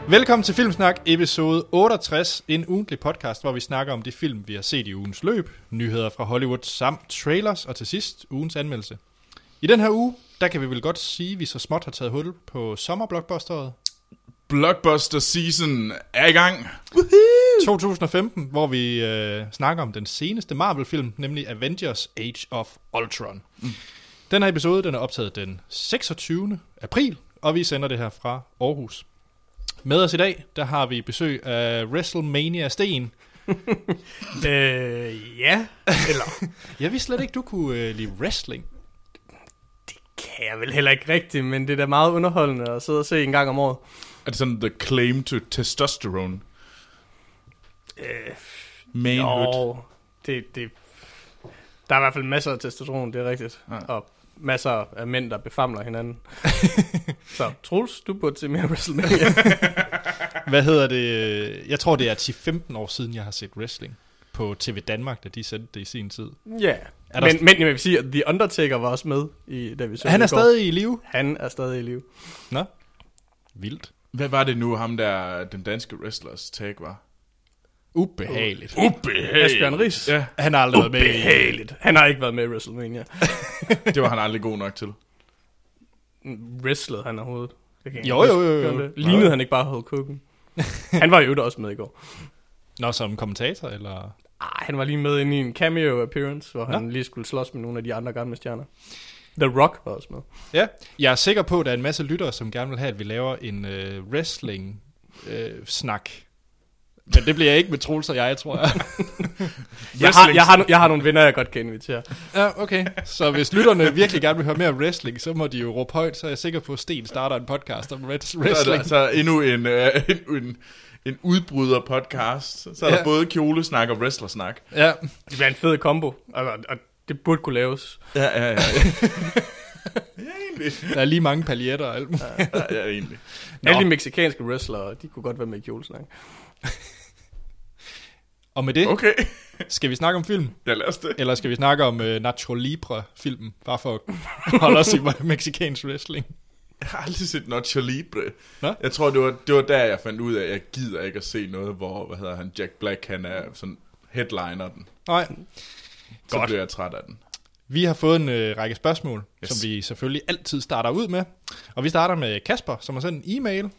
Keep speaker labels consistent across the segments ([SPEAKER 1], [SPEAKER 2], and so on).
[SPEAKER 1] Velkommen til Filmsnak, episode 68, en ugentlig podcast, hvor vi snakker om de film, vi har set i ugens løb, nyheder fra Hollywood samt trailers, og til sidst ugens anmeldelse. I den her uge, der kan vi vel godt sige, at vi så småt har taget hul på sommerblockbusteret.
[SPEAKER 2] Blockbuster season er i gang.
[SPEAKER 1] 2015, hvor vi snakker om den seneste Marvel-film, nemlig Avengers Age of Ultron. Den her episode, den er optaget den 26. april, og vi sender det her fra Aarhus. Med os i dag, der har vi besøg af WrestleMania Sten.
[SPEAKER 3] Ja, eller...
[SPEAKER 1] Jeg vidste slet ikke, du kunne lide wrestling.
[SPEAKER 3] Det kan jeg vel heller ikke rigtigt, men det er da meget underholdende at sidde og se en gang om året.
[SPEAKER 2] Er det sådan the claim to testosterone? Manhood?
[SPEAKER 3] Jo, det... Der er i hvert fald masser af testosteron, det er rigtigt. Ja. Og masser af mænd, der befamler hinanden. Så Troels, du burde se mere WrestleMania.
[SPEAKER 1] Hvad hedder det? Jeg tror, det er 10-15 år siden, jeg har set wrestling på TV Danmark, da de sendte det i sin tid.
[SPEAKER 3] Ja, men jeg vil sige, at The Undertaker var også med, da vi så.
[SPEAKER 1] Han er stadig i live?
[SPEAKER 3] Han er stadig i live.
[SPEAKER 1] Nå, vildt.
[SPEAKER 2] Hvad var det nu, ham der, den danske wrestlers tag var?
[SPEAKER 1] Ubehageligt.
[SPEAKER 3] Asbjørn Ries.
[SPEAKER 2] Ja.
[SPEAKER 1] Han har aldrig været med i...
[SPEAKER 3] Ubehageligt. Han har ikke været med i WrestleMania.
[SPEAKER 2] Det var han aldrig god nok til.
[SPEAKER 3] Wrestlede han overhovedet?
[SPEAKER 1] Jo.
[SPEAKER 3] Lignede han ikke bare Hulk Hogan? Han var jo også med i går.
[SPEAKER 1] Nå, som kommentator, eller?
[SPEAKER 3] Han var lige med inde i en cameo appearance, hvor han lige skulle slås med nogle af de andre gamle stjerner. The Rock var også med.
[SPEAKER 1] Ja, jeg er sikker på, at der er en masse lyttere, som gerne vil have, at vi laver en wrestling-snak. Men det bliver ikke med Troels og jeg, tror jeg.
[SPEAKER 3] Jeg har nogle venner, jeg godt kan invitere.
[SPEAKER 1] Ja, okay. Så hvis lytterne virkelig gerne vil høre mere om wrestling, så må de jo råbe højt, så er jeg sikker på, at Sten starter en podcast om wrestling.
[SPEAKER 2] Så endnu en udbryder podcast. Så er der både kjolesnak og wrestlersnak.
[SPEAKER 1] Ja.
[SPEAKER 3] Det bliver en fed kombo, og det burde kunne laves.
[SPEAKER 2] Ja. Ja, egentlig.
[SPEAKER 1] Der er lige mange paljetter og alt muligt.
[SPEAKER 2] Ja, egentlig.
[SPEAKER 3] Alle de mexikanske wrestlere, de kunne godt være med i kjolesnak.
[SPEAKER 1] Og med det,
[SPEAKER 2] okay.
[SPEAKER 1] Skal vi snakke om film?
[SPEAKER 2] Ja, lad os det.
[SPEAKER 1] Eller skal vi snakke om Nacho Libre-filmen, bare for at holde os i mexicansk wrestling?
[SPEAKER 2] Jeg har aldrig set Nacho Libre.
[SPEAKER 1] Nå?
[SPEAKER 2] Jeg tror, det var der, jeg fandt ud af, at jeg gider ikke at se noget, hvor, Jack Black, han er sådan headliner den.
[SPEAKER 1] Nej.
[SPEAKER 2] Så bliver jeg træt af den.
[SPEAKER 1] Vi har fået en række spørgsmål, som vi selvfølgelig altid starter ud med. Og vi starter med Kasper, som har sendt en e-mail.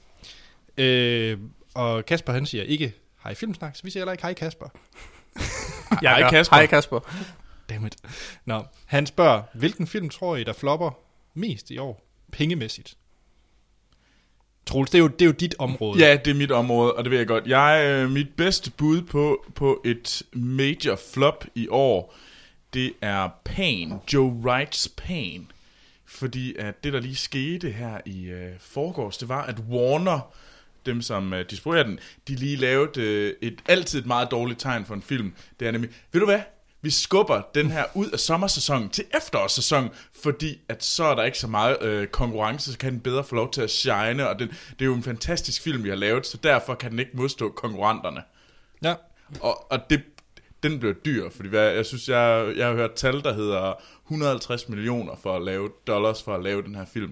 [SPEAKER 1] Og Kasper, han siger ikke hej Filmsnak, så vi siger heller ikke hej Kasper.
[SPEAKER 2] Hej Kasper.
[SPEAKER 3] Hej Kasper.
[SPEAKER 1] Dammit. Nå, han spørger, hvilken film tror I, der flopper mest i år, pengemæssigt? Troels, det er jo dit område.
[SPEAKER 2] Ja, det er mit område, og det ved jeg godt. Mit bedste bud på et major flop i år, det er Pain, Joe Wrights Pain. Fordi at det, der lige skete her i forgårs, det var, at Warner, dem som distribuerer den, de lige lavede altid et meget dårligt tegn for en film. Det er nemlig, ved du hvad? Vi skubber den her ud af sommersæsonen til efterårssæson, fordi at så er der ikke så meget konkurrence, så kan den bedre få lov til at shine, og det er jo en fantastisk film, vi har lavet, så derfor kan den ikke modstå konkurrenterne.
[SPEAKER 1] Ja.
[SPEAKER 2] Og den blev dyr, fordi jeg synes, jeg har hørt tal, der hedder 150 millioner dollars for at lave den her film.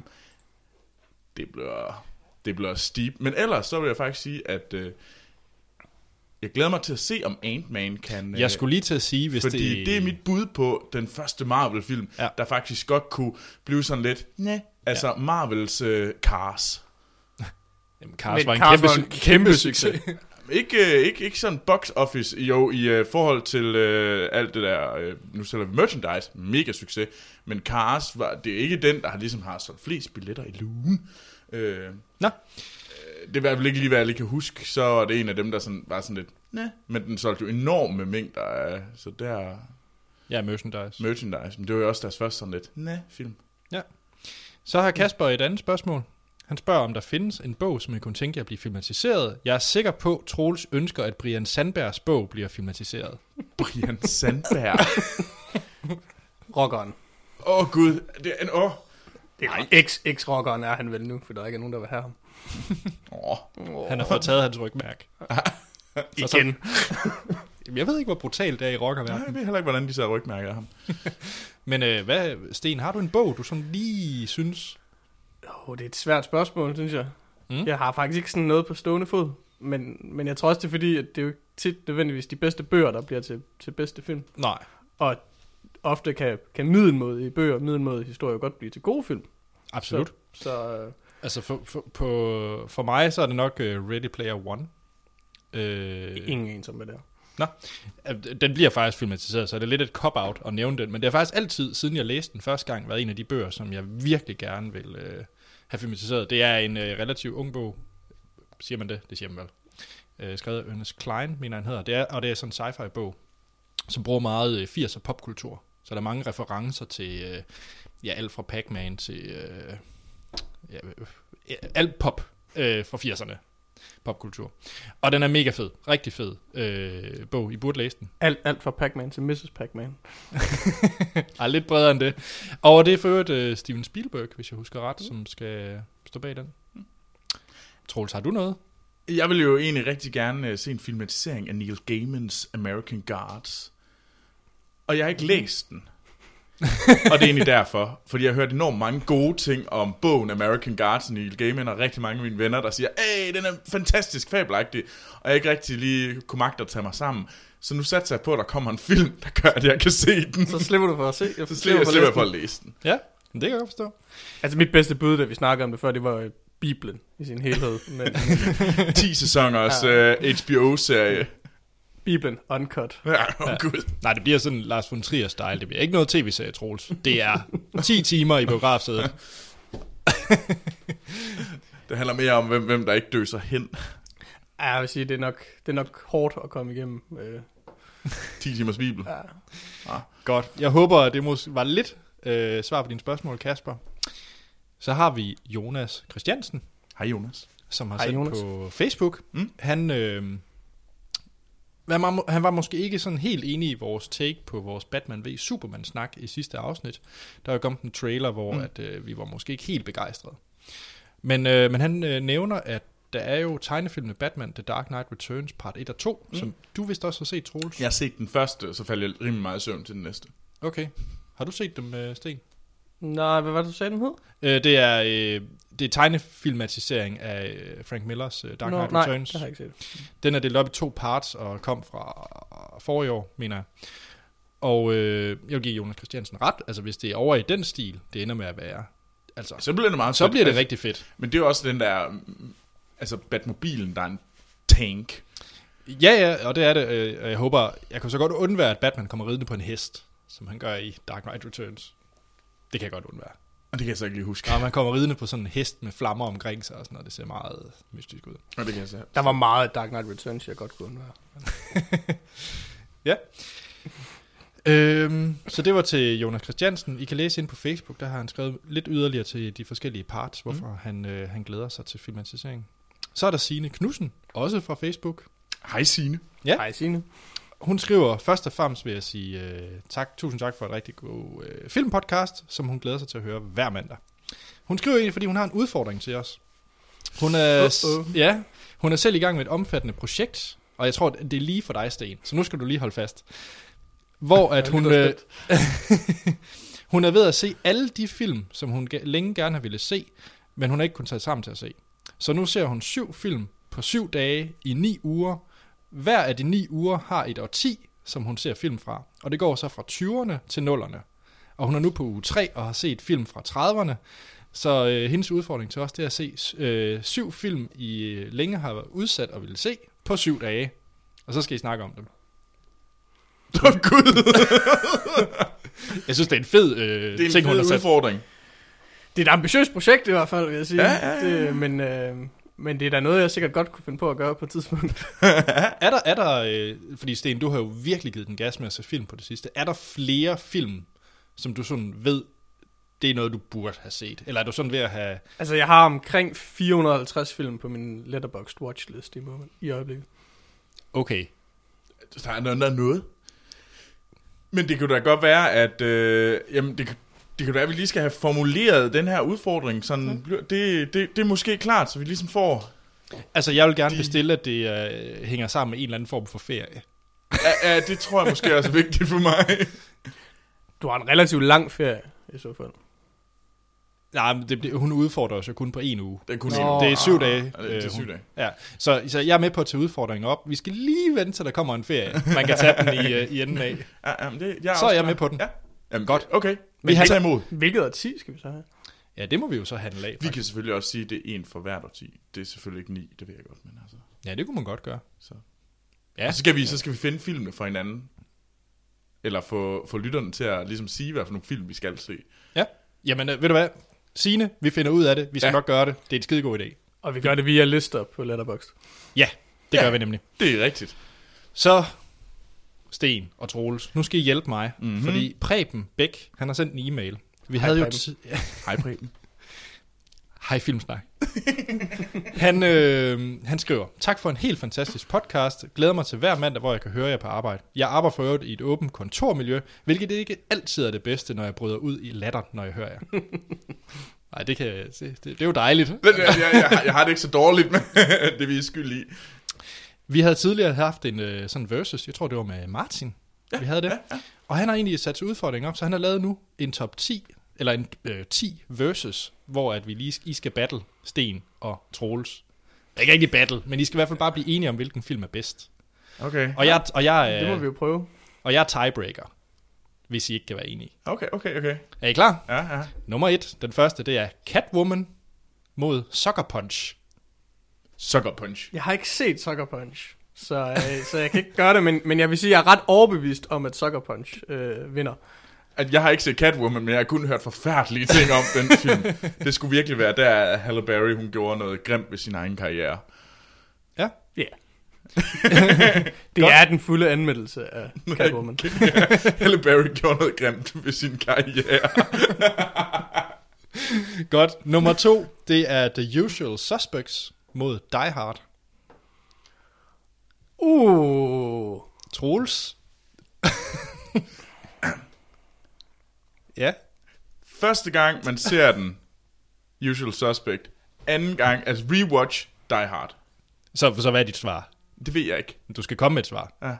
[SPEAKER 2] Det bliver steep. Men ellers så vil jeg faktisk sige, at jeg glæder mig til at se, om Ant-Man kan...
[SPEAKER 1] Jeg skulle lige til at sige, hvis
[SPEAKER 2] fordi det er mit bud på den første Marvel-film, der faktisk godt kunne blive sådan lidt... Altså Marvels Cars.
[SPEAKER 1] Jamen, Cars var en kæmpe succes.
[SPEAKER 2] Ikke sådan box office, jo, i forhold til alt det der, nu sælger vi merchandise, mega succes, men Cars, det er ikke den, der ligesom har sådan flest billetter i lugen.
[SPEAKER 1] Nå.
[SPEAKER 2] Det er i hvert fald ikke lige, hvad jeg lige kan huske, så er det en af dem, der sådan, var sådan lidt, men den solgte jo enorme mængder af, så der...
[SPEAKER 1] Ja, merchandise,
[SPEAKER 2] men det var jo også deres første sådan lidt, film.
[SPEAKER 1] Ja. Så har Kasper et andet spørgsmål. Han spørger, om der findes en bog, som jeg kunne tænke at blive filmatiseret. Jeg er sikker på, at Troels ønsker, at Brian Sandbergs bog bliver filmatiseret.
[SPEAKER 2] Brian Sandberg?
[SPEAKER 3] Rockeren.
[SPEAKER 2] Gud, det er en
[SPEAKER 3] Ex-rockeren er han vel nu, for der ikke er nogen, der vil have ham.
[SPEAKER 1] Han har fået taget hans rygmærke.
[SPEAKER 3] Igen.
[SPEAKER 1] Jeg ved ikke, hvor brutalt det er i rockerverdenen.
[SPEAKER 2] Nej, jeg ved heller ikke, hvordan de ser rygmærker af ham.
[SPEAKER 1] Men Sten, har du en bog, du sådan lige synes...
[SPEAKER 3] Det er et svært spørgsmål, synes jeg. Jeg har faktisk ikke sådan noget på stående fod. Men jeg tror også, det er fordi, at det er jo ikke tit nødvendigvis de bedste bøger, der bliver til bedste film.
[SPEAKER 1] Nej.
[SPEAKER 3] Og ofte kan middelmådige bøger, middelmådige historier godt blive til gode film.
[SPEAKER 1] Absolut. Altså for mig, så er det nok Ready Player One.
[SPEAKER 3] Ingen en som er der.
[SPEAKER 1] Nå, den bliver faktisk filmatiseret, så det er lidt et cop-out at nævne den, men det har faktisk altid, siden jeg læste den første gang, været en af de bøger, som jeg virkelig gerne vil have filmatiseret. Det er en relativt ung bog, siger man det? Det siger man vel. Skrevet af Ernest Cline, mener han hedder. Det er sådan en sci-fi bog, som bruger meget 80'er popkultur. Så der er mange referencer til, alt fra Pac-Man til alt pop fra 80'erne. Popkultur. Og den er mega fed. Rigtig fed bog. I burde læse den.
[SPEAKER 3] Alt fra Pac-Man til Mrs. Pac-Man.
[SPEAKER 1] Ej, lidt bredere end det. Og det er for øvrigt Steven Spielberg, hvis jeg husker ret, som skal stå bag den. Troels, har du noget?
[SPEAKER 2] Jeg vil jo egentlig rigtig gerne se en filmatisering af Neil Gaimans American Gods. Og jeg har ikke læst den. Og det er egentlig derfor, fordi jeg har hørt enormt mange gode ting om bogen American Gods og Neil Gaiman, og rigtig mange af mine venner, der siger, den er fantastisk fabelagtig, og jeg ikke rigtig lige kunne magte at tage mig sammen. Så nu satser jeg på, at der kommer en film, der gør, at jeg kan se den.
[SPEAKER 3] Så slipper du for at se.
[SPEAKER 2] Så slipper jeg for at læse den.
[SPEAKER 1] Ja, det kan jeg godt forstå.
[SPEAKER 3] Altså mit bedste bud, da vi snakkede om det før, det var Bibelen i sin helhed. Men
[SPEAKER 2] 10 sæsoners HBO-serie.
[SPEAKER 3] Bibelen Uncut.
[SPEAKER 2] Ja, Gud.
[SPEAKER 1] Nej, det bliver sådan Lars von Trier-style. Det bliver ikke noget tv-serie, Troels. Det er 10 timer i biografsædet.
[SPEAKER 2] Det handler mere om, hvem der ikke døser hen.
[SPEAKER 3] Ja, jeg vil sige, det er nok hårdt at komme igennem.
[SPEAKER 2] 10 timers bibel.
[SPEAKER 3] Ja.
[SPEAKER 1] Godt. Jeg håber, at det måske var lidt svar på dine spørgsmål, Kasper. Så har vi Jonas Christiansen.
[SPEAKER 2] Hej Jonas.
[SPEAKER 1] Som har sendt på Facebook. Han var måske ikke sådan helt enig i vores take på vores Batman v Superman-snak i sidste afsnit. Der var kommet en trailer, hvor at, vi var måske ikke helt begejstrede. Men han nævner, at der er jo tegnefilmen Batman The Dark Knight Returns part 1 og 2, som du vist også har set, Troels.
[SPEAKER 2] Jeg har set den første, så faldt jeg rimelig meget i søvn til den næste.
[SPEAKER 1] Okay. Har du set dem, Sten?
[SPEAKER 3] Nej, hvad var det, du sagde, den hed?
[SPEAKER 1] Det er tegnefilmatisering af Frank Millers Dark Knight Returns.
[SPEAKER 3] Nej, det har jeg ikke set.
[SPEAKER 1] Den er delt op i 2 parts og kom fra forrige år, mener jeg. Og jeg vil give Jonas Christiansen ret. Altså hvis det er over i den stil, det ender med at være. Altså,
[SPEAKER 2] så bliver det meget
[SPEAKER 1] så
[SPEAKER 2] fedt.
[SPEAKER 1] bliver det rigtig fedt.
[SPEAKER 2] Men det er jo også den der, altså Batmobilen, der er en tank.
[SPEAKER 1] Ja, og det er det. Jeg kan så godt undvære, at Batman kommer ridende på en hest, som han gør i Dark Knight Returns. Det kan jeg godt undvære.
[SPEAKER 2] Og det kan jeg så ikke lige huske.
[SPEAKER 1] Og man kommer ridende på sådan en hest med flammer omkring sig og sådan noget. Det ser meget mystisk ud.
[SPEAKER 2] Og det kan jeg så.
[SPEAKER 3] Der var meget Dark Knight Returns, jeg godt kunne undvære.
[SPEAKER 1] Ja. Så det var til Jonas Christiansen. I kan læse ind på Facebook, der har han skrevet lidt yderligere til de forskellige parts, hvorfor han glæder sig til filmatisering. Så er der Signe Knudsen, også fra Facebook.
[SPEAKER 2] Hej Signe.
[SPEAKER 1] Ja.
[SPEAKER 3] Hej Signe.
[SPEAKER 1] Hun skriver, først og fremmest vil jeg sige tusind tak for et rigtig god filmpodcast, som hun glæder sig til at høre hver mandag. Hun skriver egentlig, fordi hun har en udfordring til os. Hun er selv i gang med et omfattende projekt, og jeg tror, det er lige for dig, Sten, så nu skal du lige holde fast. Hvor at hun er ved at se alle de film, som hun længe gerne har ville se, men hun har ikke kunnet tage sammen til at se. Så nu ser hun 7 film på 7 dage i 9 uger. Hver af de 9 uger har et årti, som hun ser film fra. Og det går så fra 20'erne til 0'erne. Og hun er nu på uge 3 og har set film fra 30'erne. Så hendes udfordring til os, det er at se 7 film, I længe har udsat og ville se på 7 dage. Og så skal I snakke om dem.
[SPEAKER 2] Gud.
[SPEAKER 1] Jeg synes, det er en fed
[SPEAKER 2] det er
[SPEAKER 1] ting, hun har sat.
[SPEAKER 2] Udfordring.
[SPEAKER 3] Det er et ambitiøst projekt i hvert fald, vil jeg sige.
[SPEAKER 2] Ja.
[SPEAKER 3] Men det er da noget, jeg sikkert godt kunne finde på at gøre på et tidspunkt.
[SPEAKER 1] er der fordi Sten, du har jo virkelig givet den gas med at se film på det sidste. Er der flere film, som du sådan ved, det er noget, du burde have set? Eller er du sådan ved at have...
[SPEAKER 3] Altså, jeg har omkring 450 film på min Letterboxd watchlist i øjeblikket.
[SPEAKER 1] Okay.
[SPEAKER 2] Der er noget. Men det kunne da godt være, at det kan være, at vi lige skal have formuleret den her udfordring. Sådan, det er måske klart, så vi ligesom får...
[SPEAKER 1] Altså, jeg vil gerne bestille, at det hænger sammen med en eller anden form for ferie.
[SPEAKER 2] Ja, det tror jeg måske også er vigtigt for mig.
[SPEAKER 3] Du har en relativt lang ferie, i så fald.
[SPEAKER 1] Nej, men hun udfordrer os jo kun på 1 uge.
[SPEAKER 2] Det er kun
[SPEAKER 1] Det
[SPEAKER 2] en.
[SPEAKER 1] er 7 dage.
[SPEAKER 2] Det er 7 dage.
[SPEAKER 1] Ja, så jeg er med på at tage udfordringen op. Vi skal lige vente, til der kommer en ferie. Man kan tage den i enden af.
[SPEAKER 2] Ja, men
[SPEAKER 1] Så er jeg med på den.
[SPEAKER 2] Ja. Jamen, godt. Okay.
[SPEAKER 1] Vi har
[SPEAKER 2] tager imod.
[SPEAKER 3] Hvilket årti skal vi så have?
[SPEAKER 1] Ja, det må vi jo så handle af.
[SPEAKER 2] Vi kan selvfølgelig også sige, at det er 1 for hvert årti. Det er selvfølgelig ikke 9, det ved jeg godt, men altså.
[SPEAKER 1] Ja, det kunne man godt gøre.
[SPEAKER 2] Så.
[SPEAKER 1] Ja.
[SPEAKER 2] Og så skal vi finde filmene for hinanden. Eller få lytterne til at ligesom sige, hvad for nogle film vi skal se.
[SPEAKER 1] Ja, jamen ved du hvad? Signe, vi finder ud af det. Vi skal nok gøre det. Det er en skidegod idé.
[SPEAKER 3] Og vi gør det via lister på Letterboxd.
[SPEAKER 1] Ja, det gør vi nemlig.
[SPEAKER 2] Det er rigtigt.
[SPEAKER 1] Så, Sten og Troels, nu skal I hjælpe mig. Fordi Preben Bæk, han har sendt en e-mail. Vi havde jo
[SPEAKER 2] Hej Preben.
[SPEAKER 1] Hej Filmsnak. Han skriver, tak for en helt fantastisk podcast. Glæder mig til hver mandag, hvor jeg kan høre jer på arbejde. Jeg arbejder for øvrigt i et åbent kontormiljø, hvilket ikke altid er det bedste, når jeg bryder ud i latter, når jeg hører jer. Nej, det er jo dejligt.
[SPEAKER 2] Jeg har det ikke så dårligt, men det er vi skyld i.
[SPEAKER 1] Vi havde tidligere haft en sådan versus, jeg tror det var med Martin, vi havde det. Ja. Og han har egentlig sat sig udfordring op, så han har lavet nu en top 10, eller en 10 versus, hvor at I skal battle Sten og Troels. Ikke rigtig battle, men I skal i hvert fald bare blive enige om, hvilken film er bedst.
[SPEAKER 2] Okay.
[SPEAKER 1] Og jeg
[SPEAKER 3] Det må vi jo prøve.
[SPEAKER 1] Og jeg er tiebreaker, hvis I ikke kan være enige.
[SPEAKER 2] Okay.
[SPEAKER 1] Er I klar?
[SPEAKER 2] Ja.
[SPEAKER 1] Nummer 1, den første, det er Catwoman mod Sucker Punch.
[SPEAKER 2] Sucker Punch.
[SPEAKER 3] Jeg har ikke set Sucker Punch, så jeg kan ikke gøre det, men jeg vil sige, at jeg er ret overbevist om, at Sucker Punch vinder.
[SPEAKER 2] At jeg har ikke set Catwoman, men jeg har kun hørt forfærdelige ting om den film. Det skulle virkelig være, der Halle Berry, hun gjorde noget grimt ved sin egen karriere.
[SPEAKER 1] Ja.
[SPEAKER 3] Ja. Det er den fulde anmeldelse af Catwoman.
[SPEAKER 2] Halle Berry gjorde noget grimt ved sin karriere.
[SPEAKER 1] Godt. Nummer 2, det er The Usual Suspects mod Die Hard. Troels. Ja.
[SPEAKER 2] Første gang, man ser den, Usual Suspect. Anden gang, altså rewatch, Die Hard.
[SPEAKER 1] Så hvad er dit svar?
[SPEAKER 2] Det ved jeg ikke.
[SPEAKER 1] Du skal komme med et svar.
[SPEAKER 2] Ja.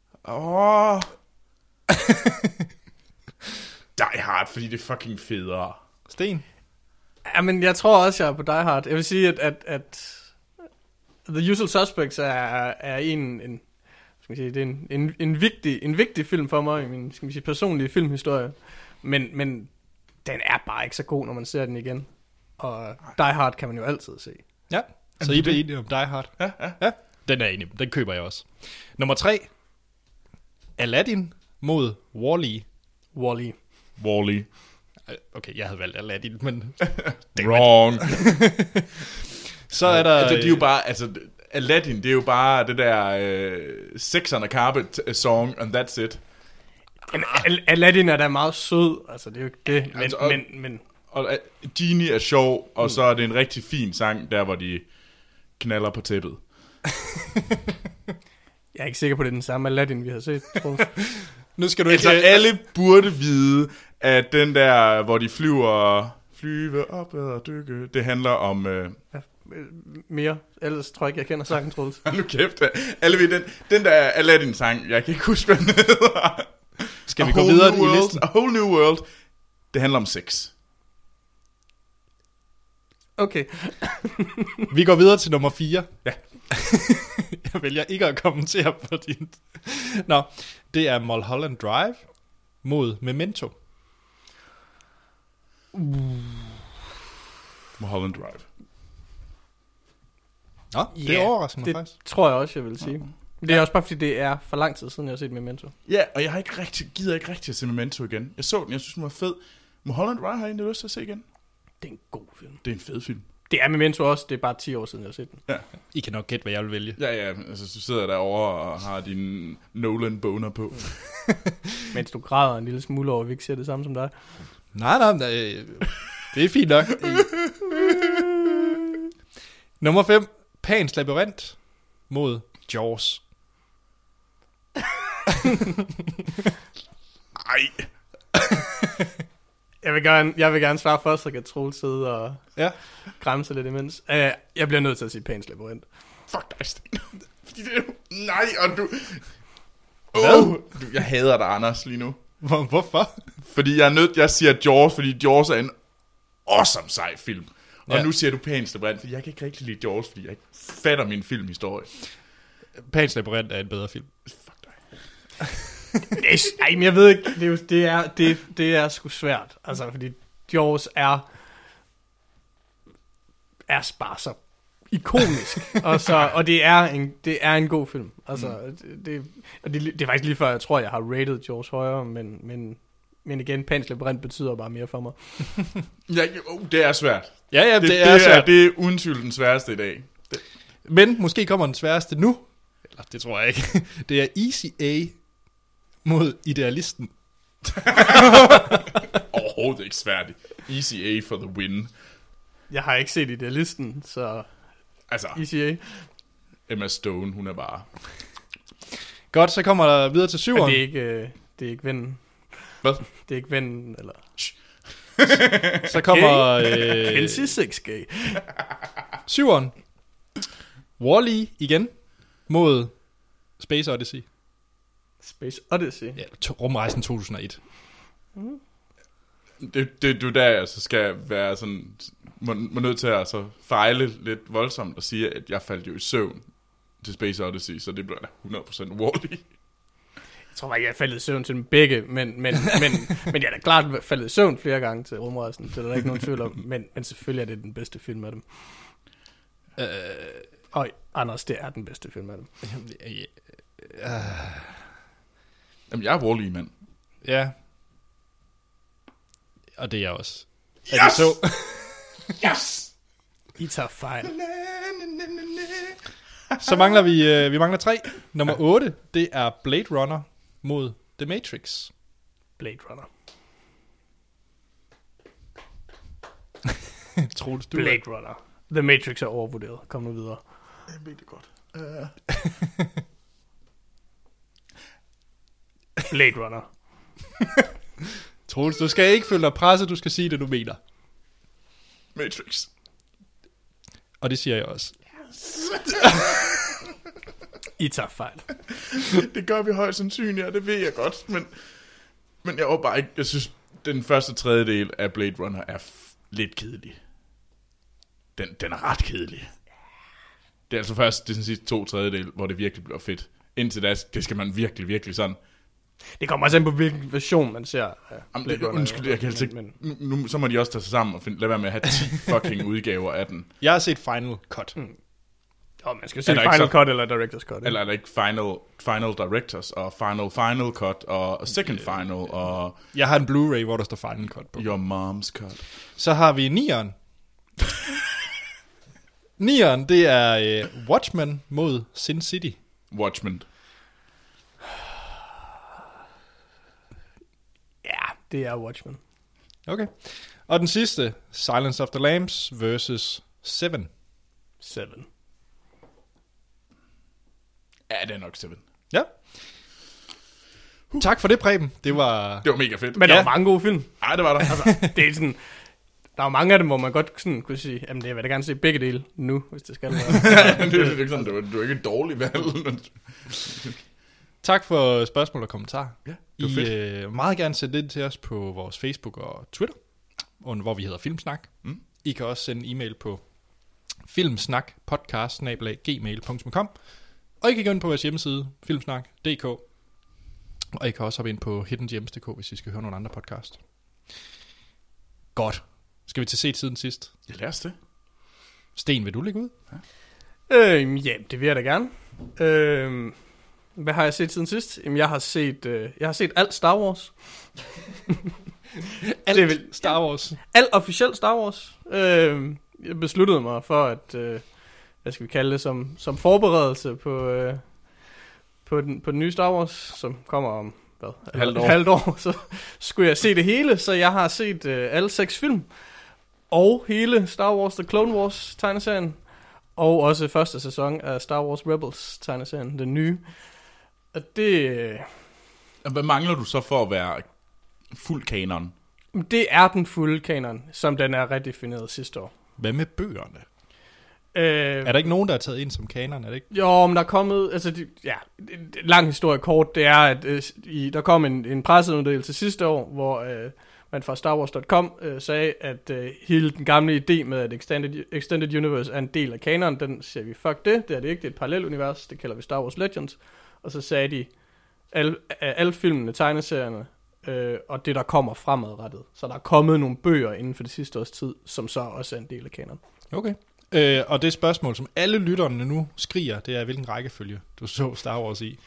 [SPEAKER 2] Die Hard, fordi det er fucking federe.
[SPEAKER 1] Sten?
[SPEAKER 3] Ja, men jeg tror også, jeg er på Die Hard. Jeg vil sige, at The Usual Suspects er en skal sige, det er en vigtig film for mig i min, skal vi sige, personlige filmhistorie. Men den er bare ikke så god, når man ser den igen. Og Die Hard kan man jo altid se.
[SPEAKER 1] Ja, så I bliver enige om Die Hard? Ja. Den er enig, den køber jeg også. Nummer 3. Aladdin mod Wall-E.
[SPEAKER 3] Wall-E.
[SPEAKER 1] Okay, jeg havde valgt Aladdin, men...
[SPEAKER 2] Wrong.
[SPEAKER 1] Så er der...
[SPEAKER 2] Altså, det er jo bare... Altså, Aladdin, det er jo bare det der Sex on a Carpet song, and that's it.
[SPEAKER 3] Aladdin er da meget sød, altså det er jo ikke det, men...
[SPEAKER 2] Og Genie er sjov, og så er det en rigtig fin sang, der hvor de knaller på tæppet.
[SPEAKER 3] Jeg er ikke sikker på, det er den samme Aladdin, vi har set, tror jeg.
[SPEAKER 1] Nu skal du ikke...
[SPEAKER 2] Altså, alle burde vide, at den der, hvor de flyve op og dykke, det handler om...
[SPEAKER 3] Mere, ellers tror jeg ikke, jeg kender sangen, Troels.
[SPEAKER 2] Nu kæft, alle ved den der Aladdin-sang, jeg kan ikke huske, hvad den hedder.
[SPEAKER 1] Skal vi gå videre
[SPEAKER 2] i
[SPEAKER 1] listen?
[SPEAKER 2] A Whole New World. Det handler om sex.
[SPEAKER 3] Okay.
[SPEAKER 1] Vi går videre til nummer 4.
[SPEAKER 2] Ja.
[SPEAKER 1] Jeg vælger ikke at kommentere på din... Nå, det er Mulholland Drive mod Memento.
[SPEAKER 2] Mulholland Drive.
[SPEAKER 1] Nå, det overrasker mig
[SPEAKER 3] det
[SPEAKER 1] faktisk.
[SPEAKER 3] Tror jeg også, jeg vil sige. Det er også bare, fordi det er for lang tid siden, jeg har set Memento.
[SPEAKER 2] Ja, og jeg har gider ikke rigtig at se Memento igen. Jeg så den, jeg synes, den var fed. Mulholland Drive har jeg egentlig lyst til at se igen.
[SPEAKER 3] Det er en god film.
[SPEAKER 2] Det er en fed film.
[SPEAKER 3] Det er Memento også, det er bare 10 år siden, jeg har set den.
[SPEAKER 2] Ja.
[SPEAKER 1] I kan nok gætte, hvad jeg vil vælge.
[SPEAKER 2] Ja, altså du sidder derovre og har din Nolan boner på.
[SPEAKER 3] Mens du græder en lille smule over, at vi ikke ser det samme som dig.
[SPEAKER 1] Nej, det er fint nok. Nummer 5. Pans Labyrint mod Jaws.
[SPEAKER 2] Ej.
[SPEAKER 3] Jeg vil gerne svare først, så kan Troels sidde og græmse lidt imens. Jeg bliver nødt til at sige Pans Labyrint.
[SPEAKER 2] Fuck dig, Sten. Fordi det er jo... Nej, og du...
[SPEAKER 1] Hvad?
[SPEAKER 2] Jeg hader dig, Anders, lige nu.
[SPEAKER 1] Hvorfor?
[SPEAKER 2] Fordi jeg siger Jaws, fordi Jaws er en awesome sej film. Og
[SPEAKER 1] Ja.
[SPEAKER 2] nu siger du Pan's Labyrint, for jeg kan ikke rigtig lide Jaws, fordi jeg ikke fatter min filmhistorie.
[SPEAKER 1] Pan's Labyrint er en bedre film.
[SPEAKER 2] Fuck dig.
[SPEAKER 3] Ej, men jeg ved ikke, det er sgu svært. Altså, fordi Jaws er bare så ikonisk. og det er en god film. Altså, det er faktisk lige før, jeg tror, jeg har rated Jaws højere, men igen, Pan's Labyrint betyder bare mere for mig.
[SPEAKER 2] Ja, det er svært.
[SPEAKER 1] Ja, det er svært.
[SPEAKER 2] Det er uden tvivl den sværeste i dag.
[SPEAKER 1] Men måske kommer den sværeste nu. Eller, det tror jeg ikke. Det er Easy A mod Idealisten.
[SPEAKER 2] Overhovedet ikke svært. Easy A for the win.
[SPEAKER 3] Jeg har ikke set Idealisten, så
[SPEAKER 2] Altså,
[SPEAKER 3] Easy A.
[SPEAKER 2] Emma Stone, hun er bare...
[SPEAKER 1] Godt, så kommer der videre til 7'eren.
[SPEAKER 3] Men det er ikke vennen.
[SPEAKER 2] Hvad?
[SPEAKER 3] Det er ikke vennen, eller...
[SPEAKER 1] Så kommer
[SPEAKER 3] Kelsey 6G.
[SPEAKER 1] 7'eren. Wall-E igen mod Space Odyssey.
[SPEAKER 3] Space Odyssey.
[SPEAKER 1] Ja, Rumrejsen 2001.
[SPEAKER 2] Det er der, jeg så skal være sådan... Må nødt til at så fejle lidt voldsomt og sige, at jeg faldt jo i søvn til Space Odyssey, så det bliver da 100% Wall-E.
[SPEAKER 3] Jeg tror bare, jeg er faldet i søvn til dem begge, men jeg er da klart faldet i søvn flere gange til Rumrejsen, så der er ikke nogen tvivl om, men selvfølgelig er det den bedste film af dem. Og Anders, det er den bedste film af dem.
[SPEAKER 2] Jamen, jeg er Wall-E, mand.
[SPEAKER 1] Ja. Og det er jeg også.
[SPEAKER 2] Yes!
[SPEAKER 1] Er det så?
[SPEAKER 2] Yes!
[SPEAKER 3] I tager fejl.
[SPEAKER 1] Så mangler vi mangler 3. Nummer 8, det er Blade Runner mod The Matrix.
[SPEAKER 3] Blade Runner.
[SPEAKER 1] Troels, du
[SPEAKER 3] Blade Runner. The Matrix er overvurderet. Kom nu videre.
[SPEAKER 2] Jeg ved det godt.
[SPEAKER 3] Blade Runner.
[SPEAKER 1] Troels, du skal ikke føle dig presset, du skal sige det, du mener.
[SPEAKER 2] Matrix.
[SPEAKER 1] Og det siger jeg også.
[SPEAKER 3] I tager fejl.
[SPEAKER 2] Det gør vi højst sandsynligt, og det ved jeg godt, men jeg var bare ikke... Jeg synes, den første tredjedel af Blade Runner er lidt kedelig. Den er ret kedelig. Det er altså først den sidste 2/3, hvor det virkelig bliver fedt. Indtil da, det skal man virkelig, virkelig sådan...
[SPEAKER 3] Det kommer også an på, hvilken version man ser.
[SPEAKER 2] Jamen, undskyld, jeg kan altså ikke... Nu, så må de også tage sig sammen og lade være med at have 10 fucking udgaver af den.
[SPEAKER 1] Jeg har set Final Cut.
[SPEAKER 3] Man skal se Final Cut eller Director's Cut.
[SPEAKER 2] Eller er der ikke Final Directors og Final Cut og Second Final og...
[SPEAKER 1] Jeg har en Blu-ray, hvor der står Final Cut på.
[SPEAKER 2] Your Mom's Cut.
[SPEAKER 1] Så har vi 9'eren. 9'eren, det er Watchmen mod Sin City.
[SPEAKER 2] Watchmen.
[SPEAKER 3] Ja, det er Watchmen.
[SPEAKER 1] Okay. Og den sidste, Silence of the Lambs versus Seven.
[SPEAKER 3] 7.
[SPEAKER 2] Ja, det er nok 7.
[SPEAKER 1] Ja. Tak for det, Preben. Det var
[SPEAKER 2] mega fedt.
[SPEAKER 3] Men der var mange gode film.
[SPEAKER 2] Ej, det var der.
[SPEAKER 3] Altså, det er sådan... Der er mange af dem, hvor man godt sådan kunne sige, jamen det vil jeg da gerne se begge dele nu, hvis det skal være.
[SPEAKER 2] det er ikke sådan, du er ikke et dårligt valg.
[SPEAKER 1] Tak for spørgsmål og kommentarer.
[SPEAKER 2] Ja, det var fedt.
[SPEAKER 1] I meget gerne sende det til os på vores Facebook og Twitter, hvor vi hedder Filmsnak. I kan også sende e-mail på filmsnakpodcast@gmail.com, og I kan gå ind på vores hjemmeside, filmsnak.dk, og I kan også hoppe ind på hiddengems.dk, hvis I skal høre nogle andre podcast. Godt. Skal vi til set siden sidst?
[SPEAKER 2] Ja, lad os det.
[SPEAKER 1] Sten, vil du lægge ud?
[SPEAKER 3] Ja, det vil jeg da gerne. Hvad har jeg set siden sidst? Jamen, jeg har set alt Star Wars.
[SPEAKER 1] Alt Star Wars.
[SPEAKER 3] Alt officielt Star Wars. Jeg besluttede mig for at, hvad skal vi kalde det, som forberedelse på den nye Star Wars, som kommer om halvt år, så skulle jeg se det hele, så jeg har set alle 6 film, og hele Star Wars The Clone Wars tegneserien, og også første sæson af Star Wars Rebels tegneserien, den nye. Og det...
[SPEAKER 2] Hvad mangler du så for at være fuld kanon?
[SPEAKER 3] Det er den fulde kanon, som den er redefineret sidste år.
[SPEAKER 1] Hvad med bøgerne? Er der ikke nogen, der er taget ind som kanon, er det ikke?
[SPEAKER 3] Jo, men der er kommet, altså, en lang historie kort, det er, at der kom en pressemeddelelse sidste år, hvor man fra Star Wars.com sagde, at hele den gamle idé med, at Extended Universe er en del af kanon, den siger vi, fuck det er det ikke, det er et parallelunivers, det kalder vi Star Wars Legends, og så sagde de, alle filmene, tegneserierne, og det, der kommer fremadrettet. Så der er kommet nogle bøger inden for det sidste års tid, som så også er en del af kanon.
[SPEAKER 1] Okay. Og det spørgsmål, som alle lytterne nu skriger, det er, hvilken rækkefølge du så Star Wars i?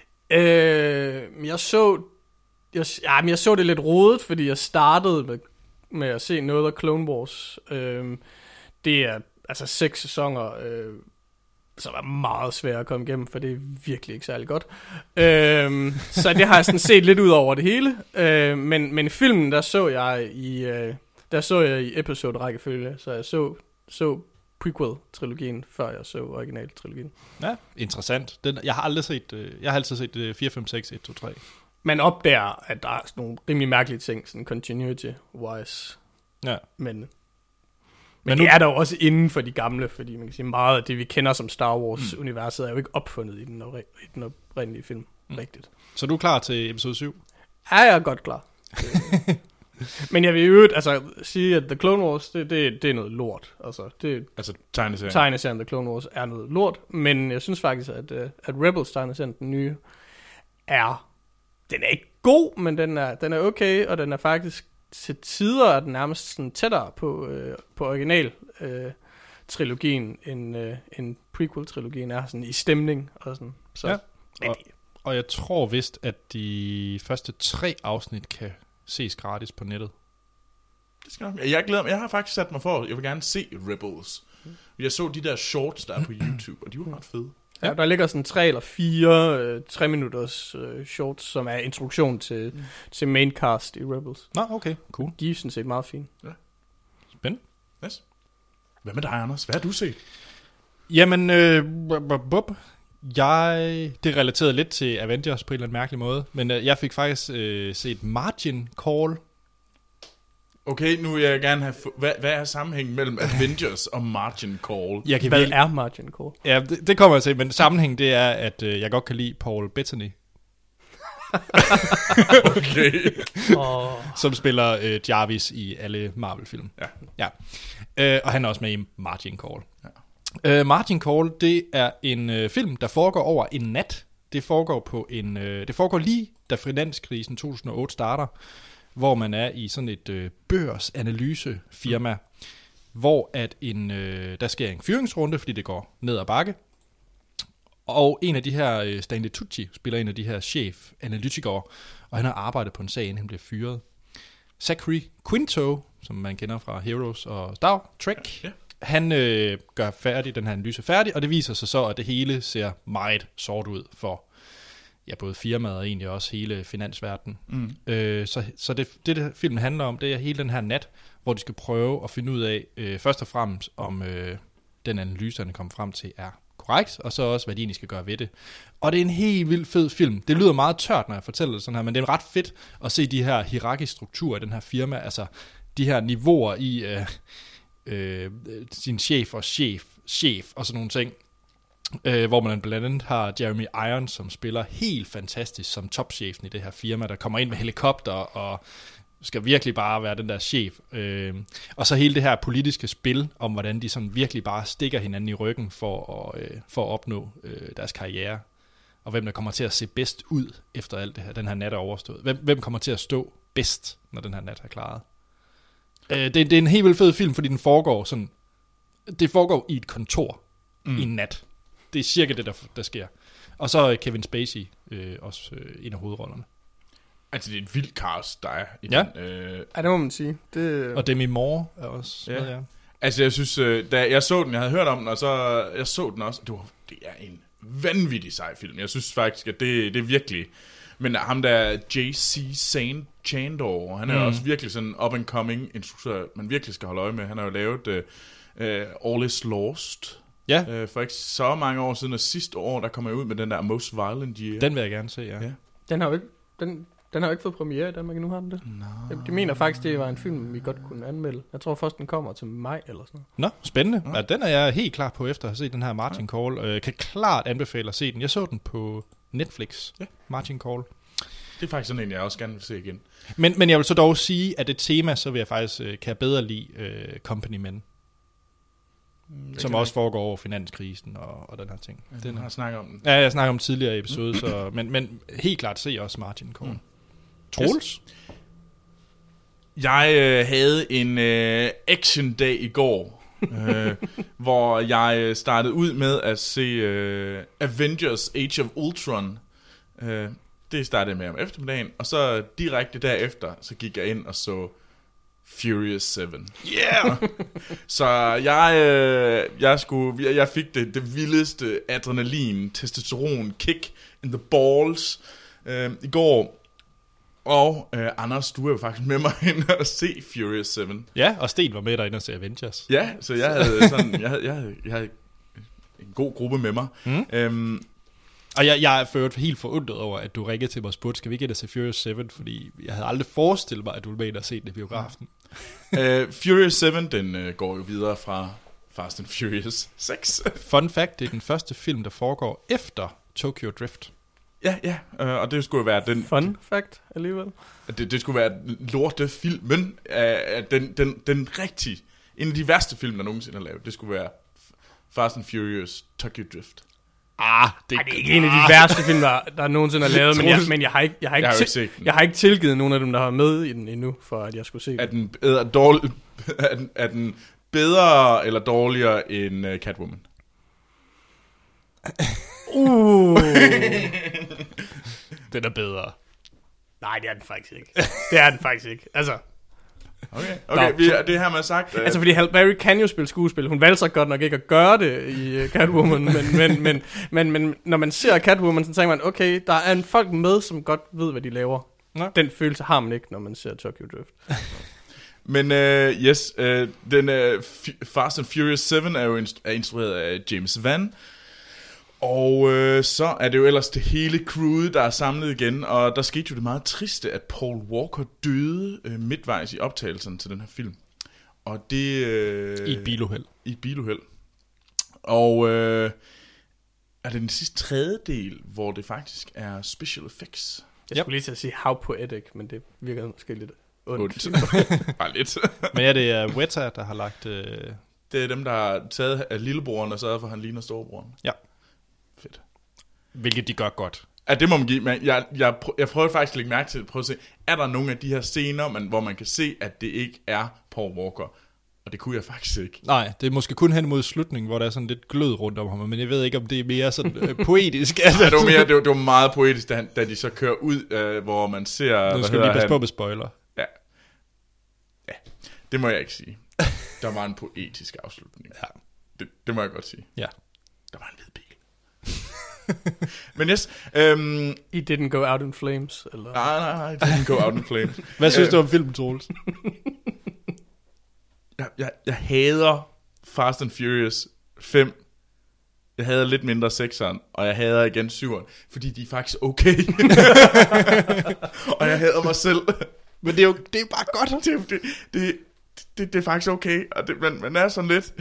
[SPEAKER 1] Jeg så det lidt rodet, fordi jeg startede med at se noget af Clone Wars. Det er altså 6 sæsoner, som er meget svært at komme igennem, for det er virkelig ikke særlig godt. Så det har jeg sådan set lidt ud over det hele. Men i filmen, der så jeg i episode-rækkefølge, så jeg så prequel-trilogien, før jeg så original-trilogien. Ja, interessant. Jeg har altid set 4, 5, 6, 1, 2, 3.
[SPEAKER 3] Man opdager, at der er sådan nogle rimelig mærkelige ting, sådan continuity-wise.
[SPEAKER 1] Ja.
[SPEAKER 3] Men det er der jo også inden for de gamle, fordi man kan sige, meget af det, vi kender som Star Wars-universet, er jo ikke opfundet i den oprindelige film. Rigtigt. Så
[SPEAKER 1] du er klar til episode 7?
[SPEAKER 3] Ja, jeg er godt klar. Men jeg vil jo sige, at The Clone Wars, det er noget lort. Altså tegneserien The Clone Wars er noget lort, men jeg synes faktisk, at Rebels tegneserien, den nye, den er ikke god, men den er okay, og den er faktisk til tider er den nærmest sådan tættere på original trilogien end prequel-trilogien er sådan i stemning og sådan. Så,
[SPEAKER 1] ja. Og jeg tror vist, at de første 3 afsnit kan ses gratis på nettet.
[SPEAKER 2] Det skal nok. Jeg glæder mig. Jeg har faktisk sat mig for, jeg vil gerne se Rebels. Jeg så de der shorts, der er på YouTube, og de var ret fede.
[SPEAKER 3] Ja, der ligger sådan 3 eller 4 3 minutters shorts, som er introduktion til maincast i Rebels.
[SPEAKER 1] Nå, okay, cool.
[SPEAKER 3] De er sådan set meget fine.
[SPEAKER 2] Ja.
[SPEAKER 1] Spændende.
[SPEAKER 2] Yes. Hvad med dig, Anders? Hvad har du set?
[SPEAKER 1] Jamen, det er relateret lidt til Avengers på en eller anden mærkelig måde, men jeg fik faktisk set Margin Call.
[SPEAKER 2] Okay, nu vil jeg gerne have... Hvad er sammenhængen mellem Avengers og Margin Call?
[SPEAKER 3] Hvad er Margin Call?
[SPEAKER 1] Ja, det kommer jeg til, men sammenhængen det er, at jeg godt kan lide Paul Bettany.
[SPEAKER 2] Okay.
[SPEAKER 1] Som spiller Jarvis i alle Marvel-film. Ja. Og han er også med i Margin Call. Ja. Margin Call, det er en film, der foregår over en nat. Det foregår lige, da finanskrisen 2008 starter, hvor man er i sådan et børsanalysefirma, hvor at der sker en fyringsrunde, fordi det går ned ad bakke. Og en af de her, Stanley Tucci, spiller en af de her chef-analytikere, og han har arbejdet på en sag, inden han bliver fyret. Zachary Quinto, som man kender fra Heroes og Star Trek, han gør den her analyse færdig, og det viser sig så, at det hele ser meget sort ud for både firmaet og egentlig også hele finansverdenen. Så det filmen handler om, det er hele den her nat, hvor de skal prøve at finde ud af, først og fremmest, om den analyse, han kommer frem til, er korrekt, og så også, hvad de egentlig skal gøre ved det. Og det er en helt vildt fed film. Det lyder meget tørt, når jeg fortæller det sådan her, men det er ret fedt at se de her hierarkiske strukturer i den her firma, altså de her niveauer i sin chef og sådan nogle ting. Hvor man blandt andet har Jeremy Irons, som spiller helt fantastisk som topchefen i det her firma, der kommer ind med helikopter og skal virkelig bare være den der chef. Og så hele det her politiske spil om, hvordan de sådan virkelig bare stikker hinanden i ryggen for at opnå deres karriere. Og hvem der kommer til at se bedst ud efter alt det her, den her nat er overstået. Hvem kommer til at stå bedst, når den her nat er klaret. Det er en helt vildt fed film, fordi den foregår sådan... Det foregår i et kontor i en nat. Det er cirka det, der sker. Og så er Kevin Spacey også en af hovedrollerne.
[SPEAKER 2] Altså, det er et vildt cast, der er i
[SPEAKER 1] den.
[SPEAKER 3] Ja, det må man sige.
[SPEAKER 1] Og Demi Moore er også med, ja.
[SPEAKER 2] Altså, jeg synes, da jeg så den, jeg havde hørt om den, og så jeg så den også, det er en vanvittig sej film. Jeg synes faktisk, at det er virkelig... Men ham der J.C. Chandor, han er også virkelig sådan up-and-coming instruktør, man virkelig skal holde øje med. Han har jo lavet All Is Lost for ikke så mange år siden, og sidste år, der kom jeg ud med den der Most Violent Year.
[SPEAKER 1] Den vil jeg gerne se, ja.
[SPEAKER 3] Den har jo ikke... Den Den har jo ikke fået premiere i Danmark endnu, har den det? De mener faktisk, det var en film, vi godt kunne anmelde. Jeg tror først, den kommer til maj eller sådan noget.
[SPEAKER 1] Nå, spændende. Ja, den er jeg helt klar på efter at have set den her Margin Call. Kan klart anbefale at se den. Jeg så den på Netflix. Ja. Margin Call.
[SPEAKER 2] Det er faktisk sådan en, jeg også gerne vil se igen.
[SPEAKER 1] Men jeg vil så dog sige, at et tema, så vil jeg faktisk, kan jeg bedre lide Company Men. Som også foregår over finanskrisen og den her ting.
[SPEAKER 2] Den har snakket om den.
[SPEAKER 1] Ja, jeg snakker om tidligere episode, så, men helt klart se også Margin Call. Troels?
[SPEAKER 2] Yes. Jeg havde en action-dag i går, hvor jeg startede ud med at se Avengers Age of Ultron. Det startede med om eftermiddagen, og så direkte derefter, så gik jeg ind og så Furious 7.
[SPEAKER 1] Yeah!
[SPEAKER 2] Så jeg fik det vildeste adrenalin, testosteron, kick in the balls i går. Og Anders, du er jo faktisk med mig ind og se Furious 7.
[SPEAKER 1] Ja, og Sten var med dig ind og se Avengers.
[SPEAKER 2] Ja, så jeg havde sådan, jeg havde en god gruppe med mig.
[SPEAKER 1] Og jeg er ført helt forundret over, at du ringede til mig og spurgte, skal vi ikke ind og se Furious 7? Fordi jeg havde aldrig forestillet mig, at du ville med ind og se det i biografen.
[SPEAKER 2] Furious 7, den går jo videre fra Fast and Furious 6.
[SPEAKER 1] Fun fact, det er den første film, der foregår efter Tokyo Drift.
[SPEAKER 2] Ja, og det skulle jo være den...
[SPEAKER 3] Fun fact alligevel.
[SPEAKER 2] Det skulle være lortefilmen, den rigtige, en af de værste film, der nogensinde har lavet. Det skulle være Fast and Furious Tokyo Drift.
[SPEAKER 3] Det er ikke en af de værste film, der nogensinde er lavet, men jeg har ikke tilgivet nogen af dem, der har med i den endnu, for at jeg skulle se den.
[SPEAKER 2] Er den bedre eller dårligere end Catwoman?
[SPEAKER 1] Den er bedre.
[SPEAKER 3] Nej, det er den faktisk ikke. Det er den faktisk ikke. Altså...
[SPEAKER 2] Okay, det her man sagt...
[SPEAKER 3] Altså, fordi Halle Berry kan jo spille skuespil. Hun valgte så godt nok ikke at gøre det i Catwoman, men når man ser Catwoman, så tænker man, okay, der er en folk med, som godt ved, hvad de laver. Ja. Den følelse har man ikke, når man ser Tokyo Drift.
[SPEAKER 2] Men den Fast and Furious 7 er jo instrueret af James Wan. Og så er det jo ellers det hele crewet, der er samlet igen, og der skete jo det meget triste, at Paul Walker døde midtvejs i optagelsen til den her film. Og det...
[SPEAKER 1] I et biluheld.
[SPEAKER 2] I et biluheld. Og er det den sidste tredjedel, hvor det faktisk er special effects?
[SPEAKER 3] Jeg skulle lige til at sige how poetic, men det virker måske lidt ondt.
[SPEAKER 2] Bare lidt.
[SPEAKER 1] Men ja, det er Weta, der har lagt...
[SPEAKER 2] Det er dem, der har taget af lillebroren og sørget for, at han ligner storebroren.
[SPEAKER 1] Ja.
[SPEAKER 2] Fedt.
[SPEAKER 1] Hvilket de gør godt.
[SPEAKER 2] Ja, det må man give. Men jeg prøver faktisk at lægge mærke til, prøve at se, er der nogle af de her scener, hvor man kan se, at det ikke er Paul Walker? Og det kunne jeg faktisk ikke.
[SPEAKER 1] Nej, det er måske kun hen mod slutningen, hvor der er sådan lidt glød rundt om ham, men jeg ved ikke, om det er mere sådan poetisk.
[SPEAKER 2] Altså. Ja, det var meget poetisk, da de så kører ud, hvor man ser...
[SPEAKER 1] Nu skal lige passe på med spoiler.
[SPEAKER 2] Ja, det må jeg ikke sige. Der var en poetisk afslutning.
[SPEAKER 1] Ja.
[SPEAKER 2] Det må jeg godt sige.
[SPEAKER 1] Ja.
[SPEAKER 2] Der var en hvid bil. Men yes.
[SPEAKER 3] It didn't go out in flames, eller?
[SPEAKER 2] Nej, it didn't go out in flames.
[SPEAKER 1] Hvad synes du om filmen, Troels?
[SPEAKER 2] Jeg hader Fast and Furious 5. Jeg hader lidt mindre 6'eren, og jeg hader igen 7'eren, fordi de er faktisk okay. Og jeg hader mig selv.
[SPEAKER 1] Men det er bare godt.
[SPEAKER 2] Det er faktisk okay, og man er sådan lidt,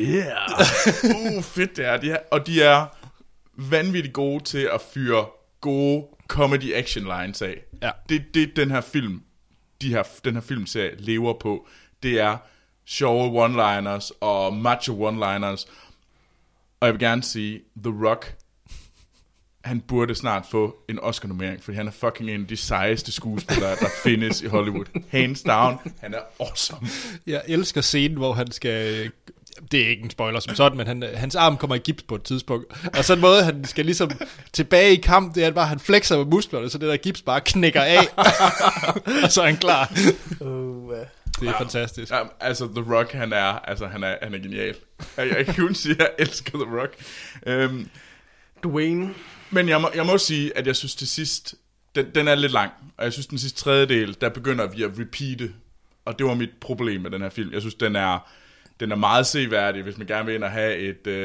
[SPEAKER 2] fedt det er. De er vanvittigt gode til at fyre gode comedy action lines af.
[SPEAKER 1] Ja.
[SPEAKER 2] Det den her film, den her filmserie lever på, det er sjove one-liners og macho one-liners. Og jeg vil gerne sige, The Rock, han burde snart få en Oscar-nominering, fordi han er fucking en af de sejeste skuespillere, der findes i Hollywood. Hands down, han er awesome.
[SPEAKER 1] Jeg elsker scenen, hvor han skal... Det er ikke en spoiler som sådan, men hans arm kommer i gips på et tidspunkt. Og så en måde, han skal ligesom tilbage i kamp, det er bare, han flexer med musklerne, så det der gips bare knækker af. Og så er han klar. Det er fantastisk.
[SPEAKER 2] Ja, altså, The Rock, han er genial. Jeg kan kun sige, at jeg elsker The Rock.
[SPEAKER 3] Dwayne.
[SPEAKER 2] Men jeg må sige, at jeg synes til sidst, den er lidt lang. Og jeg synes, den sidste tredjedel, der begynder vi at repeate. Og det var mit problem med den her film. Jeg synes, den er meget seværdig, hvis man gerne vil ind og have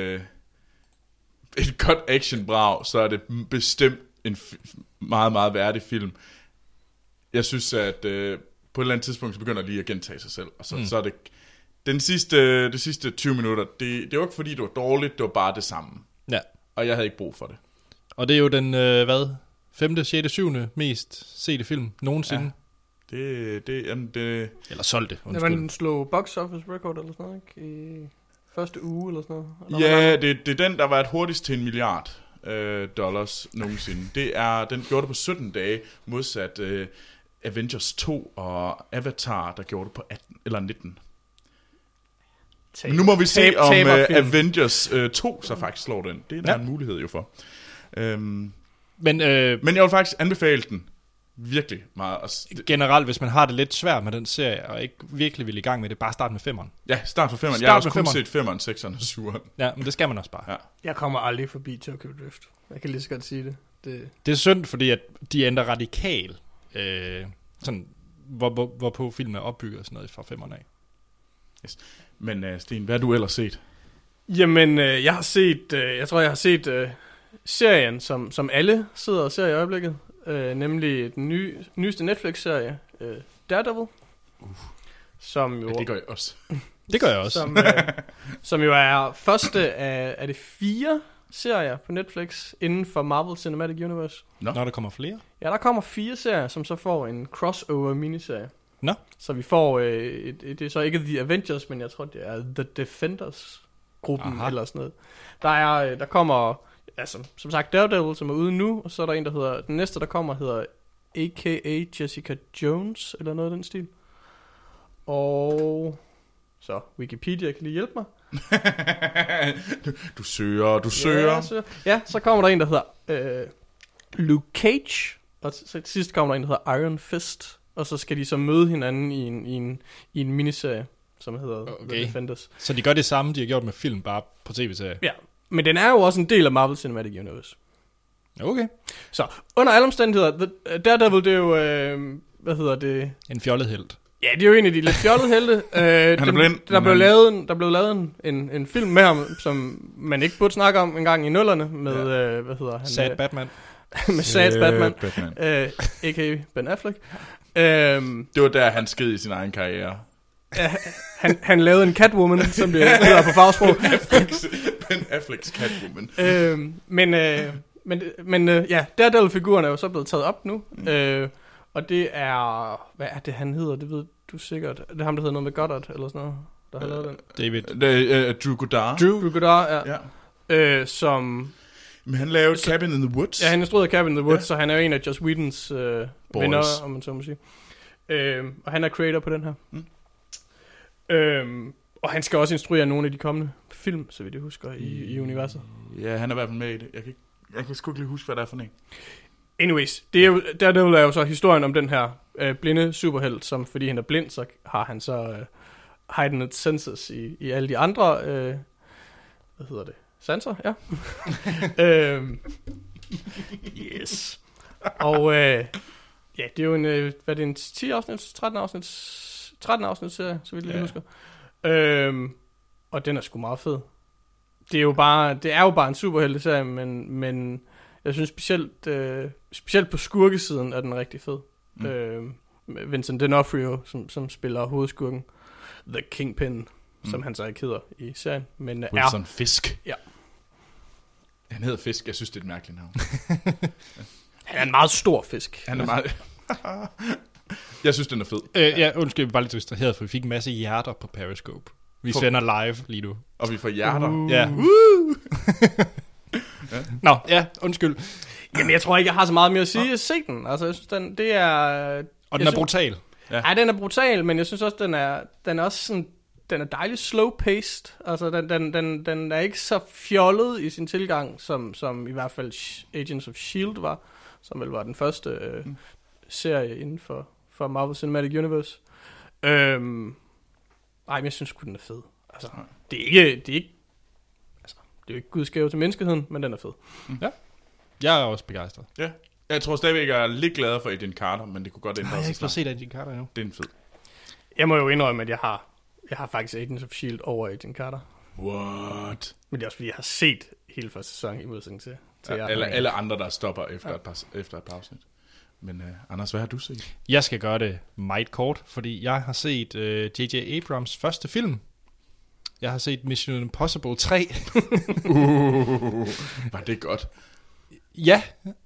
[SPEAKER 2] et godt actionbrag, så er det bestemt en meget, meget værdig film. jeg synes, at på et eller andet tidspunkt, så begynder det lige at gentage sig selv. Og så er det de sidste 20 minutter, det var ikke fordi, det var dårligt, det var bare det samme.
[SPEAKER 1] Ja.
[SPEAKER 2] Og jeg havde ikke brug for det.
[SPEAKER 1] Og det er jo den, 5., 6., 7. mest sete film nogensinde.
[SPEAKER 2] Ja. Det
[SPEAKER 1] Eller solgte,
[SPEAKER 3] Det var en slå box office record eller sådan noget, ikke? I første uge eller sådan noget.
[SPEAKER 2] Ja, det er den, der var et hurtigst til $1 milliard dollars nogensinde. Den gjorde det på 17 dage, modsat Avengers 2 og Avatar, der gjorde det på 18 eller 19. Men nu må vi se, om Avengers 2 så faktisk slår den. Det er der en mulighed jo for. Men jeg vil faktisk anbefale den virkelig meget.
[SPEAKER 1] Generelt, hvis man har det lidt svært med den serie, og ikke virkelig vil i gang med det, bare start med 5'eren.
[SPEAKER 2] Ja, start med 5'eren. Jeg har også kun set 5'eren, 6'eren og 7'eren.
[SPEAKER 1] Ja, men det skal man også bare. Ja.
[SPEAKER 3] Jeg kommer aldrig forbi Tokyo Drift. Jeg kan lige så godt sige det.
[SPEAKER 1] Det er synd, fordi at de ændrer radikalt, sådan, hvorpå filmen er opbygget og sådan noget fra 5'eren af.
[SPEAKER 2] Yes. Men Sten, hvad har du ellers set?
[SPEAKER 3] Jamen, jeg har set serien, som alle sidder og ser i øjeblikket. Nemlig den nyeste Netflix-serie, Daredevil. Som jo,
[SPEAKER 2] ja, det gør jeg også.
[SPEAKER 1] Det gør jeg også.
[SPEAKER 3] Som jo er første af det 4 serier på Netflix inden for Marvel Cinematic Universe.
[SPEAKER 1] Når der kommer flere?
[SPEAKER 3] Ja, der kommer 4 serier, som så får en crossover miniserie.
[SPEAKER 1] Nå.
[SPEAKER 3] Så vi får, det er så ikke The Avengers, men jeg tror, det er The Defenders-gruppen eller sådan noget. Der kommer, altså, som sagt, Daredevil, som er ude nu, og så er der en, der hedder, den næste, der kommer, hedder A.K.A. Jessica Jones, eller noget af den stil. Og så Wikipedia kan lige hjælpe mig.
[SPEAKER 2] Du søger.
[SPEAKER 3] Ja, så kommer der en, der hedder Luke Cage, og så til sidst kommer der en, der hedder Iron Fist, og så skal de så møde hinanden i en miniserie, som hedder The Defenders.
[SPEAKER 1] Så de gør det samme, de har gjort med film, bare på tv-serie?
[SPEAKER 3] Ja, men den er jo også en del af Marvel Cinematic Universe.
[SPEAKER 1] Okay.
[SPEAKER 3] Så under alle omstændigheder, Daredevil, det er jo, hvad hedder det?
[SPEAKER 1] En fjollet helt.
[SPEAKER 3] Ja, det er jo en af de lidt fjollede helte.
[SPEAKER 2] Han er blind.
[SPEAKER 3] Der blev lavet en film med ham, som man ikke burde snakke om engang i nullerne, med, hvad hedder han?
[SPEAKER 1] Sad Batman.
[SPEAKER 3] Med Sad Batman. A.k.a. Ben Affleck.
[SPEAKER 2] Det var der, han sked i sin egen karriere.
[SPEAKER 3] Han lavede en Catwoman, som det hedder på fagsprog.
[SPEAKER 2] Ben Afflecks Catwoman.
[SPEAKER 3] Men Daredevil-figuren er jo så blevet taget op nu. Og det er, hvad er det han hedder, det ved du sikkert. Det er ham, der hedder noget med Goddard, eller sådan noget, der har lavet den.
[SPEAKER 1] David.
[SPEAKER 2] Drew Goddard.
[SPEAKER 3] Drew Goddard, ja. Som...
[SPEAKER 2] Men han lavede Cabin in the Woods.
[SPEAKER 3] Ja, han instruerede Cabin in the Woods, så han er jo en af Joss Whedons venner, om man så må sige. Og han er creator på den her. Og han skal også instruere nogle af de kommende film, så vidt jeg husker, i universet.
[SPEAKER 2] Ja, han er i hvert fald med i det. Jeg kan sgu ikke lige huske, hvad det er for en.
[SPEAKER 3] Anyways, Daredevil er jo så historien om den her blinde superhelt, som fordi han er blind, så har han så heightened senses i alle de andre, hvad hedder det? Sanser, ja. Yes. Og det er jo en, hvad er det, en 10 afsnits, 13 afsnits serie, så vidt jeg husker. Og den er sgu meget fed. Det er jo bare en superhelteserie, men jeg synes specielt på skurkesiden er den rigtig fed. Vincent D'Onofrio, som spiller hovedskurken, The Kingpin, som han så ikke hedder i serien. Men
[SPEAKER 2] Wilson Fisk.
[SPEAKER 3] Ja.
[SPEAKER 2] Han hedder Fisk, jeg synes det er et mærkeligt navn.
[SPEAKER 3] Han er en meget stor fisk.
[SPEAKER 2] Han er meget... Jeg synes den er fed.
[SPEAKER 1] Undskyld, bare lidt distraheret, for vi fik en masse hjerter på Periscope. Vi sender live lige nu.
[SPEAKER 2] Og vi får hjerter.
[SPEAKER 1] Ja. Nå, ja, undskyld.
[SPEAKER 3] Jamen, jeg tror ikke, jeg har så meget mere at sige. Se den. Altså, jeg synes, det er...
[SPEAKER 1] Og den er brutal.
[SPEAKER 3] Ja, den er brutal, men jeg synes også, den er også sådan... Den er dejligt slow-paced. Altså, den er ikke så fjollet i sin tilgang, som i hvert fald Agents of S.H.I.E.L.D. var, som vel var den første serie inden for Marvel Cinematic Universe. Men jeg synes sgu, den er fed. Altså, det er ikke jo ikke Guds gave til menneskeheden, men den er fed.
[SPEAKER 1] Ja. Jeg er også begejstret.
[SPEAKER 2] Ja. Jeg tror stadigvæk, jeg er lidt glad for Agent Carter, men det kunne godt ændre sig.
[SPEAKER 1] Jeg har ikke fået set Agent Carter endnu.
[SPEAKER 2] Det er en fed.
[SPEAKER 3] Jeg må jo indrømme, at jeg har faktisk Agents of S.H.I.E.L.D. over Agent Carter.
[SPEAKER 2] What?
[SPEAKER 3] Men det er også fordi, jeg har set hele første sæson i modsætning til jer.
[SPEAKER 2] Eller alle andre, der stopper efter et par afsnit. Men Anders, hvad har du set?
[SPEAKER 1] Jeg skal gøre det meget kort, fordi jeg har set J.J. Abrams første film. Jeg har set Mission Impossible 3.
[SPEAKER 2] Var det godt?
[SPEAKER 1] Ja.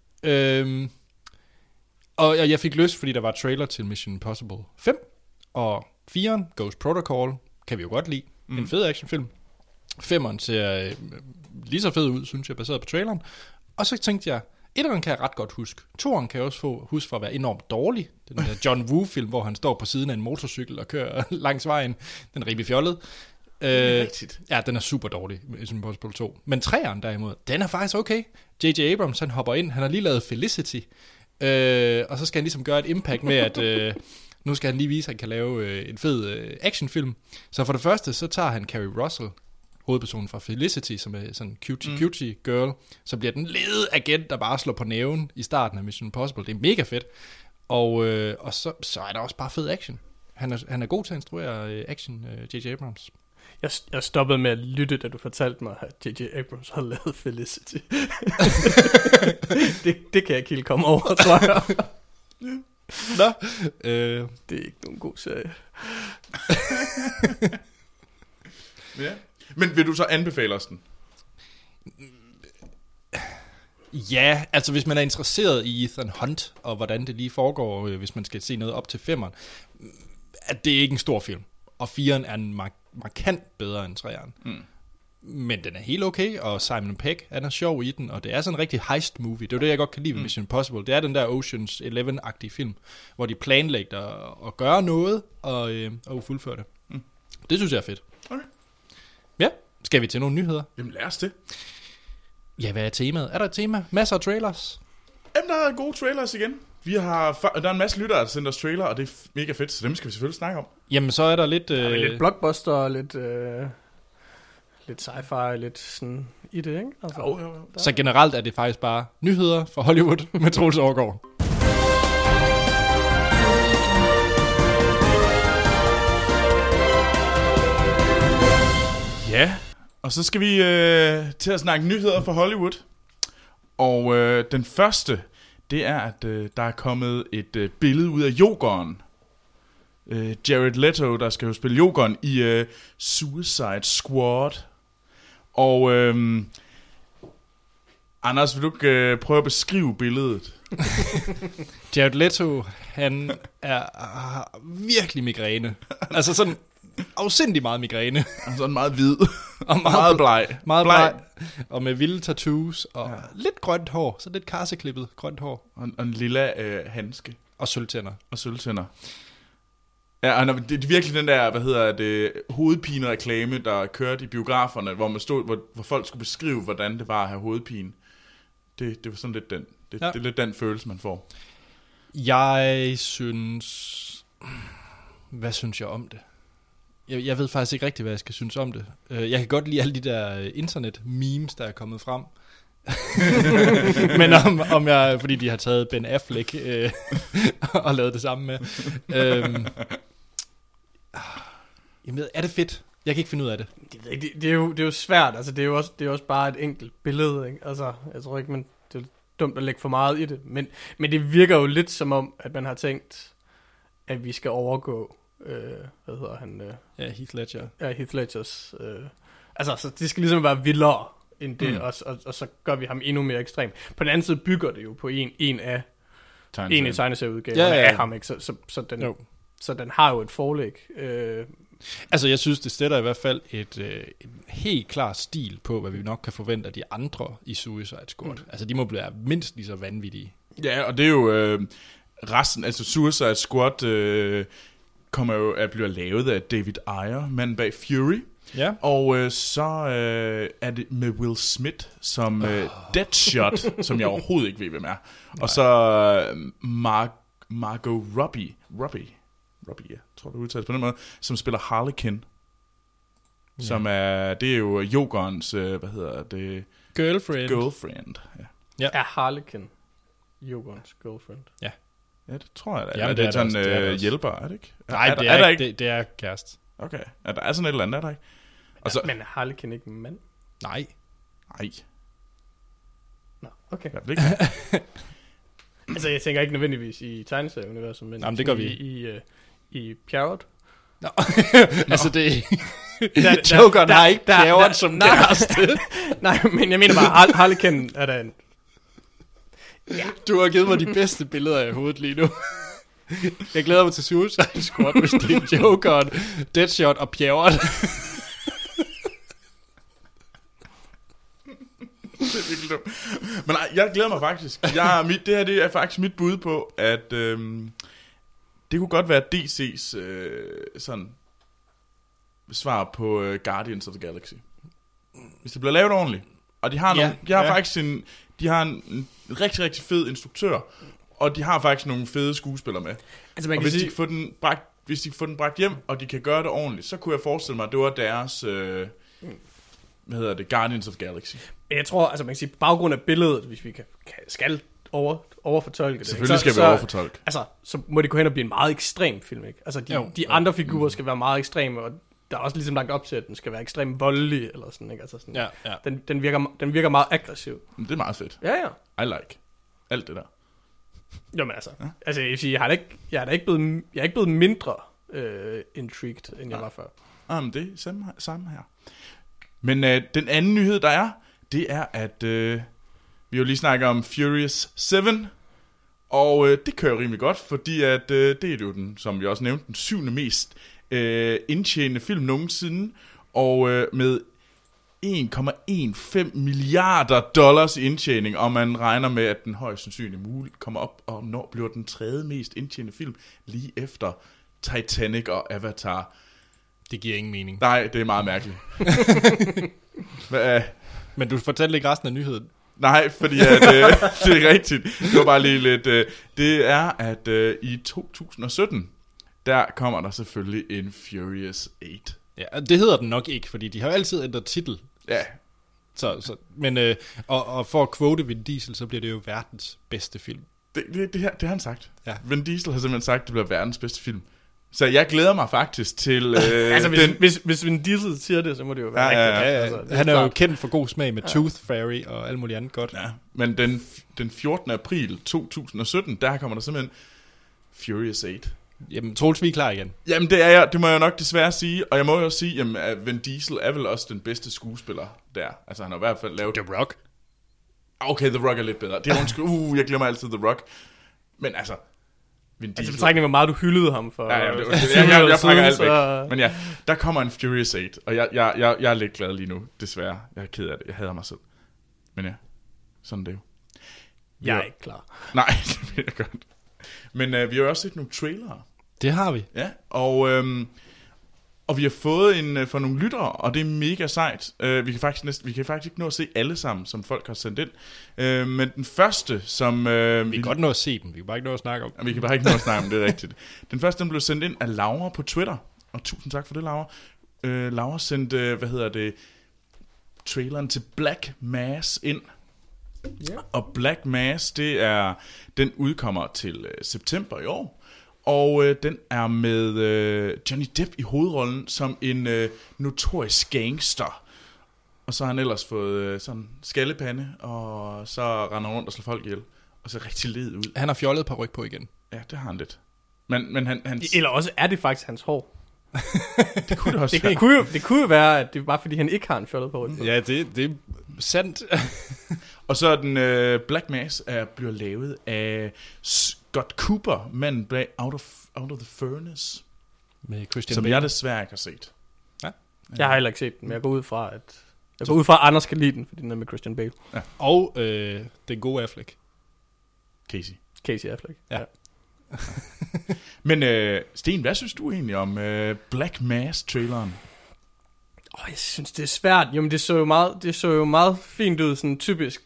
[SPEAKER 1] Og jeg fik lyst, fordi der var trailer til Mission Impossible 5. Og 4'eren, Ghost Protocol, kan vi jo godt lide. En fed actionfilm. 5'eren ser lige så fed ud, synes jeg, baseret på traileren. Og så tænkte jeg, 1'eren kan jeg ret godt huske. 2'eren kan jeg også huske for at være enormt dårlig. Den der John Woo-film, hvor han står på siden af en motorcykel og kører langs vejen. Den er rigtig fjollet. Ja, den er super dårlig, Mission Impossible 2. Men 3'eren derimod, den er faktisk okay. J.J. Abrams, han hopper ind. Han har lige lavet Felicity. Og så skal han ligesom gøre et impact med, at nu skal han lige vise, at han kan lave en fed actionfilm. Så for det første, så tager han Carrie Russell, hovedpersonen fra Felicity, som er sådan en cutie girl, så bliver den lede agent, der bare slår på næven i starten af Mission Impossible. Det er mega fedt. Og så er der også bare fed action. Han er god til at instruere action, J.J. Abrams.
[SPEAKER 3] Jeg stoppede med at lytte, da du fortalte mig, at J.J. Abrams har lavet Felicity. det kan jeg ikke helt komme over, tror jeg.
[SPEAKER 1] Nå.
[SPEAKER 3] Det er ikke nogen god serie.
[SPEAKER 2] Ja. Men vil du så anbefale os den?
[SPEAKER 1] Ja, altså hvis man er interesseret i Ethan Hunt, og hvordan det lige foregår, hvis man skal se noget op til 5'eren, at det er ikke en stor film. Og 4'eren er en markant bedre end 3'eren. Men den er helt okay, og Simon Pegg er sjov i den, og det er sådan en rigtig heist movie. Det er jo det, jeg godt kan lide ved Mission Impossible. Det er den der Ocean's 11-agtige film, hvor de planlægger at gøre noget, og fuldføre det. Det synes jeg er fedt.
[SPEAKER 2] Okay.
[SPEAKER 1] Ja, skal vi til nogle nyheder?
[SPEAKER 2] Jamen lad os det.
[SPEAKER 1] Ja, hvad er temaet? Er der et tema? Masser af trailers?
[SPEAKER 2] Jamen, der er gode trailers igen. Der er en masse lyttere, der sender os trailer, og det er mega fedt, så dem skal vi selvfølgelig snakke om.
[SPEAKER 1] Jamen, så er der lidt...
[SPEAKER 3] lidt blockbuster, lidt sci-fi, lidt sådan i det, ikke? Altså,
[SPEAKER 2] Jo.
[SPEAKER 1] Så generelt er det faktisk bare nyheder fra Hollywood med Troels Overgaard.
[SPEAKER 2] Ja, og så skal vi til at snakke nyheder fra Hollywood. Og den første, det er, at der er kommet et billede ud af Jokeren. Jared Leto, der skal jo spille Jokeren i Suicide Squad. Og Anders, vil du ikke prøve at beskrive billedet?
[SPEAKER 1] Jared Leto, han har virkelig migræne. Altså sådan afsindig meget migræne.
[SPEAKER 2] Og sådan meget hvid. Og meget bleg.
[SPEAKER 1] Meget bleg. Og med vilde tattoos. Og lidt grønt hår. Så lidt karseklippet grønt hår.
[SPEAKER 2] Og en lilla handske.
[SPEAKER 1] Og sølvtænder. Ja, og det er virkelig den der, hovedpine-reklame, der kørte i biograferne, hvor man stod, hvor folk skulle beskrive, hvordan det var at have hovedpine. Det var sådan lidt den. Det er lidt den følelse, man får. Jeg synes... Hvad synes jeg om det? Jeg ved faktisk ikke rigtigt, hvad jeg skal synes om det. Jeg kan godt lide alle de der internet-memes, der er kommet frem. Men om jeg... Fordi de har taget Ben Affleck og lavet det samme med. Jamen, er det fedt? Jeg kan ikke finde ud af det.
[SPEAKER 3] Det er jo svært. Altså, det er også bare et enkelt billede, ikke? Altså, jeg tror ikke, det er dumt at lægge for meget i det. Men det virker jo lidt som om, at man har tænkt, at vi skal overgå... hvad hedder han?
[SPEAKER 1] Heath Ledger.
[SPEAKER 3] Ja, Heath Ledgers. Altså, så det skal ligesom være vildere end det, og så gør vi ham endnu mere ekstrem. På den anden side bygger det jo på en af tegneserieudgaverne af ham, ikke? Så den har jo et forlæg.
[SPEAKER 1] Altså, jeg synes, det sætter i hvert fald et helt klart stil på, hvad vi nok kan forvente af de andre i Suicide Squad. Altså, de må blive mindst lige så vanvittige.
[SPEAKER 2] Ja, og det er jo resten, altså Suicide Squad kommer jo at blive lavet af David Ayer, manden bag Fury.
[SPEAKER 1] Ja.
[SPEAKER 2] Og så er det med Will Smith som Deadshot, som jeg overhovedet ikke ved, hvem er. Og så Margot Robbie, ja, tror du udtales på den måde, som spiller Harlequin. Ja. Som det er jo Jokerens, Girlfriend.
[SPEAKER 1] Ja.
[SPEAKER 3] Er Harlequin Jokerens girlfriend?
[SPEAKER 1] Ja.
[SPEAKER 2] Ja, det tror jeg da.
[SPEAKER 1] Jamen,
[SPEAKER 2] det er sådan hjælper, er det ikke?
[SPEAKER 1] Nej, det er ikke. Det er kæreste.
[SPEAKER 2] Okay. Der er sådan et eller andet, er der ikke? Og så...
[SPEAKER 3] Men er Harlequin ikke en mand?
[SPEAKER 1] Nej.
[SPEAKER 2] Nej.
[SPEAKER 3] Nå, okay.
[SPEAKER 2] Jeg ved ikke.
[SPEAKER 3] Altså, jeg tænker ikke nødvendigvis i tegneserieuniverset, men
[SPEAKER 1] jamen, det gør vi.
[SPEAKER 3] I Pierrot.
[SPEAKER 1] Nå. Altså, det... Jokeren har ikke Pierrot som kæreste.
[SPEAKER 3] Nej, men jeg mener bare, Harlequin er der en...
[SPEAKER 1] Ja. Du har givet mig de bedste billeder i hovedet lige nu. Jeg glæder mig til Suicide Squad, hvis det er Jokeren, Deadshot og Pierrot.
[SPEAKER 2] Det er virkelig dumt. Men nej, jeg glæder mig faktisk. Det her det er faktisk mit bud på, at det kunne godt være DC's sådan svar på Guardians of the Galaxy. Hvis det bliver lavet ordentligt. Og de har faktisk en rigtig, rigtig fed instruktør, og de har faktisk nogle fede skuespillere med. Altså, og hvis de kan få den bragt hjem, og de kan gøre det ordentligt, så kunne jeg forestille mig, at det var deres Guardians of the Galaxy.
[SPEAKER 3] Jeg tror, altså man kan sige, på baggrund af billedet, hvis vi skal overfortolke det.
[SPEAKER 2] Selvfølgelig skal vi overfortolke.
[SPEAKER 3] Altså, så må det gå hen og blive en meget ekstrem film, ikke? Altså, de andre figurer skal være meget ekstreme, og der er også ligesom lagt op til, at den skal være ekstremt voldelig, eller sådan, ikke? Altså sådan, den virker meget aggressiv.
[SPEAKER 2] Det er meget fedt.
[SPEAKER 3] Ja.
[SPEAKER 2] I like. Alt det der.
[SPEAKER 3] Jamen altså, altså jeg vil sige, jeg er ikke blevet mindre intrigued, end jeg var før.
[SPEAKER 2] Jamen, det er samme her. Men den anden nyhed, der er, det er, at vi jo lige snakker om Furious 7, og det kører rimelig godt, fordi at det er jo den, som vi også nævnte, den 7. mest indtjenende film nogensinde, og med 1,15 milliarder dollars i indtjening, og man regner med, at den højst sandsynligt muligt kommer op, og bliver den 3. mest indtjenende film, lige efter Titanic og Avatar.
[SPEAKER 1] Det giver ingen mening.
[SPEAKER 2] Nej, det er meget mærkeligt.
[SPEAKER 1] Men du fortalte ikke resten af nyheden.
[SPEAKER 2] Nej, fordi at, det er rigtigt. Det var bare lige lidt... det er, at i 2017, der kommer der selvfølgelig en Furious 8.
[SPEAKER 1] Ja, det hedder den nok ikke, fordi de har jo altid ændret titel.
[SPEAKER 2] Ja.
[SPEAKER 1] Men og for at quote Vin Diesel, så bliver det jo verdens bedste film.
[SPEAKER 2] Det har han sagt.
[SPEAKER 1] Ja.
[SPEAKER 2] Vin Diesel har simpelthen sagt, at det bliver verdens bedste film. Så jeg glæder mig faktisk til...
[SPEAKER 3] altså, hvis Vin Diesel siger det, så må det jo være rigtigt.
[SPEAKER 1] Ja. Altså, han er jo kendt for god smag med Tooth Fairy og alt muligt andet godt.
[SPEAKER 2] Ja, men den 14. april 2017, der kommer der simpelthen Furious 8.
[SPEAKER 1] Jamen, Troels, vi er klar igen.
[SPEAKER 2] Jamen, det er jeg. Det må jeg nok desværre sige. Og jeg må jo sige, jamen, at Vin Diesel er vel også den bedste skuespiller der. Altså, han har i hvert fald lavet...
[SPEAKER 1] The Rock.
[SPEAKER 2] Okay, The Rock er lidt bedre. Det er jeg glemmer altid The Rock. Men altså...
[SPEAKER 3] Altså betragtning, hvor meget du hyldede ham for...
[SPEAKER 2] Ja, jeg trækker alt væk. Men ja, der kommer en Furious 8, og jeg er lidt glad lige nu, desværre. Jeg er ked af det. Jeg hader mig selv. Men ja, sådan det jo.
[SPEAKER 3] Jeg er ikke klar.
[SPEAKER 2] Nej, det vil jeg godt. Men vi har jo også set nogle trailere.
[SPEAKER 1] Det har vi.
[SPEAKER 2] Ja, og vi har fået for nogle lyttere, og det er mega sejt. Vi kan faktisk ikke nå at se alle sammen, som folk har sendt ind. Men den første, som...
[SPEAKER 1] vi kan godt nå at se dem, vi kan bare ikke nå at snakke om.
[SPEAKER 2] Vi kan bare ikke nå at snakke om, det er rigtigt. Den første, den blev sendt ind af Laura på Twitter. Og tusind tak for det, Laura. Laura sendte, traileren til Black Mass ind. Yeah. Og Black Mass, den udkommer til september i år. Og den er med Johnny Depp i hovedrollen som en notorisk gangster. Og så har han ellers fået sådan skallepande, og så render rundt og slår folk ihjel. Og så rigtig led ud.
[SPEAKER 1] Han har fjollet paryk på igen.
[SPEAKER 2] Ja, det har han lidt. Men han...
[SPEAKER 3] Eller også er det faktisk hans hår.
[SPEAKER 2] Det kunne det også være.
[SPEAKER 3] Det kunne jo være, at det var fordi han ikke har en fjollet paryk på.
[SPEAKER 1] Ja, det er sandt.
[SPEAKER 2] Og så den Black Mass bliver lavet af Scott Cooper, manden bag Out of the Furnace.
[SPEAKER 1] Med Christian
[SPEAKER 2] som
[SPEAKER 1] Bale.
[SPEAKER 2] jeg desværre ikke har set.
[SPEAKER 3] Ja. Jeg har heller ikke set den, men jeg går ud fra, at Anders kan lide den, fordi den er med Christian Bale.
[SPEAKER 1] Ja. Og den gode Affleck.
[SPEAKER 3] Casey Affleck.
[SPEAKER 1] Ja.
[SPEAKER 2] Men Sten, hvad synes du egentlig om Black Mass-traileren?
[SPEAKER 3] Jeg synes, det er svært. Jo, men det så jo meget fint ud, sådan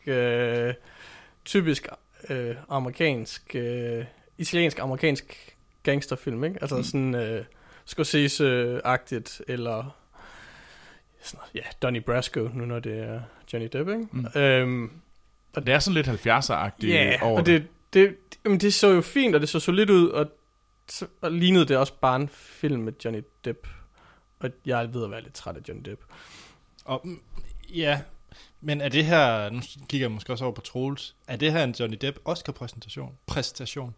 [SPEAKER 3] typisk amerikansk, italiensk-amerikansk gangsterfilm, ikke? Altså sådan Scorsese-agtigt, eller sådan, Donnie Brasco, nu når det er Johnny Depp, ikke?
[SPEAKER 2] Og det er sådan lidt 70'er-agtigt over
[SPEAKER 3] det så jo fint, og det så solidt ud, og lignede det også bare en film med Johnny Depp. Og jeg er ved at være lidt træt af Johnny Depp.
[SPEAKER 1] Og ja, Men er det her, nu kigger jeg måske også over på Troels, er det her en Johnny Depp Oscar-præstation?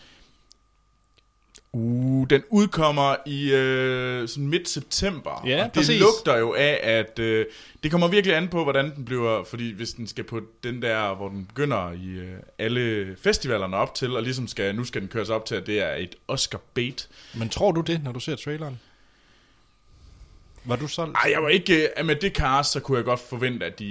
[SPEAKER 2] Den udkommer i sådan midt-september.
[SPEAKER 1] Ja,
[SPEAKER 2] og det lugter jo af, at det kommer virkelig an på, hvordan den bliver, fordi hvis den skal på den der, hvor den begynder i alle festivalerne op til, og ligesom nu skal den køres op til, at det er et Oscar-bait.
[SPEAKER 1] Men tror du det, når du ser traileren? Var du solgt?
[SPEAKER 2] Nej, jeg var ikke, med det cast, så kunne jeg godt forvente, at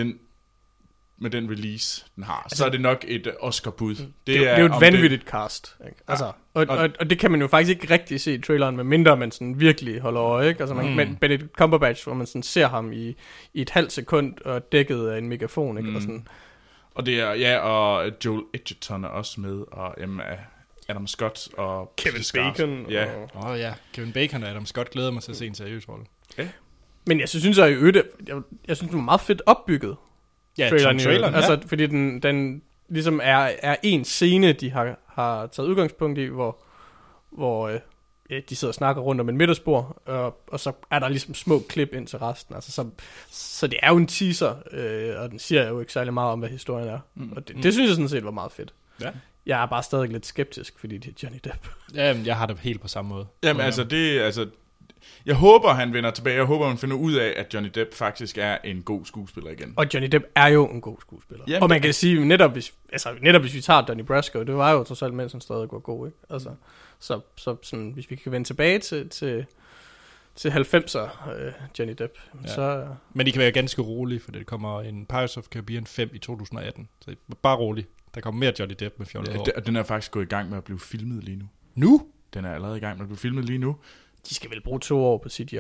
[SPEAKER 2] med den release, den har, altså, så er det nok et Oscar-bud.
[SPEAKER 3] Det er jo et vanvittigt cast. Ikke? Altså, og det kan man jo faktisk ikke rigtig se i traileren, medmindre man sådan virkelig holder øje. Ikke? Altså, man Benedict Cumberbatch, hvor man sådan ser ham i et halvt sekund og dækket af en megafon. Ikke? Og, sådan.
[SPEAKER 2] Og det er, og Joel Edgerton er også med, og Adam Scott og
[SPEAKER 3] Kevin Bacon.
[SPEAKER 2] Ja.
[SPEAKER 1] Kevin Bacon og Adam Scott glæder mig til at se en seriøs rolle.
[SPEAKER 2] Ja.
[SPEAKER 3] Men jeg synes at jeg synes det var meget fedt opbygget.
[SPEAKER 1] Ja, traileren,
[SPEAKER 3] altså, fordi den ligesom er en scene, de har taget udgangspunkt i, hvor de sidder og snakker rundt om en middagsbord, og så er der ligesom små klip ind til resten. Altså, så det er jo en teaser, og den siger jo ikke særlig meget om, hvad historien er. Og det synes jeg sådan set var meget fedt.
[SPEAKER 2] Ja.
[SPEAKER 3] Jeg er bare stadig lidt skeptisk, fordi det er Johnny Depp.
[SPEAKER 1] Jamen, jeg har det helt på samme måde.
[SPEAKER 2] Jamen, jeg håber, han vender tilbage. Jeg håber, man finder ud af, at Johnny Depp faktisk er en god skuespiller igen.
[SPEAKER 3] Og Johnny Depp er jo en god skuespiller. Jamen, og man kan sige, netop hvis vi tager Donnie Brasco, det var jo trods alt, mens han stadig går god, ikke? Altså, så sådan, hvis vi kan vende tilbage til 90'er Johnny Depp, så...
[SPEAKER 1] Men I kan være ganske rolige, for det kommer en Pirates of Caribbean 5 i 2018. Så bare rolig. Der kommer mere Johnny Depp med fjollet hår.
[SPEAKER 2] Den er faktisk gået i gang med at blive filmet lige nu.
[SPEAKER 1] Nu?
[SPEAKER 2] Den er allerede i gang med at blive filmet lige nu.
[SPEAKER 3] De skal vel bruge 2 år på CGI?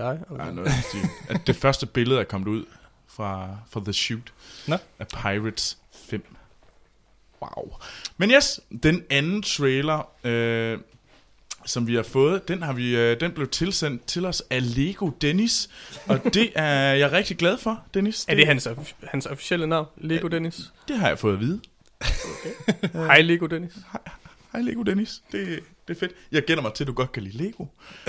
[SPEAKER 2] At det første billede er kommet ud fra The Shoot af Pirates 5. Wow. Men yes, den anden trailer, som vi har fået, den blev tilsendt til os af Lego Dennis. Og det er jeg rigtig glad for, Dennis.
[SPEAKER 3] Er det hans officielle navn, Lego Dennis?
[SPEAKER 2] Det har jeg fået at vide.
[SPEAKER 3] Okay. Hej Lego Dennis.
[SPEAKER 2] Hej Lego Dennis. Det er fedt. Jeg gætter mig til, at du godt kan lide Lego.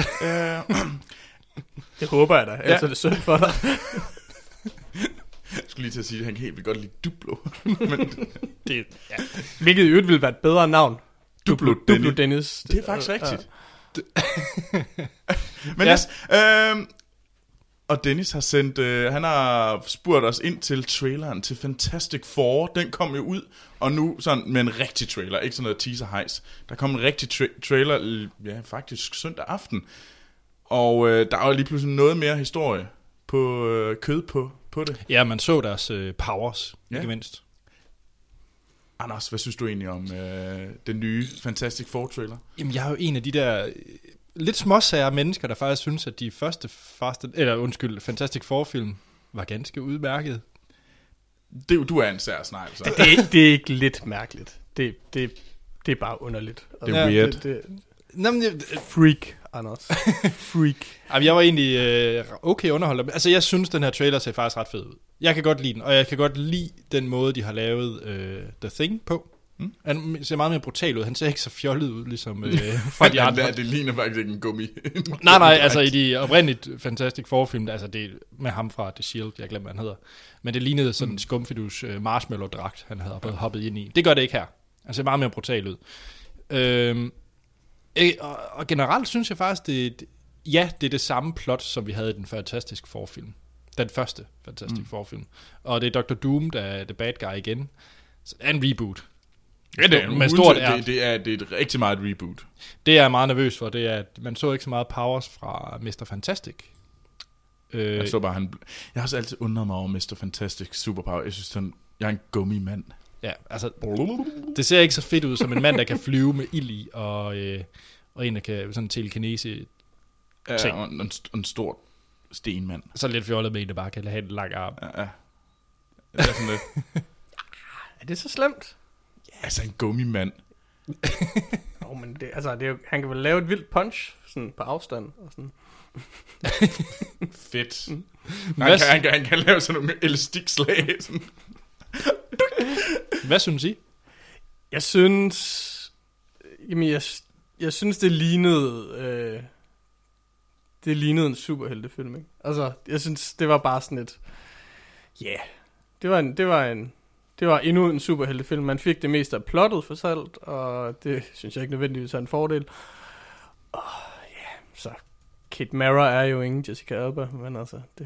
[SPEAKER 3] Det håber jeg da, ellers er det synd for dig.
[SPEAKER 2] Jeg skulle lige til at sige, at han kan helt vildt godt lide Duplo. Men
[SPEAKER 3] hvilket i øvrigt ville være et bedre navn.
[SPEAKER 2] Duplo
[SPEAKER 3] Dennis.
[SPEAKER 2] Det er faktisk rigtigt. Men yes, og Dennis har sendt, han har spurgt os ind til traileren til Fantastic Four. Den kom jo ud, og nu sådan med en rigtig trailer, ikke sådan noget teaser-hejs. Der kom en rigtig trailer, faktisk søndag aften. Og der er jo lige pludselig noget mere historie på kød på det.
[SPEAKER 1] Ja, man så deres powers, ikke mindst.
[SPEAKER 2] Anders, hvad synes du egentlig om den nye Fantastic Four trailer? Jamen,
[SPEAKER 1] jeg er jo en af de der lidt småsager mennesker, der faktisk synes, at de første Fantastic Four-film var ganske udmærket.
[SPEAKER 2] Du er en sær snegl, så.
[SPEAKER 3] Det er ikke lidt mærkeligt. Det er bare underligt.
[SPEAKER 2] Det er weird.
[SPEAKER 3] Freak, Anders. Freak.
[SPEAKER 1] Jamen, jeg var egentlig okay underholdt. Altså, jeg synes, den her trailer ser faktisk ret fed ud. Jeg kan godt lide den, og jeg kan godt lide den måde, de har lavet The Thing på. Han ser meget mere brutal ud. Han ser ikke så fjollet ud, ligesom fra de andre.
[SPEAKER 2] Det ligner faktisk ikke en gummi.
[SPEAKER 1] nej, altså i de oprindeligt Fantastic Four-film, altså det med ham fra The Shield, jeg glemmer, hvad han hedder. Men det lignede sådan en skumfidus marshmallow-dragt, han havde hoppet ind i. Det gør det ikke her. Han ser meget mere brutal ud. Og generelt synes jeg faktisk, det er det samme plot, som vi havde i den Fantastic Four-film. Den første Fantastic Four-film. Og det er Dr. Doom, der er the bad guy igen. Så det er en reboot.
[SPEAKER 2] Ja, det er et rigtig meget reboot.
[SPEAKER 1] Det er jeg meget nervøs for. Det er, at man så ikke så meget powers fra Mr. Fantastic.
[SPEAKER 2] Jeg så bare, jeg har også altid undret mig over Mr. Fantastic superpower. Jeg synes, jeg er en gummimand.
[SPEAKER 1] Ja, altså, det ser ikke så fedt ud som en mand, der kan flyve med ild i, og en, der kan sådan telekinese ting.
[SPEAKER 2] Og en stor stenmand.
[SPEAKER 1] Så lidt fjollet med en, der bare kan have en lang arm.
[SPEAKER 2] Ja. Det er sådan lidt.
[SPEAKER 3] Er det så slemt?
[SPEAKER 2] Altså en gummimand.
[SPEAKER 3] Men han kan vel lave et vildt punch sådan på afstand og sådan.
[SPEAKER 2] Fedt. Han kan lave sådan nogle elastikslag sådan.
[SPEAKER 1] Hvad synes I?
[SPEAKER 3] Jeg synes jeg synes det lignede en superheltefilm, ikke? Altså, jeg synes det var bare sådan et det var endnu en superheltefilm. Man fik det meste af plottet fortalt, og det synes jeg ikke nødvendigvis er en fordel. Så Kate Mara er jo ingen Jessica Alba, men altså... Det.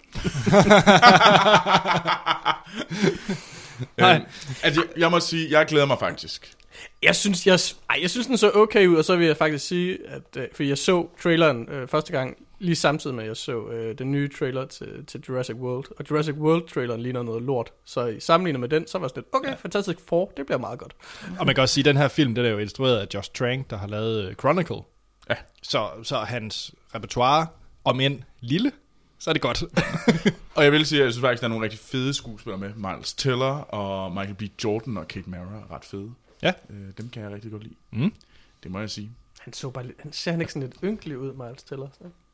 [SPEAKER 2] Altså, jeg må sige, jeg glæder mig faktisk.
[SPEAKER 3] Jeg synes den så okay ud, og så vil jeg faktisk sige, at for jeg så traileren første gang, lige samtidig med, at jeg så den nye trailer til Jurassic World. Og Jurassic World-traileren ligner noget lort. Så i sammenlignet med den, så var det sådan lidt, okay, Fantastic Four, det bliver meget godt.
[SPEAKER 1] Og man kan også sige, at den her film, den er jo instrueret af Josh Trank, der har lavet Chronicle.
[SPEAKER 2] Ja.
[SPEAKER 1] Så hans repertoire, om end lille, så er det godt.
[SPEAKER 2] Og jeg vil sige, at jeg synes faktisk, der er nogle rigtig fede skuespillere med. Miles Teller og Michael B. Jordan og Kate Mara er ret fede.
[SPEAKER 1] Ja.
[SPEAKER 2] Dem kan jeg rigtig godt lide.
[SPEAKER 1] Mm.
[SPEAKER 2] Det må jeg sige.
[SPEAKER 3] Han ser han ikke sådan lidt ynkelig ud, Miles Teller?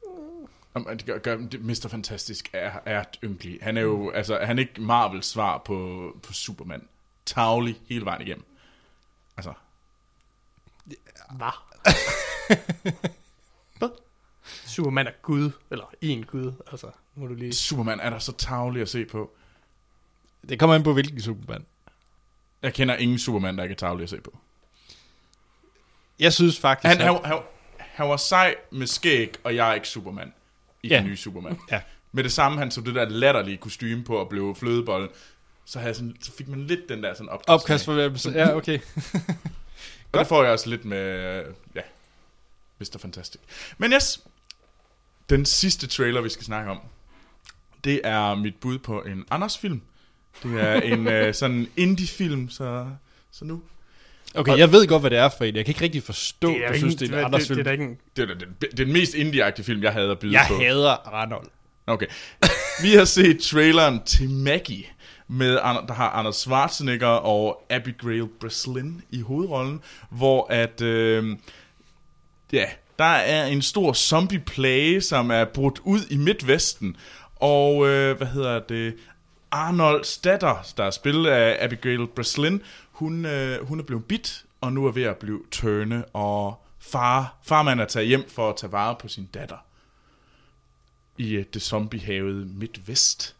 [SPEAKER 2] Mr. Fantastic er ynkelig. Han er jo, altså, han er ikke Marvels svar på Superman. Tavlig hele vejen igennem. Altså.
[SPEAKER 3] Hvad? Hvad? Superman er Gud, eller en Gud, altså, må du lige...
[SPEAKER 2] Superman er der så tavlig at se på.
[SPEAKER 1] Det kommer an på, hvilken Superman.
[SPEAKER 2] Jeg kender ingen Superman, der ikke er tavlig at se på.
[SPEAKER 1] Jeg synes faktisk...
[SPEAKER 2] Han var sej med skæg, og jeg er ikke Superman i den nye Superman.
[SPEAKER 1] Ja.
[SPEAKER 2] Med det samme, han tog det der latterlige kostume på og blev flødebolle, så fik man lidt den der sådan
[SPEAKER 1] opkastforværmelse. Ja, okay.
[SPEAKER 2] Og det får jeg også lidt med, Mr. Fantastic. Men yes, den sidste trailer, vi skal snakke om, det er mit bud på en Anders-film. Det er en sådan indie-film, så nu...
[SPEAKER 1] Okay, jeg ved godt, hvad det er for en. Jeg kan ikke rigtig forstå,
[SPEAKER 3] du synes, det er en Anders film.
[SPEAKER 2] Det er den mest indie-agtige film, jeg havde at byde på.
[SPEAKER 1] Jeg hader Arnold.
[SPEAKER 2] Okay. Vi har set traileren til Maggie, der har Arnold Schwarzenegger og Abigail Breslin i hovedrollen, hvor at... der er en stor zombie-plage, som er brudt ud i Midtvesten, og Arnolds datter, der er spillet af Abigail Breslin, hun er blevet bidt, og nu er ved at blive tørne, og farmand er taget hjem for at tage vare på sin datter i det zombiehavede Midtvest.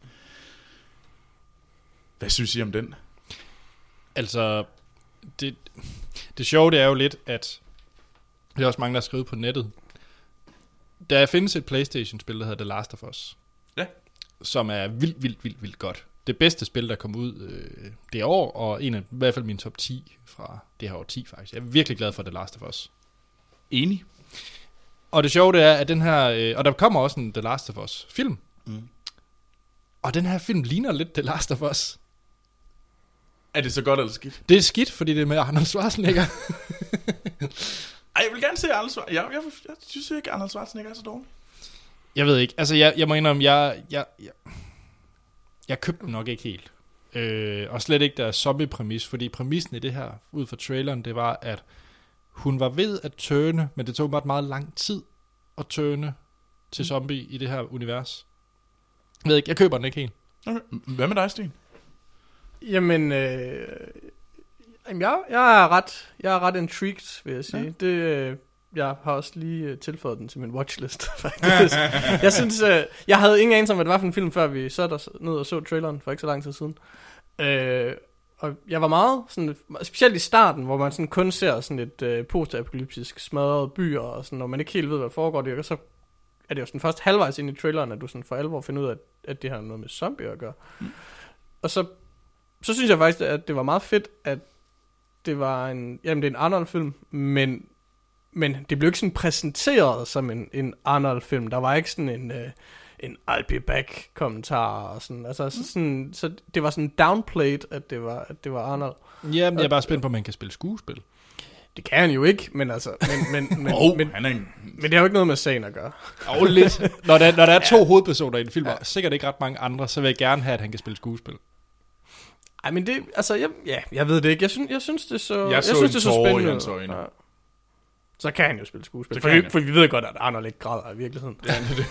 [SPEAKER 2] Hvad synes I om den?
[SPEAKER 1] Altså, det sjove, det er jo lidt, at det er også mange, der har skrevet på nettet. Der findes et PlayStation-spil, der hedder The Last of Us.
[SPEAKER 2] Ja.
[SPEAKER 1] Som er vildt godt. Det bedste spil, der kom ud det år, og i hvert fald min top 10 fra det her år 10 faktisk. Jeg er virkelig glad for The Last of Us.
[SPEAKER 2] Enig.
[SPEAKER 1] Og det sjove, det er, at den her... og der kommer også en The Last of Us film. Mm. Og den her film ligner lidt The Last of Us.
[SPEAKER 2] Er det så godt eller skidt?
[SPEAKER 1] Det er skidt, fordi det er med Arnold Schwarzenegger.
[SPEAKER 2] Ej, jeg vil gerne se Arnold Schwarzenegger. Jeg synes ikke, Arnold Schwarzenegger er så dårlig.
[SPEAKER 1] Jeg ved ikke. Altså, jeg må indrømme, jeg købte den nok ikke helt. Og slet ikke deres zombie-præmis, fordi præmissen i det her, ud fra traileren, det var, at hun var ved at tørne, men det tog bare meget lang tid at tørne til zombie i det her univers. Jeg ved ikke, jeg køber den ikke helt.
[SPEAKER 2] Okay. Hvad med dig, Sten?
[SPEAKER 3] Jamen, jeg er ret intrigued, vil jeg sige. Ja. Jeg har også lige tilføjet den til min watchlist, faktisk. Jeg synes, jeg havde ingen anelse om, hvad det var for en film, før vi satte os ned og så traileren for ikke så lang tid siden. Og jeg var meget, sådan, specielt i starten, hvor man sådan kun ser sådan et postapokalyptisk smadret byer, og sådan, når man ikke helt ved, hvad der foregår der, så er det jo sådan først halvvejs ind i traileren, at du sådan for alvor finder ud af, at det har noget med zombier at gøre. Mm. Og så synes jeg faktisk, at det var meget fedt, at det var det er en Arnold-film, men det blev ikke sådan præsenteret som en Arnold-film. Der var ikke sådan en I'll be back-kommentar og sådan. Altså, så det var sådan downplayed, at det var Arnold.
[SPEAKER 1] Ja, men jeg er bare spændt på, om man kan spille skuespil.
[SPEAKER 3] Det kan han jo ikke, men altså... Men det har jo ikke noget med sagen at gøre.
[SPEAKER 1] Lidt. Når der er to hovedpersoner i en film, og sikkert ikke ret mange andre, så vil jeg gerne have, at han kan spille skuespil.
[SPEAKER 3] Ej, men det... Altså, jeg ved det ikke. Jeg synes det så...
[SPEAKER 2] Jeg synes det så spændende.
[SPEAKER 3] Ja. Så kan han jo spille skuespil. For vi ved godt, at Arnold ikke græder i virkeligheden.
[SPEAKER 2] Ja, det.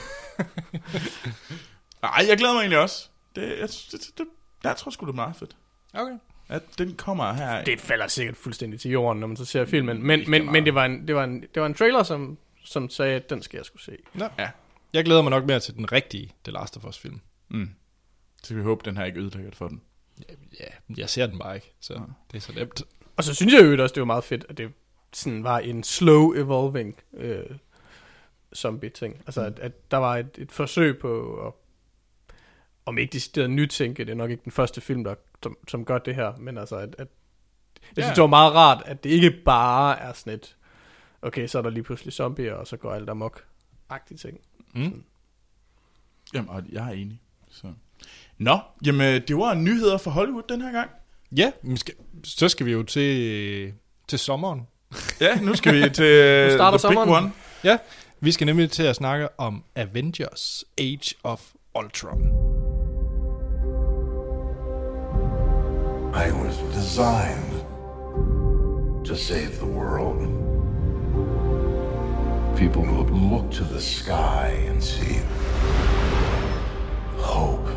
[SPEAKER 2] Ej, jeg glæder mig egentlig også. Jeg tror sgu, det er meget fedt.
[SPEAKER 1] Okay.
[SPEAKER 2] At den kommer her.
[SPEAKER 3] Det falder sikkert fuldstændig til jorden, når man så ser filmen. Men det var en trailer, som sagde, at den skal jeg skulle se.
[SPEAKER 1] Ja. Jeg glæder mig nok mere til den rigtige The Last of Us film.
[SPEAKER 2] Mm. Så vi håber, den her ikke ødelægger for den.
[SPEAKER 1] Ja, jeg ser den bare ikke, så det er så nemt.
[SPEAKER 3] Og så synes jeg jo også, det var meget fedt, at det sådan var en slow evolving zombie-ting. Altså, at der var et forsøg på at, om ikke decideret nytænke, det er nok ikke den første film, som gør det her, men altså, jeg synes, det var meget rart, at det ikke bare er sådan et, okay, så er der lige pludselig zombier, og så går alt amok-agtige ting.
[SPEAKER 2] Jamen, jeg er enig. Nå, jamen, det var nyheder fra Hollywood den her gang.
[SPEAKER 1] Ja, så skal vi jo til sommeren.
[SPEAKER 2] Ja, nu skal vi til
[SPEAKER 3] starter
[SPEAKER 2] The Big
[SPEAKER 3] sommeren.
[SPEAKER 2] One.
[SPEAKER 1] Ja, vi skal nemlig til at snakke om Avengers Age of Ultron.
[SPEAKER 4] I was designed to save the world. People will look to the sky and see hope.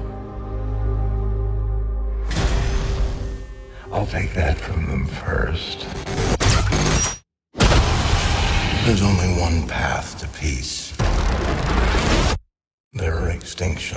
[SPEAKER 4] I'll take that from them first. There's only one path to peace. Their extinction.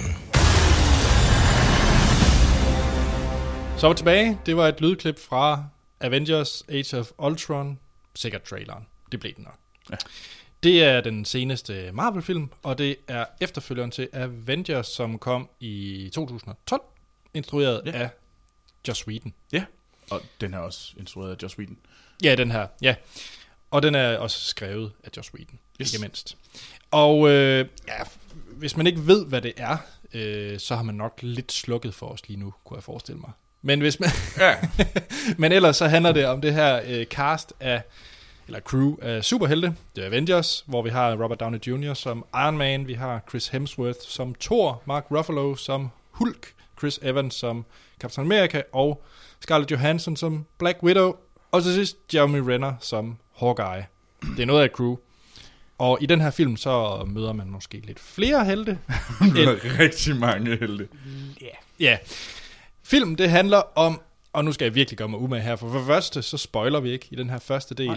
[SPEAKER 1] Så er vi tilbage. Det var et lydklip fra Avengers Age of Ultron. Sikkert traileren. Det blev den nok.
[SPEAKER 2] Ja.
[SPEAKER 1] Det er den seneste Marvel-film, og det er efterfølgeren til Avengers, som kom i 2012, instrueret af Joss Whedon.
[SPEAKER 2] Ja, og den er også instrueret af Joss Whedon.
[SPEAKER 1] Ja, den her, ja. Og den er også skrevet af Joss Whedon, ikke mindst. Og hvis man ikke ved, hvad det er, så har man nok lidt slukket for os lige nu, kunne jeg forestille mig. Men hvis man men ellers så handler det om det her cast af, eller crew af superhelte. Det er Avengers, hvor vi har Robert Downey Jr. som Iron Man, vi har Chris Hemsworth som Thor, Mark Ruffalo som Hulk, Chris Evans som Captain America, og Scarlett Johansson som Black Widow, og til sidst Jeremy Renner som Hawkeye. Det er noget af et crew. Og i den her film, så møder man måske lidt flere helte.
[SPEAKER 2] Rigtig mange helte.
[SPEAKER 1] Ja. Film, det handler om, og nu skal jeg virkelig gøre mig umage her, for det første, så spoiler vi ikke i den her første del.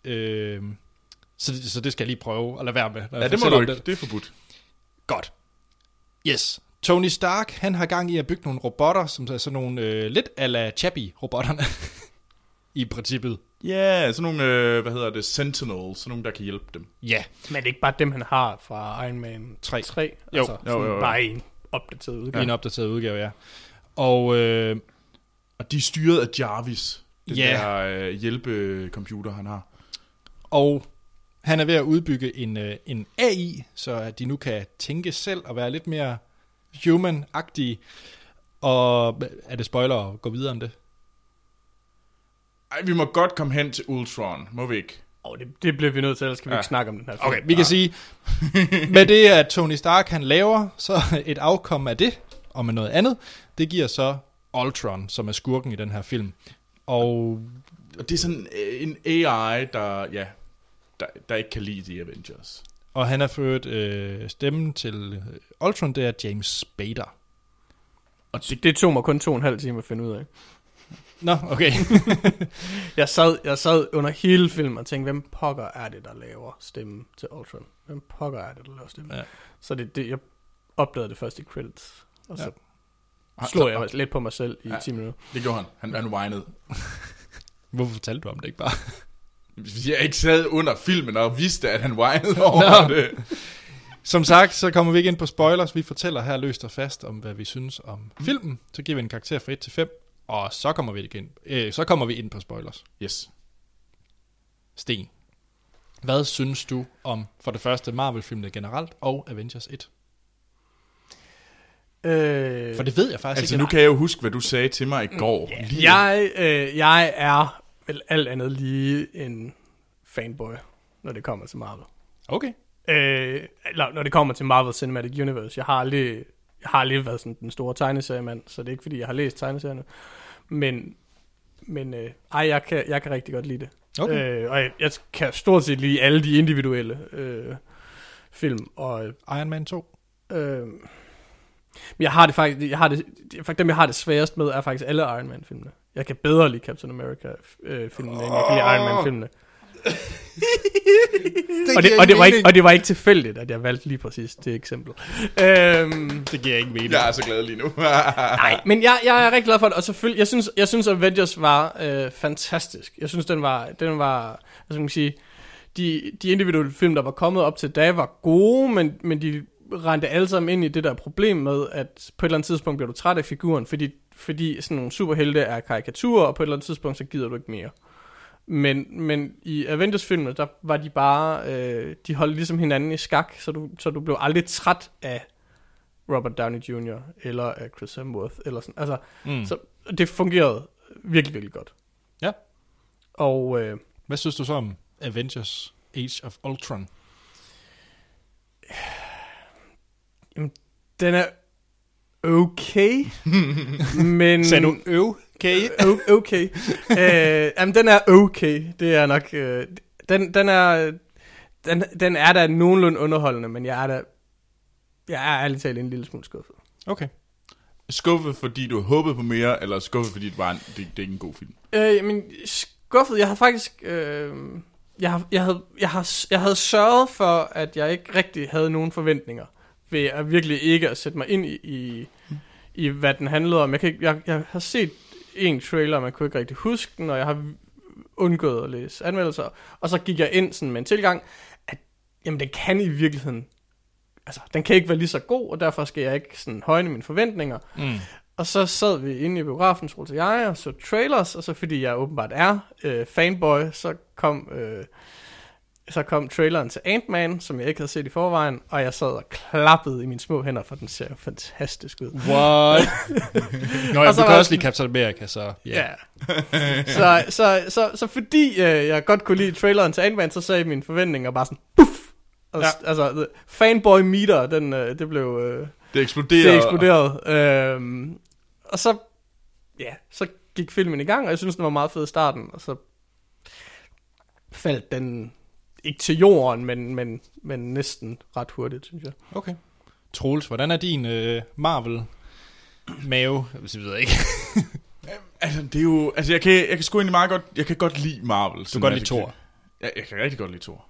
[SPEAKER 1] Så det skal jeg lige prøve at lade være med.
[SPEAKER 2] Ja, det må du ikke. Det er forbudt.
[SPEAKER 1] Godt. Yes. Tony Stark, han har gang i at bygge nogle robotter, som er sådan nogle lidt a la Chappie-robotterne. I princippet.
[SPEAKER 2] Ja, sådan nogle, Sentinels, sådan nogle, der kan hjælpe dem.
[SPEAKER 1] Ja.
[SPEAKER 3] Men det er ikke bare dem, han har fra Iron Man 3.
[SPEAKER 1] Jo.
[SPEAKER 3] Altså, jo. Bare en opdateret udgave.
[SPEAKER 1] Ja. En opdateret udgave, ja. Og
[SPEAKER 2] de er styret af Jarvis, det der hjælpecomputer, han har.
[SPEAKER 1] Og han er ved at udbygge en AI, så at de nu kan tænke selv og være lidt mere human-agtige. Og er det spoiler at gå videre om det?
[SPEAKER 2] Ej, vi må godt komme hen til Ultron, må vi ikke?
[SPEAKER 3] Det bliver vi nødt til, ellers kan vi ikke snakke om den her film.
[SPEAKER 1] Okay, vi kan sige, med det, at Tony Stark han laver, så et afkom af det, og med noget andet, det giver så Ultron, som er skurken i den her film. Og
[SPEAKER 2] det er sådan en AI, der ikke kan lide The Avengers.
[SPEAKER 1] Og han har ført stemmen til Ultron, det er James Spader.
[SPEAKER 3] Og det tog mig kun 2,5 timer at finde ud af.
[SPEAKER 1] Nå, okay.
[SPEAKER 3] jeg sad under hele filmen og tænkte, hvem pokker er det, der laver stemmen til Ultron? Hvem pokker er det, der laver stemmen? Ja. Så jeg opdagede det først i credits. Og så slog jeg lidt på mig selv i 10 minutter.
[SPEAKER 2] Det gjorde han. Han whinede.
[SPEAKER 1] Hvorfor fortalte du om det ikke bare?
[SPEAKER 2] Jeg ikke sad under filmen og vidste, at han whinede over det.
[SPEAKER 1] Som sagt, så kommer vi ikke ind på spoilers. Vi fortæller her løst og fast om, hvad vi synes om filmen. Så giver vi en karakter fra 1 til 5. Og så kommer vi ind på spoilers.
[SPEAKER 2] Yes.
[SPEAKER 1] Sten, hvad synes du om for det første Marvel-filmene generelt og Avengers 1? For det ved jeg faktisk
[SPEAKER 2] altså,
[SPEAKER 1] ikke.
[SPEAKER 2] Nu kan jeg jo huske, hvad du sagde til mig i går.
[SPEAKER 3] Jeg er vel alt andet lige en fanboy, når det kommer til Marvel.
[SPEAKER 1] Okay.
[SPEAKER 3] Eller når det kommer til Marvel Cinematic Universe. Jeg har aldrig været sådan den store tegneseriemand, så det er ikke fordi, jeg har læst tegneserierne. Men jeg kan rigtig godt lide det.
[SPEAKER 1] Okay.
[SPEAKER 3] Og jeg kan stort set lide alle de individuelle film. Og
[SPEAKER 1] Iron Man 2.
[SPEAKER 3] Men jeg har det sværest med, er faktisk alle Iron Man filmene. Jeg kan bedre lide Captain America filmene, end jeg kan lide Iron Man filmene. det var ikke tilfældigt, at jeg valgte lige præcis det eksempel.
[SPEAKER 1] Det giver ikke mening.
[SPEAKER 2] Jeg er så glad lige nu.
[SPEAKER 3] Nej, men jeg er rigtig glad for det, og selvfølgelig, jeg synes Avengers var fantastisk. Jeg synes, den var hvad skal man sige, de individuelle film, der var kommet op til da, var gode, men de rendte alle sammen ind i det der problem med, at på et eller andet tidspunkt bliver du træt af figuren, fordi sådan nogle superhelte er karikaturer, og på et eller andet tidspunkt, så gider du ikke mere. Men i Avengers-filmene, der var de bare, de holdt ligesom hinanden i skak, så du blev aldrig træt af Robert Downey Jr. eller af Chris Hemsworth, eller sådan. Altså, så det fungerede virkelig, virkelig godt.
[SPEAKER 1] Ja.
[SPEAKER 3] Og
[SPEAKER 1] hvad synes du så om Avengers Age of Ultron?
[SPEAKER 3] Jamen, den er okay, men...
[SPEAKER 1] Sagde du okay?
[SPEAKER 3] Okay. Jamen, den er okay. Det er nok... Den er da nogenlunde underholdende, men jeg er ærligt talt en lille smule skuffet.
[SPEAKER 1] Okay.
[SPEAKER 2] Skuffet, fordi du håbede på mere, eller skuffet, fordi det er ikke en god film?
[SPEAKER 3] Men skuffet, jeg har faktisk... Jeg havde sørget for, at jeg ikke rigtig havde nogen forventninger, ved at virkelig ikke at sætte mig ind i hvad den handlede om. Jeg har set en trailer, man kunne ikke rigtig huske den, og jeg har undgået at læse anmeldelser, og så gik jeg ind sådan med en tilgang, at jamen, den kan i virkeligheden, altså den kan ikke være lige så god, og derfor skal jeg ikke sådan højne mine forventninger. Og så sad vi inde i biografen, Troels og jeg, og så trailers, og så fordi jeg åbenbart er fanboy, så kom traileren til Ant-Man, som jeg ikke havde set i forvejen, og jeg sad og klappede i mine små hænder, for den ser fantastisk ud.
[SPEAKER 1] What? Nå, du kan også lide Captain America, så
[SPEAKER 3] ja. Så fordi jeg godt kunne lide traileren til Ant-Man, så sagde mine forventninger bare sådan, puff! Og, altså, fanboy meter, det blev...
[SPEAKER 2] Det eksploderede.
[SPEAKER 3] Og så gik filmen i gang, og jeg synes, den var meget fed i starten, og så faldt den ikke til jorden, men næsten ret hurtigt, synes jeg.
[SPEAKER 1] Okay. Troels, hvordan er din Marvel-mave? Jeg ved ikke.
[SPEAKER 2] Altså, det er jo... Altså, jeg kan sgu egentlig meget godt... Jeg kan godt lide Marvel.
[SPEAKER 1] Du kan godt lide Thor?
[SPEAKER 2] Ja, jeg kan rigtig godt lide Thor.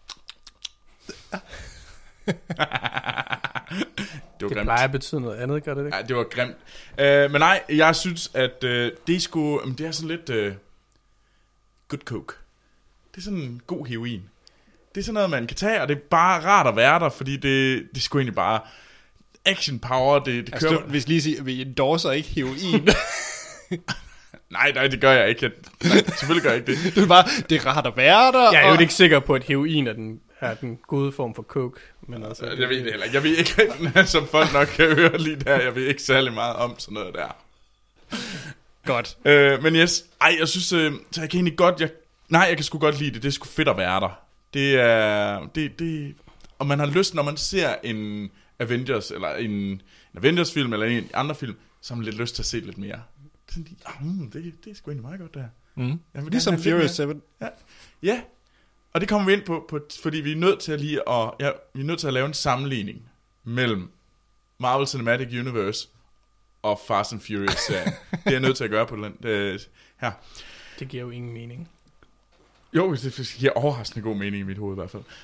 [SPEAKER 3] Det plejer at betyde noget andet, gør det ikke?
[SPEAKER 2] Ja, det var grimt. Men nej, jeg synes, at det er sådan lidt good coke. Det er sådan god heroin. Det er sådan noget, man kan tage, og det er bare rart at være der, fordi det er sgu egentlig bare action power. Det
[SPEAKER 1] altså,
[SPEAKER 2] kører...
[SPEAKER 1] Hvis lige sige, vi endorser ikke heroin.
[SPEAKER 2] Nej, det gør jeg ikke. Nej, selvfølgelig gør jeg ikke det.
[SPEAKER 1] Det er rart at være der.
[SPEAKER 3] Jeg er jo ikke sikker på, at heroin er den gode form for coke. Men altså,
[SPEAKER 2] jeg ved det heller ikke. Jeg ved ikke, som folk nok kan høre lige der. Jeg ved ikke særlig meget om sådan noget der.
[SPEAKER 1] Godt.
[SPEAKER 2] Men yes, jeg synes, så jeg kan egentlig godt... jeg kan sgu godt lide det. Det er sgu fedt at være der. Det er... Og man har lyst, når man ser en Avengers, eller en Avengers-film, eller en andre film, så har man lidt lyst til at se lidt mere. Det er sgu egentlig meget godt, der.
[SPEAKER 1] Ligesom Furious 7.
[SPEAKER 2] Ja. Og det kommer vi ind på, fordi vi er nødt til vi er nødt til at lave en sammenligning mellem Marvel Cinematic Universe og Fast and Furious-serien. Det er jeg nødt til at gøre på den her.
[SPEAKER 3] Det giver jo ingen mening.
[SPEAKER 2] Jo, det giver overraskende god mening i mit hoved i hvert fald.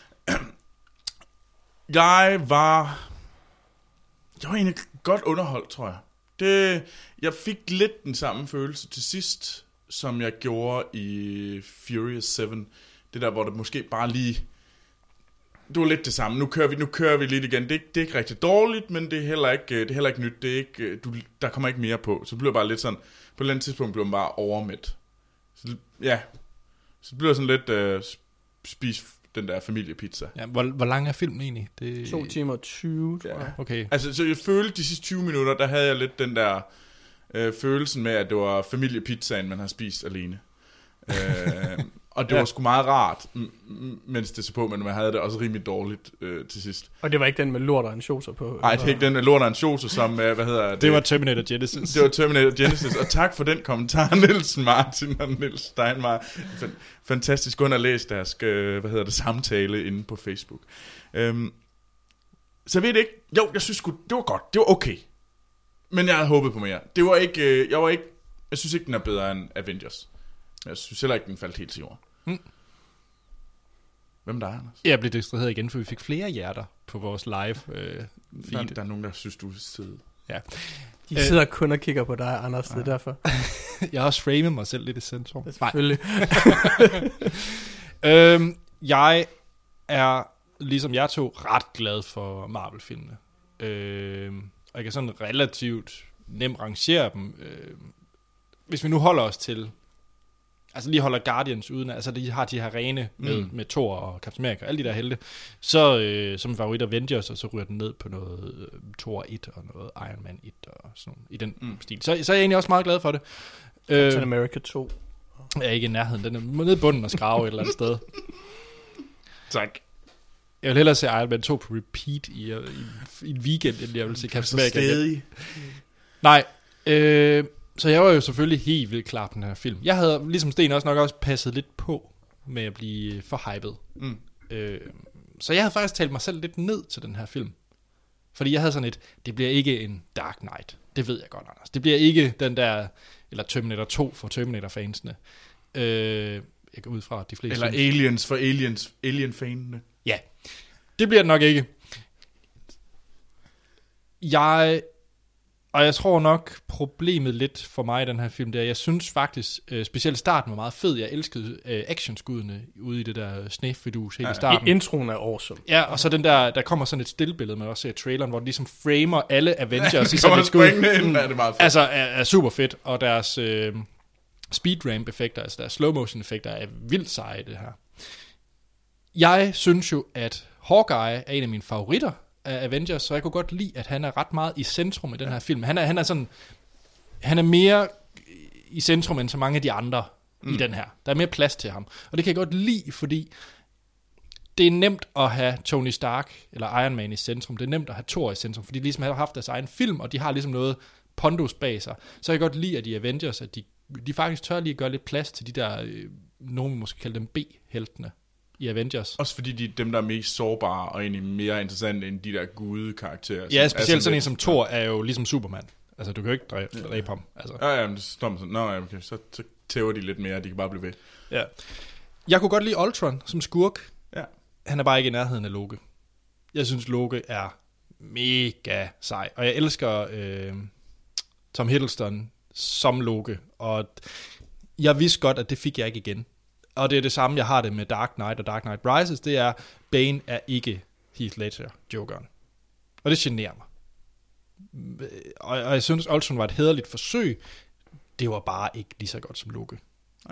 [SPEAKER 2] Jeg var egentlig godt underholdt, tror jeg. Jeg fik lidt den samme følelse til sidst, som jeg gjorde i Furious 7. Det der, hvor det måske bare lige... Det var lidt det samme. Nu kører vi lidt igen. Det er ikke rigtig dårligt, men det er heller ikke nyt. Det er ikke, der kommer ikke mere på. Så det bliver bare lidt sådan... På et eller andet tidspunkt bliver man bare overmæt. Så det bliver sådan lidt... spis den der familiepizza.
[SPEAKER 1] Ja, hvor lang er filmen egentlig?
[SPEAKER 3] 2 timer og 20, tror jeg.
[SPEAKER 1] Okay.
[SPEAKER 2] Altså, så jeg følte de sidste 20 minutter, der havde jeg lidt den der følelsen med, at det var familiepizzaen, man har spist alene. Og det var sgu meget rart, mens det så på, men man havde det også rimelig dårligt til sidst.
[SPEAKER 3] Og det var ikke den med lort og ansjoser på?
[SPEAKER 2] Nej, det er ikke den med lort og ansjoser, som, hvad hedder det?
[SPEAKER 1] Det var Terminator Genesis.
[SPEAKER 2] Det var Terminator Genesis, og tak for den kommentar, Nielsen Martin og Niels Steinmeier. Fantastisk, gå ind og læs deres, samtale inde på Facebook. Så jeg ved det ikke. Jo, jeg synes sgu, det var godt, det var okay. Men jeg havde håbet på mere. Det var ikke, jeg synes ikke, den er bedre end Avengers. Jeg synes heller ikke, den faldt helt til jorden. Hvem der er, Anders?
[SPEAKER 1] Jeg blev distraheret igen, for vi fik flere hjerter på vores live feed.
[SPEAKER 2] Der er nogen, der synes, du er sød.
[SPEAKER 1] Ja.
[SPEAKER 3] De sidder kun og kigger på dig, Anders, det er derfor.
[SPEAKER 1] Jeg har også framet mig selv lidt i centrum.
[SPEAKER 3] Ja, selvfølgelig.
[SPEAKER 1] Jeg er, ligesom jeg tog, ret glad for Marvel-filmene. Og jeg kan sådan relativt nemt rangere dem. Hvis vi nu holder os til, altså lige holder Guardians uden, altså de har de her rene med Thor og Captain America, alle de der helte, så som favorit Avengers, og så ryger den ned på noget Thor 1 og noget Iron Man 1 og sådan i den stil. Så er jeg egentlig også meget glad for det.
[SPEAKER 3] Captain America 2.
[SPEAKER 1] Jeg er ikke i nærheden, den er nede i bunden og skrave et eller andet sted.
[SPEAKER 2] Tak.
[SPEAKER 1] Jeg vil hellere se Iron Man 2 på repeat i en weekend, end jeg vil se Captain America. Nej, så jeg var jo selvfølgelig helt vildt klar på den her film. Jeg havde, ligesom Sten også nok også passet lidt på med at blive for hyped. Så jeg havde faktisk talt mig selv lidt ned til den her film. Fordi jeg havde sådan det bliver ikke en Dark Knight. Det ved jeg godt, Anders. Det bliver ikke den der, eller Terminator 2 for Terminator-fansene. Jeg går ud fra, at de fleste...
[SPEAKER 2] Eller Aliens for Alien-fanene.
[SPEAKER 1] Ja, det bliver det nok ikke. Og jeg tror nok, problemet lidt for mig i den her film, det er, jeg synes faktisk, specielt starten var meget fed. Jeg elskede actionskuddene ude i det der snefidus helt i starten.
[SPEAKER 3] Introen er awesome.
[SPEAKER 1] Ja, og så den der kommer sådan et stillbillede, man også ser i traileren, hvor de ligesom framer alle Avengers
[SPEAKER 2] i
[SPEAKER 1] sådan et skud.
[SPEAKER 2] Ind, er det meget fedt.
[SPEAKER 1] Altså, er super fedt, og deres speed ramp effekter, altså deres slow motion effekter, er vildt seje det her. Jeg synes jo, at Hawkeye er en af mine favoritter af Avengers, så jeg kunne godt lide, at han er ret meget i centrum i den her film. Han er mere i centrum end så mange af de andre i den her. Der er mere plads til ham. Og det kan jeg godt lide, fordi det er nemt at have Tony Stark eller Iron Man i centrum. Det er nemt at have Thor i centrum, fordi de ligesom har haft deres egen film, og de har ligesom noget pondus bag sig. Så jeg kan godt lide, at i Avengers, at de faktisk tør lige at gøre lidt plads til de der, nogen måske kalde dem B-heltene i Avengers.
[SPEAKER 2] Også fordi de er dem, der er mest sårbare, og egentlig mere interessante end de der gude-karakterer.
[SPEAKER 1] Ja, specielt sådan en som Thor er jo ligesom Superman. Altså, du kan jo ikke dræbe ham. Altså.
[SPEAKER 2] Ja, men det står sådan, okay, så tæver de lidt mere, de kan bare blive ved.
[SPEAKER 1] Ja. Jeg kunne godt lide Ultron som skurk.
[SPEAKER 2] Ja.
[SPEAKER 1] Han er bare ikke i nærheden af Loke. Jeg synes, Loke er mega sej. Og jeg elsker Tom Hiddleston som Loke. Og jeg vidste godt, at det fik jeg ikke igen. Og det er det samme, jeg har det med Dark Knight og Dark Knight Rises. Det er, Bane er ikke Heath Ledger, Jokeren. Og det generer mig. Og jeg synes, Ultron var et hæderligt forsøg. Det var bare ikke lige så godt som Loke.
[SPEAKER 2] Nej.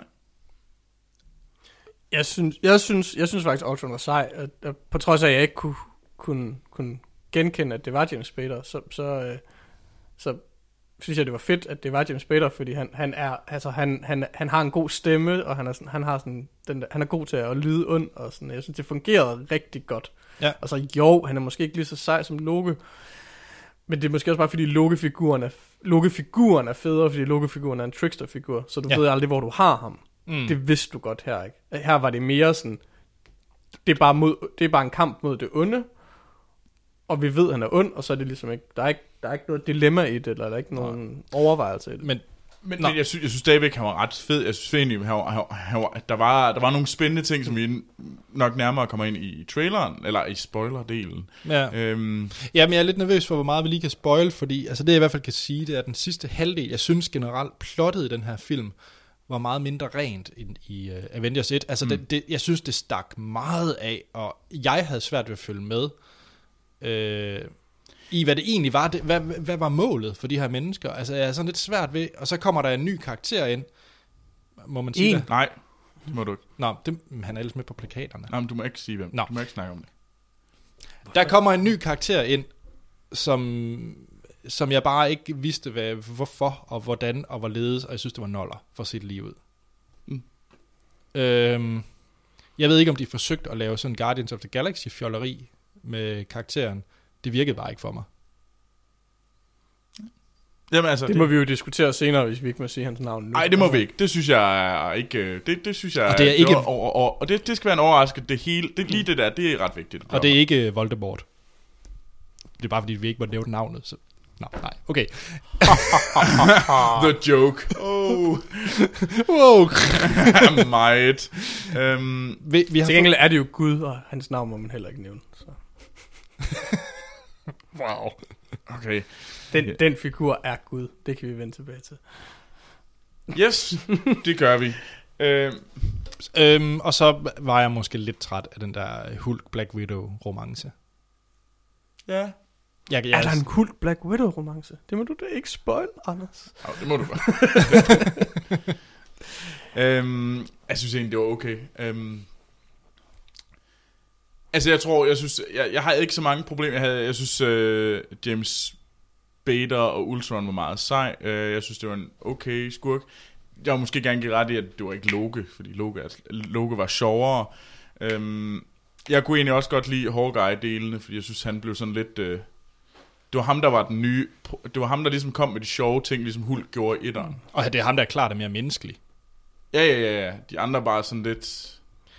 [SPEAKER 3] Jeg synes faktisk, Ultron var sej. Og på trods af, at jeg ikke kunne genkende, at det var James Spader, så synes jeg, det var fedt, at det var James Spader, fordi han har en god stemme, og han er god til at lyde ond, og sådan. Jeg synes, det fungerede rigtig godt.
[SPEAKER 1] Ja.
[SPEAKER 3] Og så han er måske ikke lige så sej som Loke, men det er måske også bare, fordi Loke-figuren er federe, fordi Loke-figuren er en trickster-figur, så du ved aldrig, hvor du har ham. Det vidste du godt her, ikke? Her var det mere sådan, det er bare en kamp mod det onde, og vi ved, at han er ond, og så er det ligesom ikke, der er ikke noget dilemma i det, eller der er ikke nogen overvejelse i det.
[SPEAKER 2] Men jeg synes stadigvæk, han var ret fed. Jeg synes egentlig, der var nogle spændende ting, som vi nok nærmere kommer ind i traileren, eller i spoiler-delen.
[SPEAKER 1] Ja. Jamen, jeg er lidt nervøs for, hvor meget vi lige kan spoil, fordi altså det, jeg i hvert fald kan sige, det er, den sidste halvdel, jeg synes generelt, plottet i den her film, var meget mindre rent end i Avengers 1. Altså, jeg synes, det stak meget af, og jeg havde svært ved at følge med i hvad det egentlig var. Hvad var målet for de her mennesker? Altså, jeg er sådan lidt svært ved, og så kommer der en ny karakter ind. Må man sige det?
[SPEAKER 2] Nej, det må du ikke.
[SPEAKER 1] Nå, han er ellers med på plakaterne.
[SPEAKER 2] Nej, men du må ikke sige hvem.
[SPEAKER 1] Nå.
[SPEAKER 2] Du må ikke snakke om det.
[SPEAKER 1] Der kommer en ny karakter ind, som jeg bare ikke vidste, hvorfor, og hvordan, og hvorledes, og jeg synes, det var noller for sit liv ud. Jeg ved ikke, om de forsøgte at lave sådan Guardians of the Galaxy-fjolleri med karakteren. Det virkede bare ikke for mig.
[SPEAKER 2] Jamen, altså,
[SPEAKER 3] det må vi jo diskutere senere, hvis vi ikke må sige hans navn nu.
[SPEAKER 2] Nej, det må vi ikke. Det synes jeg er ikke. Det synes jeg.
[SPEAKER 1] Og det er ikke.
[SPEAKER 2] Og det skal være en overraskelse. Det hele, lige det der, det er ret vigtigt.
[SPEAKER 1] Og det er ikke Voldemort. Det er bare fordi vi ikke må nævne navnet. Så. Nå, nej, okay.
[SPEAKER 2] The joke. Oh.
[SPEAKER 1] Wow.
[SPEAKER 2] Meget.
[SPEAKER 1] Vi har
[SPEAKER 3] Til gengæld er det jo Gud, og hans navn må man heller ikke nævne. Så.
[SPEAKER 1] Wow.
[SPEAKER 2] Okay.
[SPEAKER 3] Den figur er Gud. Det kan vi vende tilbage til.
[SPEAKER 2] Yes, det gør vi.
[SPEAKER 1] Og så var jeg måske lidt træt af den der Hulk Black Widow romance.
[SPEAKER 2] Ja.
[SPEAKER 1] Jeg
[SPEAKER 3] Er der en Hulk Black Widow romance? Det må du da ikke spoil, Anders.
[SPEAKER 2] Oh, det må du godt. Jeg synes egentlig, det var okay. Altså, jeg har ikke så mange problemer. Jeg synes, James Spader og Ultron var meget sej. Jeg synes, det var en okay skurk. Jeg vil måske gerne give ret i, at det var ikke Loke, fordi Loke var sjovere. Jeg kunne egentlig også godt lide Hawkeye-delene, fordi jeg synes, han blev sådan lidt... det var ham, der var den nye... Det var ham, der ligesom kom med de sjove ting, ligesom Hulk gjorde i etteren.
[SPEAKER 1] Og det er ham, der er klart er mere menneskelig.
[SPEAKER 2] Ja. De andre bare sådan lidt...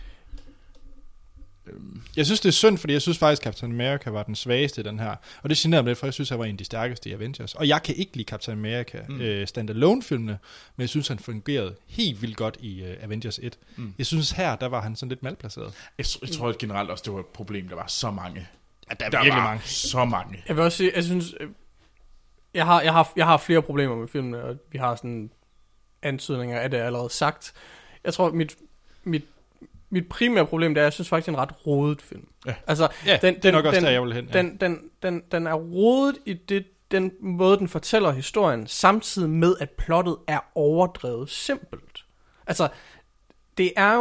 [SPEAKER 1] Jeg synes, det er synd, fordi jeg synes faktisk, Captain America var den svageste i den her. Og det generer mig lidt, for jeg synes, han var en af de stærkeste i Avengers. Og jeg kan ikke lide Captain America standalone-filmene, men jeg synes, han fungerede helt vildt godt i Avengers 1. Jeg synes her, der var han sådan lidt malplaceret.
[SPEAKER 2] Jeg tror generelt også, det var et problem. Der var så mange.
[SPEAKER 1] Ja, der er virkelig mange.
[SPEAKER 2] Så mange.
[SPEAKER 3] Jeg vil også sige, jeg synes... Jeg har flere problemer med filmene, og vi har sådan antydninger af det allerede sagt. Jeg tror, mit primære problem det er, jeg synes faktisk, det er en ret rodet film.
[SPEAKER 2] Ja,
[SPEAKER 3] altså,
[SPEAKER 1] det er nok også der, jeg vil hen. Ja.
[SPEAKER 3] Den er rodet i den måde, den fortæller historien, samtidig med, at plottet er overdrevet simpelt. Altså, det er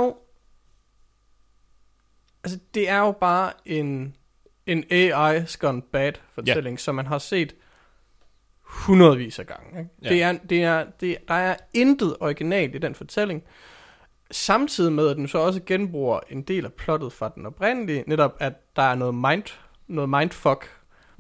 [SPEAKER 3] jo bare en AI gone bad fortælling, som man har set hundredvis af gange. Ikke? Ja. Der er intet originalt i den fortælling. Samtidig med, at den så også genbruger en del af plottet fra den oprindelige, netop at der er noget mindfuck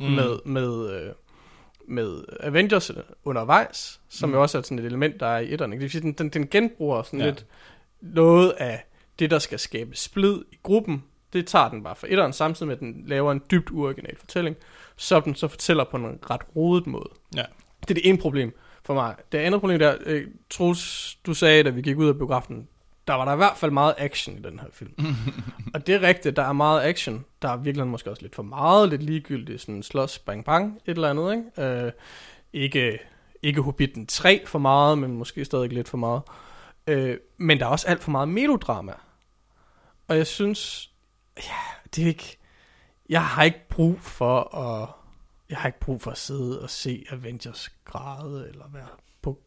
[SPEAKER 3] med Avengers undervejs, som jo også er sådan et element, der er i etterne. Det vil sige, den genbruger sådan lidt noget af det, der skal skabe splid i gruppen. Det tager den bare fra etteren, samtidig med, at den laver en dybt uoriginal fortælling, så den så fortæller på en ret rodet måde. Ja. Det er det ene problem for mig. Det andet problem der, Troels, du sagde, da vi gik ud af biografen, der var der i hvert fald meget action i den her film. Og det er rigtigt, der er meget action. Der er virkelig måske også lidt for meget, lidt ligegyldigt, sådan slås, bang bang, et eller andet, ikke? Ikke Hobbiten 3 for meget, men måske stadig lidt for meget. Men der er også alt for meget melodrama. Og jeg synes, det er ikke... Jeg har ikke brug for at sidde og se Avengers græde, eller være på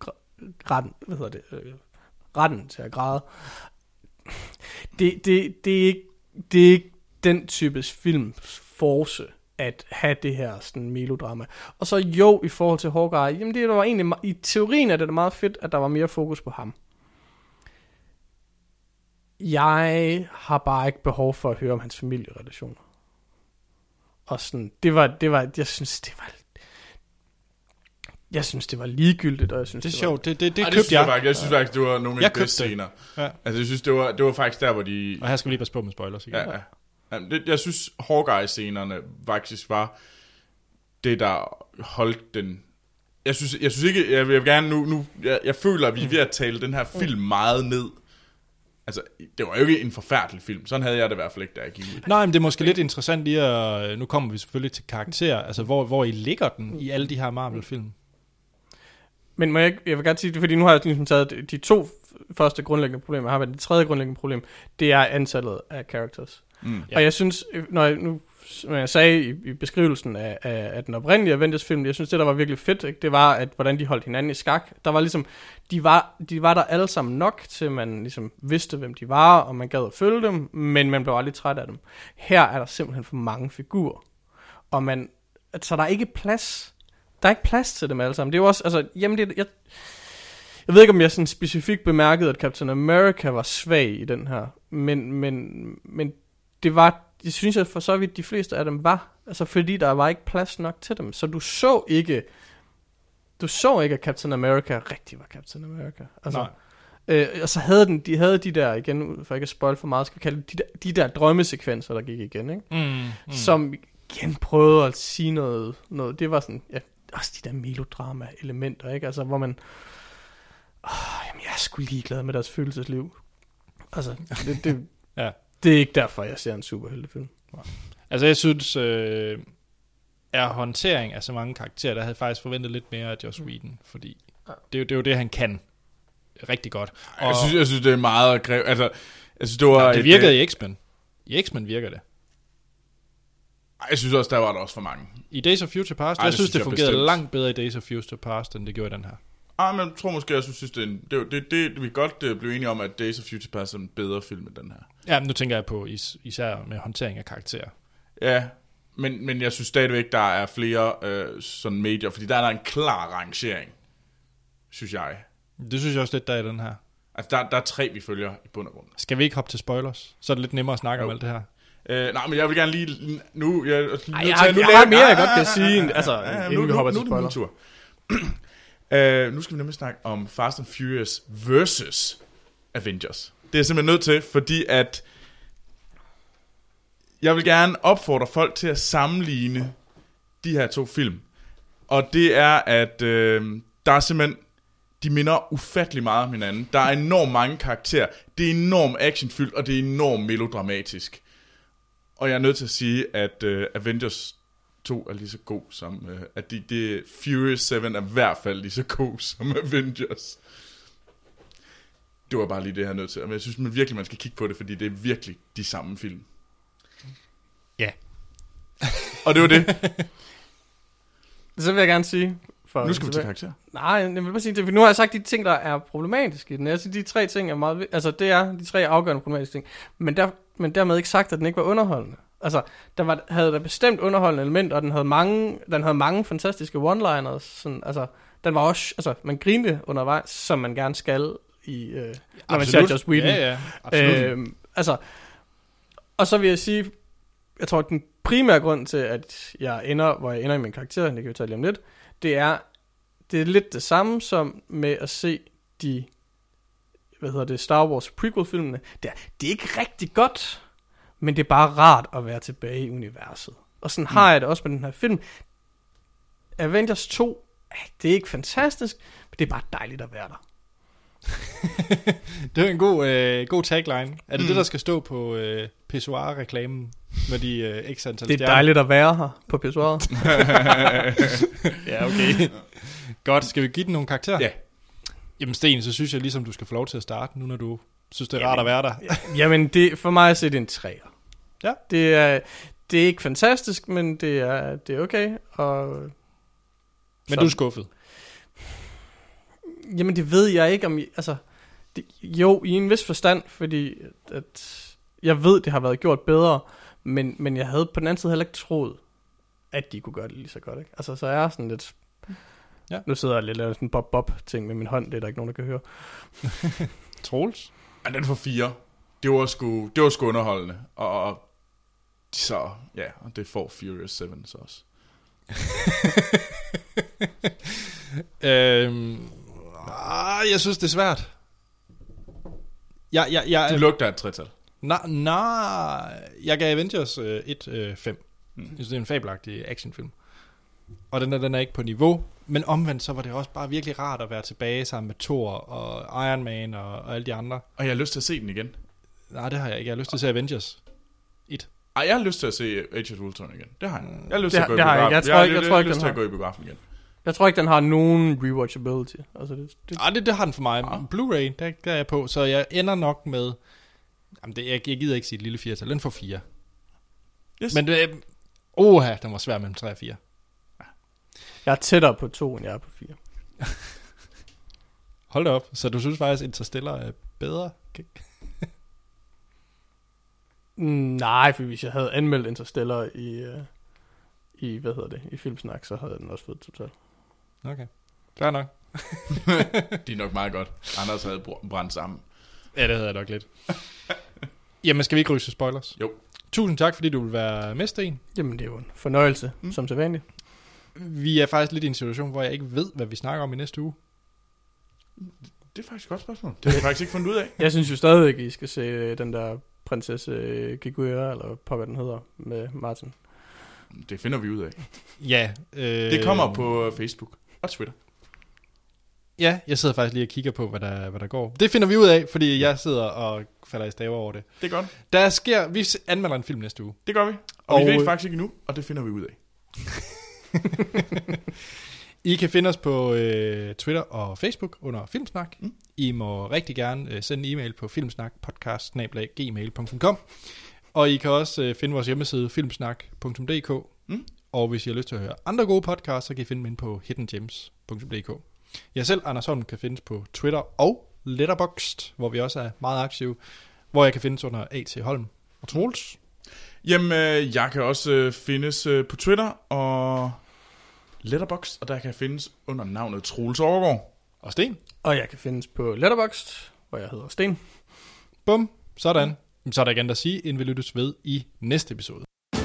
[SPEAKER 3] retten til at græde. Det er ikke den types filmforce at have det her sådan melodrama. Og så i forhold til Hawkeye, jamen det var egentlig i teorien er det meget fedt, at der var mere fokus på ham. Jeg har bare ikke behov for at høre om hans familierelationer. Og sådan, jeg synes, det var ligegyldigt, og jeg synes,
[SPEAKER 1] det er sjovt. Det
[SPEAKER 2] købte jeg. Jeg synes faktisk, det var nogle af de bedste scener. Ja. Altså, jeg synes, det var faktisk der, hvor de...
[SPEAKER 1] Og her skal vi lige passe på med spoilers.
[SPEAKER 2] Ja. Jeg synes, Hawkeye-scenerne faktisk var det, der holdt den... Jeg synes ikke... Jeg vil gerne nu... Jeg føler, at vi er ved at tale den her film meget ned. Altså, det var jo ikke en forfærdelig film. Sådan havde jeg det i hvert fald ikke, da jeg gik ud.
[SPEAKER 1] Nej, men det er måske lidt interessant lige at... Nu kommer vi selvfølgelig til karakterer. Altså, hvor I ligger den i alle de her Marvel-film. Men
[SPEAKER 3] jeg vil gerne sige det, fordi nu har jeg ligesom taget de to første grundlæggende problemer. Jeg har været det tredje grundlæggende problem. Det er antallet af characters. Og jeg synes, når jeg sagde i beskrivelsen af den oprindelige Avengers-film, jeg synes, det der var virkelig fedt, ikke? Det var, at hvordan de holdt hinanden i skak. Der var ligesom, de var der alle sammen nok, til man ligesom vidste, hvem de var, og man gad at følge dem, men man blev aldrig træt af dem. Her er der simpelthen for mange figurer. Og så der er ikke plads. Der er ikke plads til dem alle sammen. Det er jo også, altså, jeg ved ikke, om jeg sådan specifikt bemærkede, at Captain America var svag i den her, men det var, jeg synes, at for så vidt de fleste af dem var, altså fordi der var ikke plads nok til dem, så du så ikke, at Captain America rigtig var Captain America. Altså, og så havde de havde de der, igen, for ikke at spoil for meget, skal vi kalde det, de der drømmesekvenser, der gik igen, ikke? Som igen prøvede at sige noget, det var sådan, også de der melodrama-elementer, ikke? Altså, hvor man... jamen, jeg er sgu ligeglad med deres følelsesliv. Altså,
[SPEAKER 1] Ja.
[SPEAKER 3] det er ikke derfor, jeg ser en superheltefilm.
[SPEAKER 1] Altså, jeg synes, er håndtering af så mange karakterer, der havde jeg faktisk forventet lidt mere af Joss Whedon, fordi det er jo det, han kan rigtig godt. Og
[SPEAKER 2] Jeg synes, det er meget... Altså, jeg synes, det var...
[SPEAKER 1] det virkede i X-Men. I X-Men virker det.
[SPEAKER 2] Jeg synes også, der var der også for mange.
[SPEAKER 1] I Days of Future Past,
[SPEAKER 2] Ej,
[SPEAKER 1] jeg synes, det fungerede
[SPEAKER 2] bestemt
[SPEAKER 1] langt bedre i Days of Future Past, end det gjorde i den her.
[SPEAKER 2] Men jeg tror måske, jeg synes, det vi godt blive enige om, at Days of Future Past er en bedre film end den her.
[SPEAKER 1] Ja, men nu tænker jeg på især med håndtering af karakterer.
[SPEAKER 2] Ja, men jeg synes stadigvæk, der er flere sådan medier, fordi der er en klar rangering, synes jeg.
[SPEAKER 1] Det synes jeg også lidt, der er i den her.
[SPEAKER 2] Altså, der er 3, vi følger i bund og grund.
[SPEAKER 1] Skal vi ikke hoppe til spoilers? Så er det lidt nemmere at snakke om alt det her.
[SPEAKER 2] Nej, men jeg vil gerne lige... Nu, jeg
[SPEAKER 3] har mere, jeg godt kan sige, altså, inden vi hopper til spoilers.
[SPEAKER 2] Nu nu skal vi nemlig snakke om Fast and Furious versus Avengers. Det er jeg simpelthen nødt til, fordi at jeg vil gerne opfordre folk til at sammenligne de her 2 film. Og det er, at der er simpelthen... De minder ufattelig meget om hinanden. Der er enormt mange karakterer. Det er enormt actionfyldt, og det er enormt melodramatisk. Og jeg er nødt til at sige, at Avengers 2 er lige så god som... at Furious 7 er i hvert fald lige så god som Avengers. Det var bare lige det, jeg er nødt til. Men jeg synes virkelig, man skal kigge på det, fordi det er virkelig de samme film.
[SPEAKER 1] Ja.
[SPEAKER 2] Og det var det.
[SPEAKER 3] Så vil jeg gerne sige...
[SPEAKER 2] Nu skal vi til karakter.
[SPEAKER 3] Nej, jeg vil bare sige det, for nu har jeg sagt de ting, der er problematiske i den. Jeg siger, de 3 ting er meget... Altså, det er de 3 afgørende problematiske ting. Men dermed ikke sagt, at den ikke var underholdende. Altså, havde der bestemt underholdende elementer, og den havde mange fantastiske one-liners. Sådan, altså, den var også... Altså, man grinte undervejs, som man gerne skal i... når man ser Joss Whedon.
[SPEAKER 1] Ja, absolut.
[SPEAKER 3] Altså, og så vil jeg sige... Jeg tror, at den primære grund til, at jeg ender, hvor jeg ender i min karakter, det kan vi tage lige om lidt, det er lidt det samme som med at se de Star Wars prequel-filmene. Det er ikke rigtig godt, men det er bare rart at være tilbage i universet. Og sådan har jeg det også med den her film. Avengers 2, det er ikke fantastisk, men det er bare dejligt at være der.
[SPEAKER 1] Det er en god tagline. Er det det, der skal stå på pissoir-reklamen med de x antal
[SPEAKER 3] stjerner? Det er dejligt at være her på pissoiret.
[SPEAKER 1] Ja, okay. Godt, skal vi give den nogle karakterer?
[SPEAKER 2] Ja.
[SPEAKER 1] Jamen Sten, så synes jeg ligesom, du skal få lov til at starte, nu når du synes, det er rart at være der.
[SPEAKER 3] Jamen, for mig så er det en 3'er.
[SPEAKER 1] Ja.
[SPEAKER 3] Det er ikke fantastisk, men det er okay.
[SPEAKER 1] Men du er skuffet?
[SPEAKER 3] Jamen, det ved jeg ikke om... Altså, jo, i en vis forstand, fordi at jeg ved, det har været gjort bedre, men jeg havde på den anden side heller ikke troet, at de kunne gøre det lige så godt, ikke? Altså, så er jeg sådan lidt... Ja. Nu sidder jeg lidt og laver sådan en bob-bob-ting med min hånd, det er der ikke nogen, der kan høre.
[SPEAKER 1] Troels?
[SPEAKER 2] Ja, den får 4. Det var sgu underholdende. Og så, ja, og det får Furious 7 så også.
[SPEAKER 1] Jeg synes, det er svært.
[SPEAKER 2] Du lugter et 3-tal.
[SPEAKER 1] Nej, jeg gav Avengers 1-5. Jeg synes, det er en fabelagtig actionfilm. Og den er ikke på niveau. Men omvendt, så var det også bare virkelig rart at være tilbage sammen med Thor og Iron Man og alle de andre.
[SPEAKER 2] Og jeg har lyst til at se den igen.
[SPEAKER 1] Nej, det har jeg ikke. Jeg har lyst til at se Avengers 1.
[SPEAKER 2] Ej, jeg har lyst til at se Age of Ultron igen. Det har jeg. Jeg har lyst til at gå i biografen.
[SPEAKER 3] Jeg har lyst
[SPEAKER 2] til at gå i biografen igen.
[SPEAKER 3] Jeg tror ikke, den har nogen rewatchability. Altså,
[SPEAKER 1] det har den for mig. Blu-ray, der er jeg på. Så jeg ender nok med... Jamen, jeg gider ikke sige et lille 4-tal. Den får 4.
[SPEAKER 2] Yes.
[SPEAKER 1] Men den var svær mellem 3 og 4.
[SPEAKER 3] Jeg er tættere på 2, end jeg er på 4.
[SPEAKER 1] Hold da op. Så du synes faktisk, Interstellar er bedre? Okay.
[SPEAKER 3] Nej, for hvis jeg havde anmeldt Interstellar i Filmsnak, så havde den også fået total.
[SPEAKER 1] Okay. Fair nok.
[SPEAKER 2] Det er nok meget godt. Anders havde brændt sammen.
[SPEAKER 1] Ja, det havde jeg nok lidt. Jamen, skal vi ikke ryge spoilers?
[SPEAKER 2] Jo.
[SPEAKER 1] Tusind tak, fordi du vil være med, Sten.
[SPEAKER 3] Jamen, det er jo en fornøjelse, som sædvanligt.
[SPEAKER 1] Vi er faktisk lidt i en situation, hvor jeg ikke ved, hvad vi snakker om i næste uge.
[SPEAKER 2] Det er faktisk et godt spørgsmål. Det har jeg faktisk ikke fundet ud af.
[SPEAKER 3] Jeg synes jo stadigvæk, I skal se den der prinsesse Giguera, eller pokker den hedder, med Martin.
[SPEAKER 2] Det finder vi ud af.
[SPEAKER 1] Ja.
[SPEAKER 2] Det kommer på Facebook og Twitter.
[SPEAKER 1] Ja, jeg sidder faktisk lige og kigger på, hvad der går. Det finder vi ud af, fordi jeg sidder og falder i staver over det.
[SPEAKER 2] Det er godt.
[SPEAKER 1] Vi anmelder en film næste uge.
[SPEAKER 2] Det gør vi. Og vi ved faktisk ikke endnu, og det finder vi ud af.
[SPEAKER 1] I kan finde os på Twitter og Facebook under Filmsnak. I må rigtig gerne sende en e-mail på filmsnakpodcast@gmail.com. Og I kan også finde vores hjemmeside filmsnak.dk. Og hvis I har lyst til at høre andre gode podcasts, så kan I finde dem inde på hiddengems.dk. Jeg selv, Anders Holm, kan findes på Twitter og Letterboxd, hvor vi også er meget aktive, hvor jeg kan findes under A.T. Holm og Troels.
[SPEAKER 2] Jamen, jeg kan også findes på Twitter og Letterboxd, og der kan jeg findes under navnet Troels Overgaard.
[SPEAKER 1] Og Sten.
[SPEAKER 3] Og jeg kan findes på Letterboxd, hvor jeg hedder Sten.
[SPEAKER 1] Bum, sådan. Så er der igen at sige, inden vi lyttes ved i næste episode.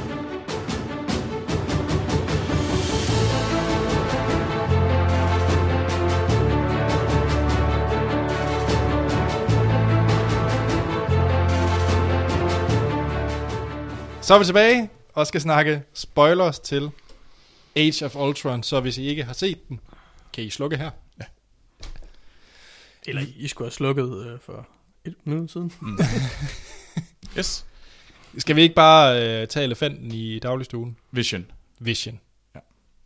[SPEAKER 1] Så er vi tilbage og skal snakke spoilers til Age of Ultron, så hvis I ikke har set den, kan I slukke her.
[SPEAKER 2] Ja.
[SPEAKER 3] Eller I skulle have slukket for 1 minut siden.
[SPEAKER 2] Yes.
[SPEAKER 1] Skal vi ikke bare tage elefanten i dagligstuen?
[SPEAKER 2] Vision.
[SPEAKER 1] Ja.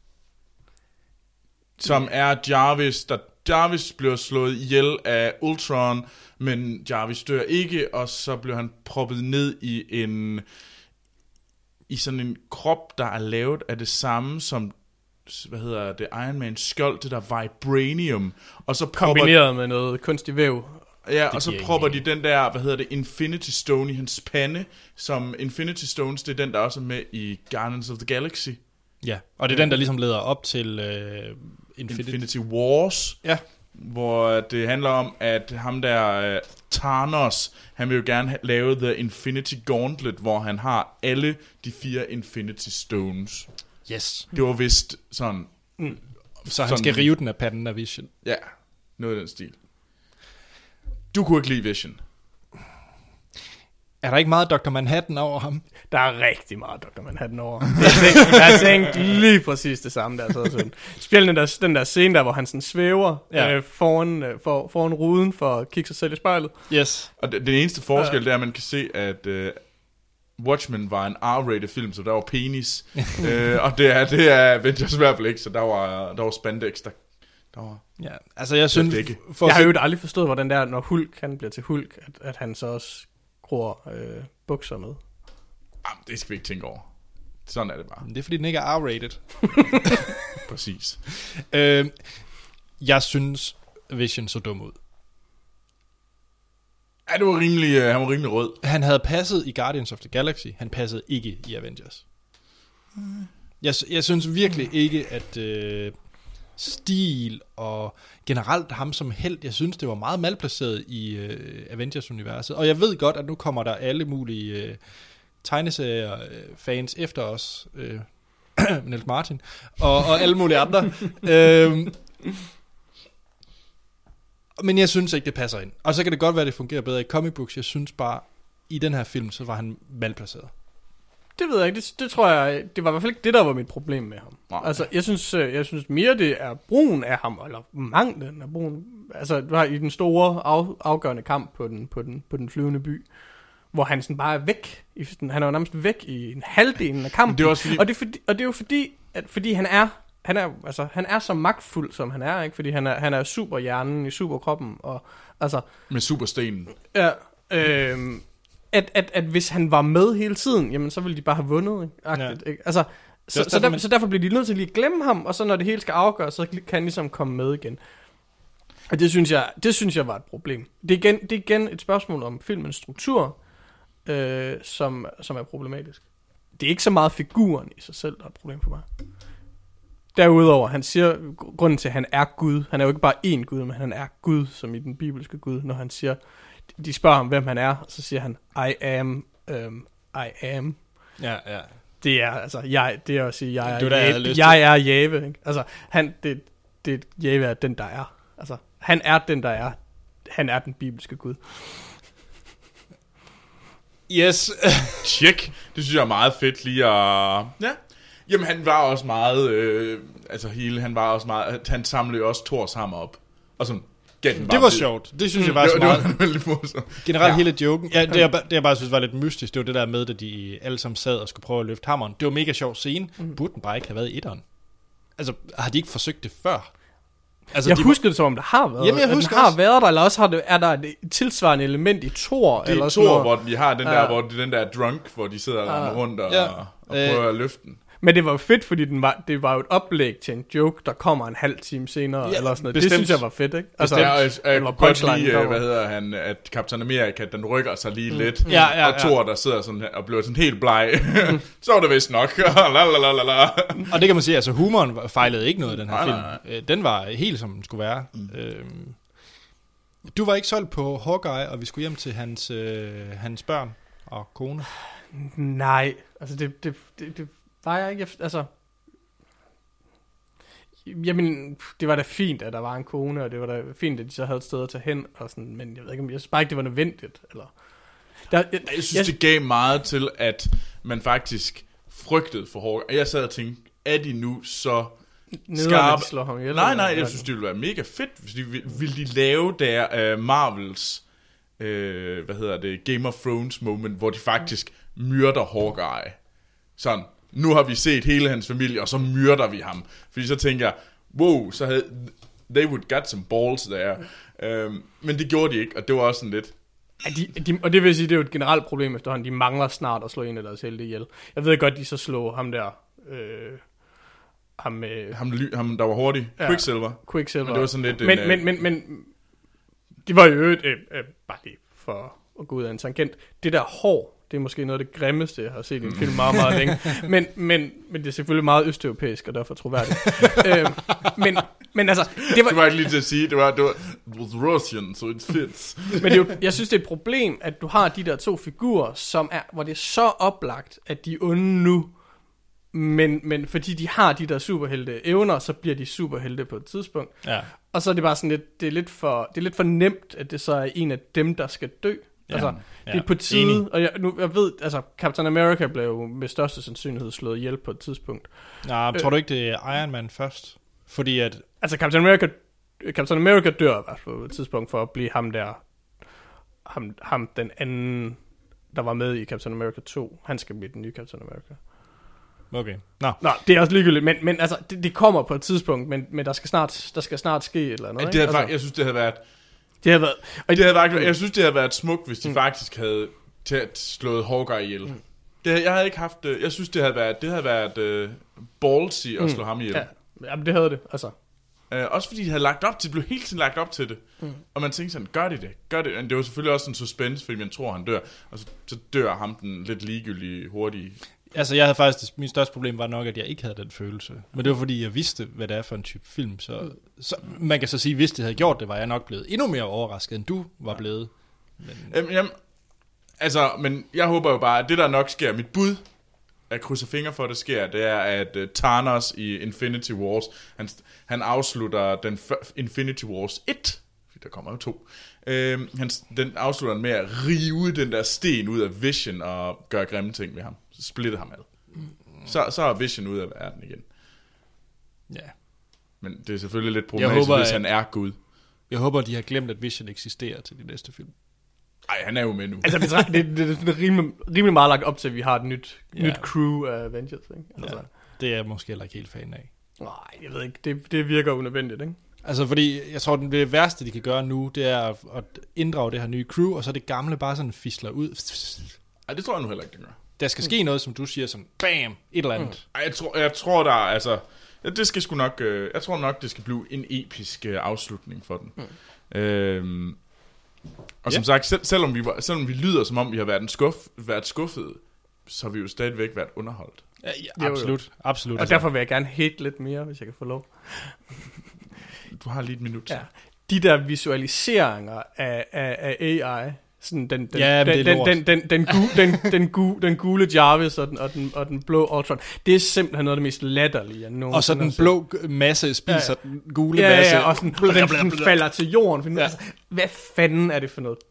[SPEAKER 2] Som er Jarvis, Jarvis bliver slået ihjel af Ultron, men Jarvis dør ikke, og så bliver han proppet ned i sådan en krop, der er lavet af det samme som, Iron Man skjold, det der vibranium, og så
[SPEAKER 3] kombineret med noget kunstig væv.
[SPEAKER 2] Ja, og så propper de den der, Infinity Stone i hans pande, som Infinity Stones, det er den, der også er med i Guardians of the Galaxy.
[SPEAKER 1] Ja, og det er den, der ligesom leder op til
[SPEAKER 2] Infinity Wars.
[SPEAKER 1] Ja.
[SPEAKER 2] Hvor det handler om, at ham der Thanos, han vil jo gerne lave The Infinity Gauntlet, hvor han har alle de 4 Infinity Stones.
[SPEAKER 1] Yes.
[SPEAKER 2] Det var vist sådan...
[SPEAKER 1] Så han skal rive den af panden af Vision.
[SPEAKER 2] Ja, noget af den stil. Du kunne ikke lide Vision.
[SPEAKER 1] Er der ikke meget Dr. Manhattan over ham?
[SPEAKER 3] Der er rigtig meget Dr. Manhattan over ham. Jeg tænkte lige præcis det samme der. Specielt den der scene der, hvor han sådan svæver foran ruden for at kigge sig selv i spejlet.
[SPEAKER 1] Yes.
[SPEAKER 2] Og den eneste forskel, det er, at man kan se, at Watchmen var en R-rated film, så der var penis. Og det er Avengers i hvert fald ikke, så der var spandex, der var...
[SPEAKER 1] Ja, altså jeg synes...
[SPEAKER 3] Jeg har jo aldrig forstået, hvordan det er, når Hulk han bliver til Hulk, at han så også gror bukser med.
[SPEAKER 2] Jamen, det skal vi ikke tænke over. Sådan er det bare.
[SPEAKER 1] Det er fordi, den ikke er R-rated.
[SPEAKER 2] Præcis.
[SPEAKER 1] Jeg synes, Vision så dum ud.
[SPEAKER 2] Ja, han var rimelig rød.
[SPEAKER 1] Han havde passet i Guardians of the Galaxy. Han passede ikke i Avengers. Jeg synes virkelig ikke, at stil og generelt ham som helt, jeg synes, det var meget malplaceret i Avengers-universet. Og jeg ved godt, at nu kommer der alle mulige tegneserier-fans efter os. Niels Martin. Og alle mulige andre. Men jeg synes ikke, det passer ind. Og så kan det godt være, det fungerer bedre i comic books. Jeg synes bare, i den her film, så var han malplaceret.
[SPEAKER 3] Det ved jeg ikke. Det tror jeg, det var i hvert fald ikke det, der var mit problem med ham.
[SPEAKER 2] Nej.
[SPEAKER 3] Altså, jeg synes mere, det er brugen af ham, eller manglen af brugen. Altså, du har i den store afgørende kamp på den flyvende by, hvor han sådan bare er væk. Han er jo nærmest væk i en halvdelen af kampen.
[SPEAKER 2] Det er også fordi...
[SPEAKER 3] og det er jo fordi han er så magtfuld, som han er, ikke? Fordi han er superhjernen i superkroppen, og altså...
[SPEAKER 2] Med superstenen.
[SPEAKER 3] Ja, at hvis han var med hele tiden, jamen så ville de bare have vundet, ikke? Agtigt, ikke? Altså, så derfor bliver de nødt til lige at glemme ham, og så når det hele skal afgøres, så kan han ligesom komme med igen. Og det synes jeg var et problem. Det er igen et spørgsmål om filmens struktur, som er problematisk. Det er ikke så meget figuren i sig selv, der er et problem for mig. Derudover, han siger, grunden til, at han er Gud, han er jo ikke bare én Gud, men han er Gud, som i den bibelske Gud, når han siger, de spørger ham, hvem han er, og så siger han, I am.
[SPEAKER 1] Ja.
[SPEAKER 3] Det er altså, det er at sige,
[SPEAKER 1] jeg
[SPEAKER 3] er Jave, ikke? Altså, Jave er den, der er. Altså, han er den, der er. Han er den bibelske Gud.
[SPEAKER 1] Yes.
[SPEAKER 2] Check. Det synes jeg er meget fedt lige at... Ja. Jamen, han var også meget... han var også meget... Han samlede jo også Thors hammer op. Og sådan...
[SPEAKER 1] Det var sjovt. Det synes jeg var
[SPEAKER 2] det var veldig morsomt.
[SPEAKER 1] Generelt hele joken. Ja, det jeg bare synes var lidt mystisk, det var det der med, at de alle sammen sad og skulle prøve at løfte hammeren. Det var mega sjov scene. Burde den bare ikke have været i etteren? Altså, har de ikke forsøgt det før? Altså,
[SPEAKER 3] jeg husker det som om, der har været.
[SPEAKER 1] Jamen, jeg husker
[SPEAKER 3] den har været der, eller også er der et tilsvarende element i Thor.
[SPEAKER 2] Det er Thor, hvor vi har den der, hvor det er den der drunk, hvor de sidder rundt og prøver at løfte den.
[SPEAKER 3] Men det var jo fedt, fordi det var jo et oplæg til en joke, der kommer en halv time senere, eller sådan noget.
[SPEAKER 1] Bestemt.
[SPEAKER 3] Det synes jeg var fedt, ikke?
[SPEAKER 2] Altså, jeg kunne godt lide, at Captain America, den rykker sig lige lidt, og Thor, der sidder sådan her, og bliver sådan helt bleg. Så var det vist nok.
[SPEAKER 1] Og det kan man sige, altså humoren fejlede ikke noget i den her film. Den var helt som den skulle være. Du var ikke solgt på Hawkeye, og vi skulle hjem til hans børn og kone.
[SPEAKER 3] Nej, altså det var jeg ikke, altså... Jamen, det var da fint, at der var en kone, og det var da fint, at de så havde et sted at tage hen, og sådan, men jeg ved ikke, jeg synes bare ikke, det var nødvendigt, eller...
[SPEAKER 2] Jeg synes, det gav meget til, at man faktisk frygtede for Hawkeye. Jeg sad og tænkte, er de nu så skarpe? Nej, jeg synes, det ville være mega fedt, hvis de ville de lave der Marvels, Game of Thrones moment, hvor de faktisk myrder Hawkeye. Sådan, nu har vi set hele hans familie, og så myrder vi ham. Fordi så tænker jeg, wow, så havde they would got some balls there. Men det gjorde de ikke, og det var også sådan lidt...
[SPEAKER 3] Og det vil sige, det er jo et generelt problem efterhånden. De mangler snart at slå en af deres helte ihjel. Jeg ved godt, de så slog ham der...
[SPEAKER 2] Ham der var hurtig. Ja, Quicksilver.
[SPEAKER 3] Men
[SPEAKER 2] det var sådan lidt...
[SPEAKER 3] Men det var jo bare lige for at gå ud af en tangent. Det der hår, det er måske noget af det grimmeste, jeg har set i en film meget, meget længe. Men det er selvfølgelig meget østeuropæisk, og derfor troværdigt. Men altså...
[SPEAKER 2] Det var ikke lige til at sige, det was Russian, so it fits.
[SPEAKER 3] Men jeg synes, det er et problem, at du har de der to figurer, hvor det er så oplagt, at de er onde nu, men fordi de har de der superhelte evner, så bliver de superhelte på et tidspunkt. Ja. Og så er det bare sådan lidt, det er lidt for nemt, at det så er en af dem, der skal dø. Altså, det er på tide, og jeg ved, altså, Captain America blev jo med største sandsynlighed slået ihjel på et tidspunkt.
[SPEAKER 1] Ja, tror du ikke, det er Iron Man først? Fordi at...
[SPEAKER 3] Altså, Captain America dør i hvert fald på et tidspunkt for at blive ham der, ham den anden, der var med i Captain America 2. Han skal blive den nye Captain America.
[SPEAKER 1] Okay.
[SPEAKER 3] Nå, det er også ligegyldigt, men altså, det kommer på et tidspunkt, men der skal snart ske et eller andet.
[SPEAKER 2] Det havde, jeg synes, det havde været... Jeg synes, det havde været smukt, hvis de faktisk havde slået Hawkeye ihjel. Jeg havde ikke haft det. Jeg synes, det havde været ballsy at slå ham ihjel.
[SPEAKER 3] Ja, det havde det, altså.
[SPEAKER 2] Også fordi de havde lagt op til det, blev hele tiden lagt op til det. Og man tænkte sådan, gør det. Men det var selvfølgelig også en suspense, fordi man tror, han dør. Og så dør ham den lidt ligegyldige, hurtige.
[SPEAKER 1] Altså, jeg havde faktisk, min største problem var nok, at jeg ikke havde den følelse. Men det var fordi, jeg vidste, hvad det er for en type film. Så man kan så sige, hvis det havde gjort det, var jeg nok blevet endnu mere overrasket, end du var blevet.
[SPEAKER 2] Men jeg håber jo bare, at det der nok sker, mit bud, at krydse fingre for, det sker, det er, at Thanos i Infinity Wars, han afslutter den Infinity Wars 1, der kommer jo 2, den afslutter med at rive den der sten ud af Vision og gøre grimme ting med ham. Så splitte ham ad. Så er Vision ud af verden igen.
[SPEAKER 1] Ja.
[SPEAKER 2] Men det er selvfølgelig lidt problematisk, hvis han er Gud.
[SPEAKER 1] Jeg håber, de har glemt, at Vision eksisterer til de næste film.
[SPEAKER 2] Nej, han er jo med nu.
[SPEAKER 3] Altså, det er rimelig meget lagt op til, at vi har et nyt crew af Avengers, ikke? Altså.
[SPEAKER 1] Ja, det er jeg måske heller ikke helt fan af.
[SPEAKER 3] Nej, jeg ved ikke. Det virker unødvendigt, ikke?
[SPEAKER 1] Altså, fordi jeg tror, det værste, de kan gøre nu, det er at inddrage det her nye crew, og så det gamle bare sådan fisler ud.
[SPEAKER 2] Ej, det tror jeg nu heller ikke, det gør.
[SPEAKER 1] Der skal ske noget, som du siger, sådan bam, et eller andet.
[SPEAKER 2] Ej, jeg tror der altså... Det skal sgu nok... jeg tror nok, det skal blive en episk afslutning for den. Og som sagt, selvom vi lyder, som om vi har været skuffet, så har vi jo stadigvæk været underholdt.
[SPEAKER 1] Ja, absolut.
[SPEAKER 3] Og derfor vil jeg gerne hate lidt mere, hvis jeg kan få lov.
[SPEAKER 2] Du har lige et minut.
[SPEAKER 3] Ja. De der visualiseringer af AI, sådan den gule Jarvis og den blå Ultron, det er simpelthen noget af det mest latterlige jeg nogensinde.
[SPEAKER 1] Og så den blå masse spiser den gule masse.
[SPEAKER 3] Ja, og den falder til jorden. Altså, hvad fanden er det for noget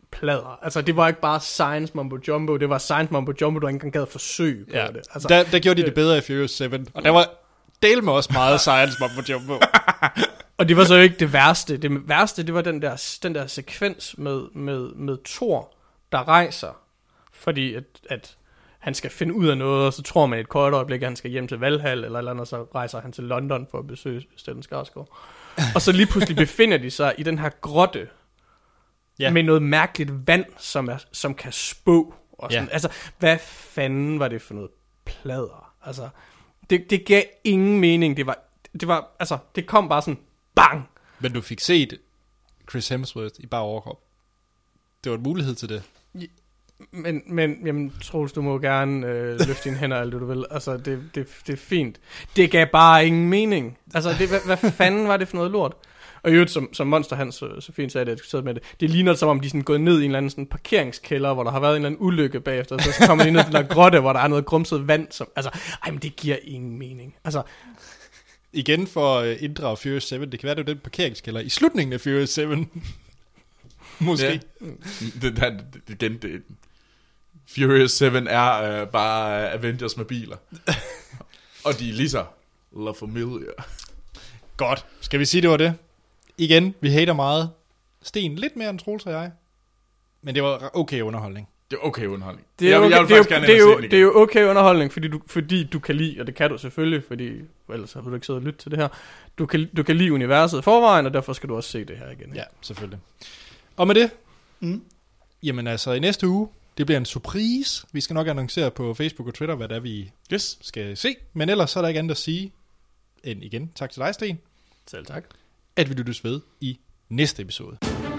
[SPEAKER 3] pladder. Altså, det var ikke bare science mumbo jumbo, det var science mumbo jumbo, du ikke engang gad forsøg på det. Altså,
[SPEAKER 1] der gjorde de det bedre i Furious 7, og der var del med også meget science mumbo jumbo.
[SPEAKER 3] Og det var så ikke det værste. Det værste, det var den der sekvens med Thor, der rejser, fordi at han skal finde ud af noget, og så tror man et kort øjeblik, at han skal hjem til Valhall, eller andet, og så rejser han til London for at besøge Stellan Skarsgård. Og så lige pludselig befinder de sig i den her grotte, med noget mærkeligt vand, som kan spå. Og sådan. Altså, hvad fanden var det for noget pladder? Altså, det gav ingen mening. Det var, altså, det kom bare sådan, bang!
[SPEAKER 1] Men du fik set Chris Hemsworth i bare overkrop. Det var en mulighed til det.
[SPEAKER 3] Men jamen, Troels, du må gerne løfte dine hænder, alt det du vil. Altså, det er fint. Det gav bare ingen mening. Altså, hvad fanden var det for noget lort? Og i øvrigt, som Monster han så fint sagde, at jeg med det, det ligner som om de sådan gået ned i en eller anden sådan parkeringskælder, hvor der har været en eller anden ulykke bagefter, så kommer de ned til den der grotte, hvor der er noget grumset vand, som, altså, men det giver ingen mening. Altså,
[SPEAKER 1] igen for at inddrage Furious 7, det kan være, det er den parkeringskælder i slutningen af Furious 7. Måske.
[SPEAKER 2] Ja. Furious 7 er bare Avengers med biler. Og de er lige så La Familia.
[SPEAKER 1] Godt. Skal vi sige, det var det? Igen, vi hater meget. Sten lidt mere end Troels og jeg. Men det var okay underholdning.
[SPEAKER 2] Det er okay underholdning.
[SPEAKER 3] Det er jo okay underholdning, fordi du kan lide, og det kan du selvfølgelig, fordi ellers har du ikke siddet og lytte til det her. Du kan lide universet i forvejen, og derfor skal du også se det her igen.
[SPEAKER 1] Ja, selvfølgelig. Og med det, jamen altså i næste uge, det bliver en surprise. Vi skal nok annoncere på Facebook og Twitter, hvad det er, vi skal se. Men ellers så er der ikke andet at sige end igen tak til dig, Sten.
[SPEAKER 3] Selv tak.
[SPEAKER 1] At vi lyttes ved i næste episode.